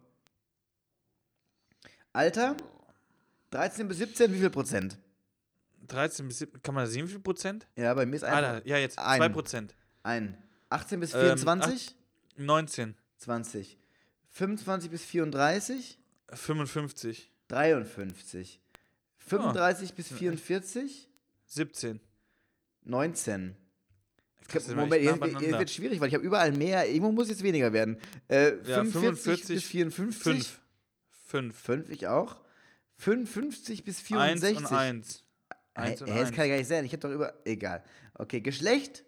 Alter? dreizehn bis siebzehn, wie viel Prozent? dreizehn bis siebzehn, kann man da sehen, wie viel Prozent? Ja, bei mir ist einfach Alter, ja, jetzt ein. zwei Prozent. ein. achtzehn bis Ähm, vierundzwanzig? neunzehn, zwanzig. fünfundzwanzig bis vierunddreißig? fünfundfünfzig, dreiundfünfzig. fünfunddreißig bis vierundvierzig? siebzehn. neunzehn. Das ist immer Moment, echt nah jetzt, jetzt beieinander. wird schwierig, weil ich habe überall mehr. Irgendwo muss jetzt weniger werden. Äh, Ja, fünfundvierzig fünfundvierzig, bis vierundfünfzig? fünf. fünf. fünf, ich auch. fünfundfünfzig bis eins vierundsechzig. und eins. eins Hä, und hä, das eins. kann gar nicht sein. Ich habe doch über. Egal. Okay, Geschlecht?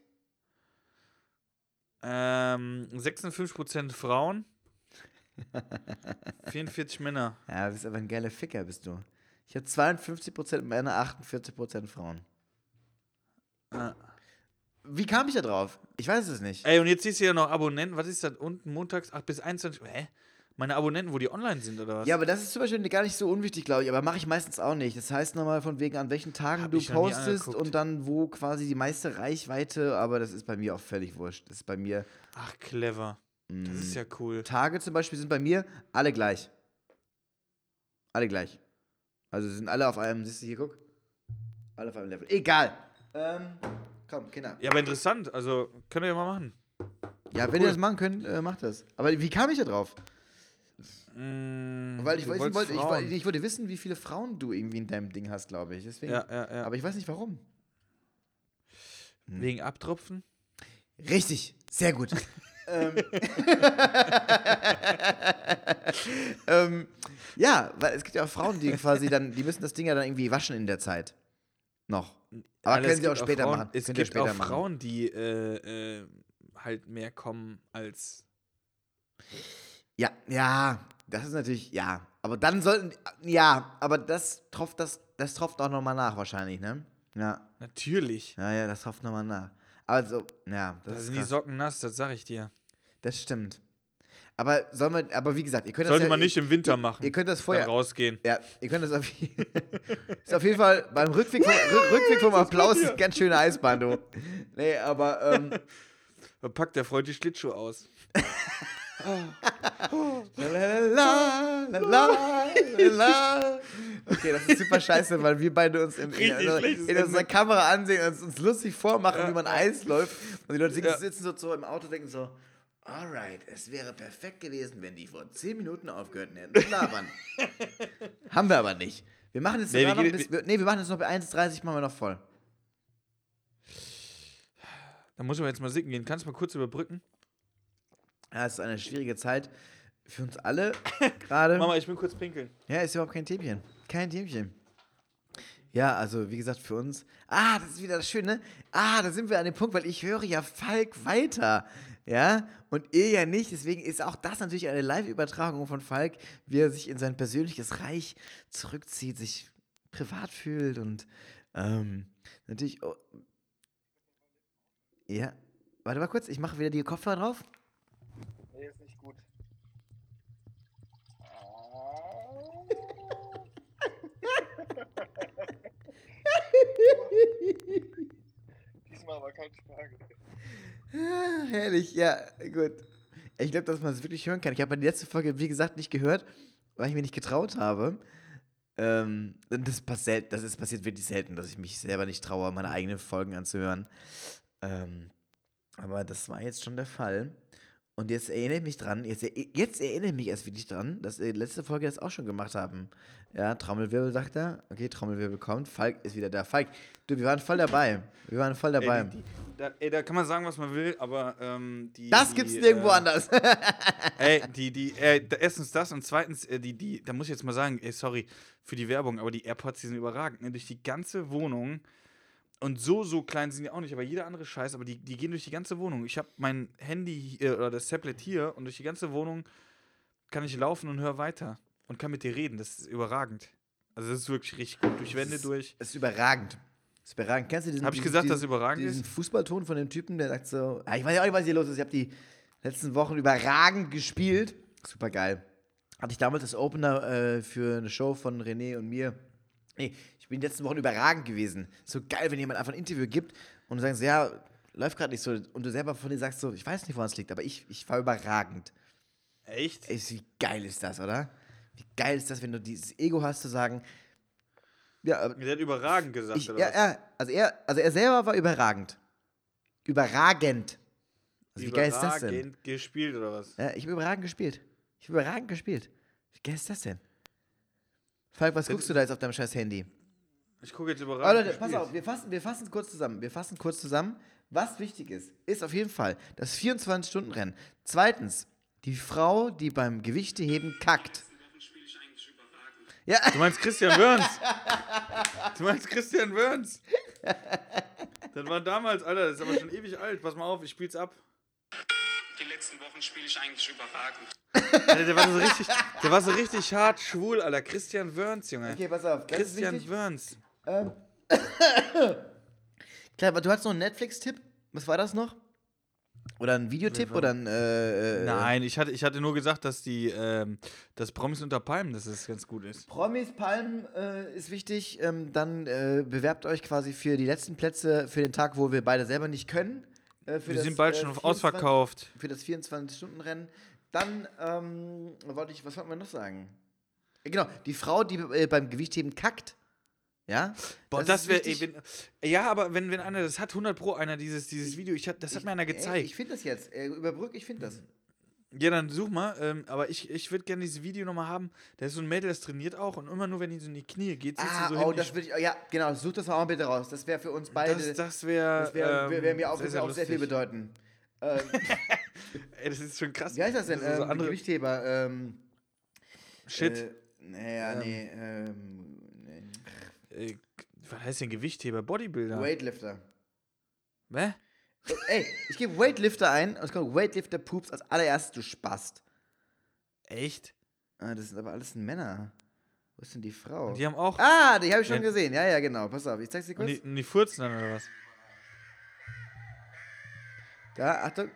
Ähm, sechsundfünfzig Prozent Frauen. vierundvierzig Männer. Ja, du bist aber ein geiler Ficker, bist du. Ich habe zweiundfünfzig Prozent Männer, achtundvierzig Prozent Frauen. Ah. Wie kam ich da drauf? Ich weiß es nicht. Ey, und jetzt siehst du ja noch Abonnenten. Was ist das unten? Montags acht bis einundzwanzig. Hä? Meine Abonnenten, wo die online sind, oder was? Ja, aber das ist zum Beispiel gar nicht so unwichtig, glaube ich. Aber mache ich meistens auch nicht. Das heißt nochmal von wegen, an welchen Tagen Hab du ich noch nie postest angeguckt. und dann wo quasi die meiste Reichweite. Aber das ist bei mir auch völlig wurscht. Das ist bei mir. Ach, clever. Das ist ja cool. Tage zum Beispiel sind bei mir alle gleich. Alle gleich. Also sind alle auf einem, siehst du hier, guck. Alle auf einem Level. Egal. Ähm, komm, Kinder. Ja, aber interessant. Also, könnt ihr ja mal machen. Ja, wenn cool. ihr das machen könnt, äh, macht das. Aber wie kam ich da drauf? Mm, Weil ich, du wissen wolltest wollte, ich, Frauen. wollte- ich wollte wissen, wie viele Frauen du irgendwie in deinem Ding hast, glaube ich. Deswegen, Ja, ja, ja. Aber ich weiß nicht warum. Wegen Abtropfen? Richtig, sehr gut. ähm, ähm, ja, weil es gibt ja auch Frauen, die quasi dann, die müssen das Ding ja dann irgendwie waschen in der Zeit. Noch. Aber Alter, können es sie auch gibt später Frauen, machen. Es Könnt ihr gibt später auch machen. Frauen, die äh, äh, halt mehr kommen als. Ja, ja, das ist natürlich, ja. Aber dann sollten, ja, aber das tropft, das, das tropft auch nochmal nach wahrscheinlich, ne? Ja, Natürlich. ja, ja, das tropft nochmal nach. Also, ja, das Da ist sind die krass. Socken nass, das sag ich dir. Das stimmt. Aber sollen wir, aber wie gesagt, ihr könnt das Sollte ja, man nicht ihr, im Winter machen. Ihr könnt das Dann vorher, rausgehen. ja, ihr könnt das auf, ist auf jeden Fall beim Rückweg vom, Rück- Rückweg vom Applaus ist ganz schöne Eisbahn, du. Nee, aber, ähm, Da packt der Freund die Schlittschuhe aus. La, la, la, la, la, la. Okay, das ist super scheiße, weil wir beide uns im, in, Richtig in, schlechtes in unserer Ende. Kamera ansehen und uns, uns lustig vormachen, Ja. wie man Eis läuft. Und die Leute sitzen, Ja. sitzen so, so im Auto und denken so, alright, es wäre perfekt gewesen, wenn die vor zehn Minuten aufgehört hätten zu labern. Haben wir aber nicht. Wir machen jetzt Nee, sogar wir noch gehen- bis, wir, nee, wir machen jetzt noch bei eins dreißig, machen wir noch voll. Da muss man jetzt mal sicken gehen. Kannst du mal kurz überbrücken? Ja, es ist eine schwierige Zeit für uns alle gerade. Mama, ich bin kurz pinkeln. Ja, ist überhaupt kein Themchen. Kein Themchen. Ja, also wie gesagt, für uns. Ah, das ist wieder das Schöne. Ah, da sind wir an dem Punkt, weil ich höre ja Falk weiter. Ja, und ihr ja nicht. Deswegen ist auch das natürlich eine Live-Übertragung von Falk, wie er sich in sein persönliches Reich zurückzieht, sich privat fühlt und ähm, natürlich. Oh, ja, warte mal kurz, ich mache wieder die Kopfhörer drauf. Nee, ist nicht gut. Diesmal aber kein Spargel. Ah, herrlich, ja, gut. Ich glaube, dass man es wirklich hören kann. Ich habe die letzte Folge, wie gesagt, nicht gehört, weil ich mir nicht getraut habe. Ähm, das, passiert, das ist passiert wirklich selten, dass ich mich selber nicht traue, meine eigenen Folgen anzuhören. Ähm, aber das war jetzt schon der Fall. Und jetzt erinnere ich mich dran, jetzt, jetzt erinnere ich mich erst wirklich dran, dass wir letzte Folge das auch schon gemacht haben. Ja, Trommelwirbel sagt er. Okay, Trommelwirbel kommt. Falk ist wieder da. Falk, du, wir waren voll dabei. Wir waren voll dabei. Ey, die, die, da, ey, da kann man sagen, was man will, aber ähm, die. das die, gibt's nirgendwo äh, anders. Ey, die, die, äh, da- erstens das und zweitens, äh, die, die, da muss ich jetzt mal sagen, ey, sorry für die Werbung, aber die AirPods, die sind überragend, ne? Durch die ganze Wohnung. Und so, so klein sind die auch nicht, aber jeder andere Scheiß, aber die, die gehen durch die ganze Wohnung. Ich habe mein Handy hier, oder das Tablet hier und durch die ganze Wohnung kann ich laufen und höre weiter. Und kann mit dir reden. Das ist überragend. Also das ist wirklich richtig gut. Durch Wände Das ist- durch. Das ist überragend. Das ist überragend. Kennst du diesen, Hab ich diesen- gesagt, dass diesen, es überragend diesen ist? Fußballton von dem Typen, der sagt so, ah, ich weiß ja auch nicht, was hier los ist. Ich habe die, Letzten Wochen überragend gespielt. Super geil. Hatte ich damals das Opener äh, für eine Show von René und mir. Ey, ich bin die letzten Wochen überragend gewesen. So geil, wenn jemand einfach ein Interview gibt und du sagst, ja, läuft gerade nicht so. Und du selber von dir sagst so, ich weiß nicht, woran es liegt, aber ich, ich war überragend. Echt? Ey, wie geil ist das, oder? Wie geil ist das, wenn du dieses Ego hast, zu sagen, ja, Der hat überragend gesagt, ich, oder ja, was? ja, also er, also er selber war überragend. Überragend. Also wie geil ist das denn? Überragend gespielt, oder was? Ja, ich habe überragend gespielt. Ich habe überragend gespielt. Wie geil ist das denn? Falk, was Das guckst du da jetzt auf deinem scheiß Handy? Ich gucke jetzt Aber überragend Leute, pass gespielt. auf, wir fassen, wir fassen kurz zusammen. Wir fassen kurz zusammen. Was wichtig ist, ist auf jeden Fall das vierundzwanzig-Stunden-Rennen. Zweitens, die Frau, die beim Gewichteheben kackt. Ja, Du meinst Christian Wörns? Du meinst Christian Wörns? Das war damals, Alter, das ist aber schon ewig alt. Pass mal auf, ich spiel's ab. Die letzten Wochen spiele ich eigentlich überragend. Alter, der war so richtig, der war so richtig hart schwul, Alter. Christian Wörns, Junge. okay, pass auf. Das ist Christian wichtig. Wörns. Ähm. Klar, aber du hattest noch einen Netflix-Tipp. Was war das noch? Oder ein Videotipp oder ein. Äh, äh, Nein, ich hatte, ich hatte nur gesagt, dass die, ähm, das Promis unter Palmen, dass es ganz gut ist. Promis Palmen äh, ist wichtig. Ähm, dann äh, bewerbt euch quasi für die letzten Plätze für den Tag, wo wir beide selber nicht können. Äh, für Wir das, sind bald äh, schon vierundzwanzig ausverkauft. Für das vierundzwanzig-Stunden-Rennen. Dann ähm, wollte ich, was wollten wir noch sagen? Äh, Genau, die Frau, die äh, beim Gewichtheben kackt. Ja? Boah, das, ist wäre, wichtig. ja, aber wenn, wenn einer, das hat hundert Pro einer dieses, dieses Video, ich hat, das hat Ich- mir einer ey, gezeigt. Ich finde das jetzt. Äh, überbrück, ich finde das. Ja, dann such mal, ähm, aber ich, ich würde gerne dieses Video nochmal haben. Da ist so ein Mädel, das trainiert auch und immer nur, wenn die so in die Knie geht, sitzt Ah, sie so oh, hin. das würde ich. Ja, genau, such das mal bitte raus. Das wäre für uns beide. das, das wäre Das wäre wär, wär mir auch sehr, sehr, sehr, auch sehr viel lustig. bedeuten. Ähm, Ey, das ist schon krass. wie heißt das denn? sind so Ähm, andere Gewichtheber. Ähm, Shit. Äh, naja, Ähm, nee. Ähm, nee. Äh, was heißt denn Gewichtheber? Bodybuilder? Weightlifter. Hä? Ey, ich gebe Weightlifter ein und es kommt Weightlifter Poops als allererstes, du Spast. Echt? Ah, das sind aber alles Männer. Wo ist denn die Frau? Und die haben auch. Ah, die habe ich schon Ja. gesehen. Ja, ja, genau. Pass auf, ich zeig's dir und, kurz. die, und die furzen dann oder was? Da, Achtung.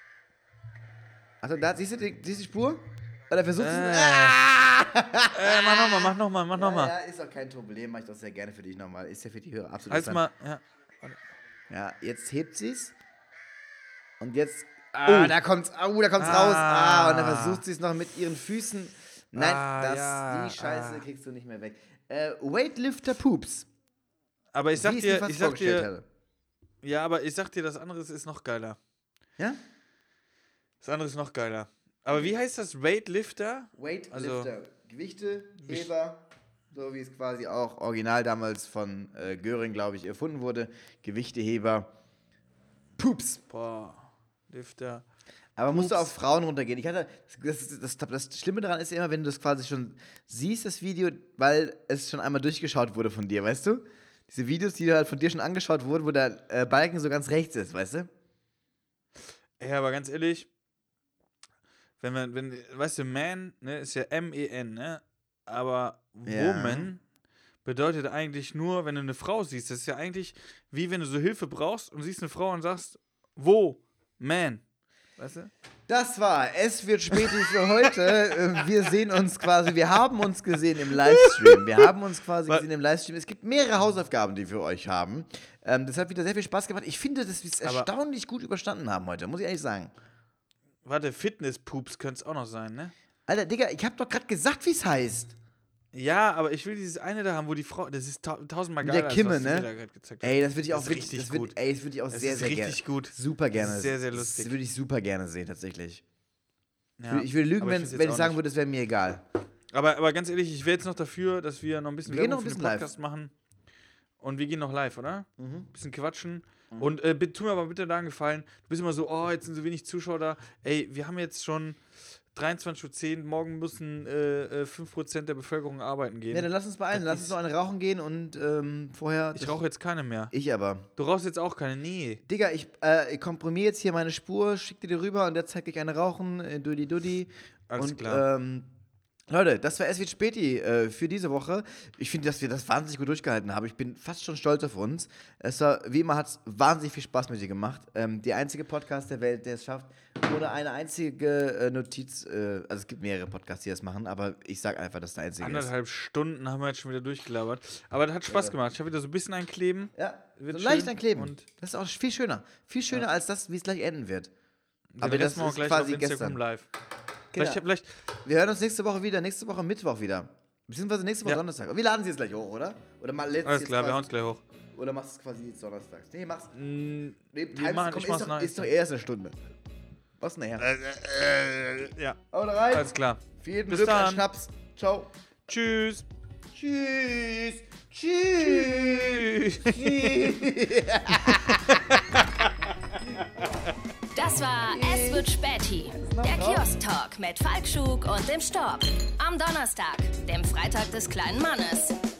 Achtung, da, siehst du die, siehst du die Spur? Oder versuchst du Äh. es? Ah! äh, mach nochmal, mach nochmal, mach nochmal. Ja, ja, ist doch kein Problem, mach ich doch sehr gerne für dich nochmal. Ist ja für die Hörer absolut Halt's interessant. mal, ja. Ja, jetzt hebt sie's. Und jetzt. Ah, Oh. da kommt's, oh, da kommt's Ah. raus. Ah, und dann versucht sie es noch mit ihren Füßen. Nein, Ah, das, ja, die Scheiße ah. kriegst du nicht mehr weg. Äh, Weightlifter Poops. Aber ich sag Wie ich mir dir, fast ich sag vorgestellt dir, hatte. ja, aber ich sag dir, das andere ist noch geiler. Ja? Das andere ist noch geiler. Aber wie heißt das? Weightlifter? Weightlifter. Also- Gewichte, Heber, so wie es quasi auch original damals von äh, Göring, glaube ich, erfunden wurde. Gewichteheber. Poops. Boah, Lifter. Aber musst du auf Frauen runtergehen. Ich hatte, das, das, das, das Schlimme daran ist ja immer, wenn du das quasi schon siehst, das Video, weil es schon einmal durchgeschaut wurde von dir, weißt du? Diese Videos, die halt von dir schon angeschaut wurden, wo der äh, Balken so ganz rechts ist, weißt du? Ja, aber ganz ehrlich, wenn man, wenn, weißt du, Man, ne, ist ja M E N, ne? Aber Ja. Woman bedeutet eigentlich nur, wenn du eine Frau siehst, das ist ja eigentlich wie wenn du so Hilfe brauchst und siehst eine Frau und sagst, wo? Man. Weißt du? Das war Es wird später für heute. Äh, Wir sehen uns quasi, wir haben uns gesehen im Livestream. Wir haben uns quasi Was? gesehen im Livestream. Es gibt mehrere Hausaufgaben, die wir euch haben. Ähm, das hat wieder sehr viel Spaß gemacht. Ich finde, dass wir es Aber- erstaunlich gut überstanden haben heute, muss ich ehrlich sagen. Warte, Fitness-Poops könnte es auch noch sein, ne? Alter, Digga, ich hab doch gerade gesagt, wie es heißt. Ja, aber ich will dieses eine da haben, wo die Frau, das ist ta tausendmal Mit geiler, der Kimme, als was du ne? mir da gerade gezeigt hast. Ey, das würde ich Das auch ist wirklich, richtig das würd, gut. Ey, das würde ich auch Das sehr, ist sehr richtig gerne. gut. Super gerne. Das ist sehr, sehr lustig. Das würde ich super gerne sehen, tatsächlich. Ich Ja, würde- Ich würde lügen, aber wenn, find's jetzt wenn ich auch sagen nicht. würde, es wäre mir egal. Aber, aber ganz ehrlich, ich wäre jetzt noch dafür, dass wir noch ein bisschen Wir gehen Werbung noch ein für den bisschen live. Podcast machen. Und wir gehen noch live, oder? Mhm. Ein bisschen quatschen. Und äh, bitte, tu mir aber bitte da einen Gefallen. Du bist immer so, oh, jetzt sind so wenig Zuschauer da. Ey, wir haben jetzt schon dreiundzwanzig Uhr zehn. Morgen müssen äh, äh, fünf Prozent der Bevölkerung arbeiten gehen. Ja, dann lass uns beeilen. Das Lass uns ist- noch eine rauchen gehen und ähm, vorher. ich rauche jetzt keine mehr. Ich aber. Du rauchst jetzt auch keine. Nee. Digga, ich, äh, ich komprimiere jetzt hier meine Spur, schick dir die rüber und jetzt zeig ich eine rauchen, äh, Dudi Dudi. Alles und, klar. Ähm, Leute, das war Es wird Späti äh, für diese Woche. Ich finde, dass wir das wahnsinnig gut durchgehalten haben. Ich bin fast schon stolz auf uns. Es war, wie immer hat es wahnsinnig viel Spaß mit dir gemacht. Ähm, die einzige Podcast der Welt, der es schafft, ohne eine einzige äh, Notiz, äh, also es gibt mehrere Podcasts, die das machen, aber ich sag einfach, dass der einzige Anderthalb ist. Stunden haben wir jetzt schon wieder durchgelabert. Aber das hat Spaß Ja. gemacht. Ich habe wieder so ein bisschen einkleben. Ja, Wird so leicht schön einkleben. und- Das ist auch viel schöner. Viel schöner Ja. als das, wie es gleich enden wird. Den Aber Rest das machen wir ist gleich quasi auf Instagram gestern. live. Genau. Vielleicht, vielleicht, Wir hören uns nächste Woche wieder, nächste Woche Mittwoch wieder. Beziehungsweise nächste Woche Ja. Donnerstag. Wir laden sie jetzt gleich hoch, oder? Oder mal let's alles jetzt klar, wir hauen quasi, es gleich hoch. Oder machst du es quasi jetzt donnerstags? Nee, mach's. Mm, Nee, wir Times- machen- komm, ich ist, mach's doch, nach ist doch Insta. erst eine Stunde. Was nachher? Äh, äh, ja, Haut rein. alles klar. Für jeden Bis Glück ein dann. Schnaps. Ciao. Tschüss. Tschüss. Tschüss. Das war Es wird Späti, der Kiosk-Talk mit Falk Schug und dem Storb. Am Donnerstag, dem Freitag des kleinen Mannes.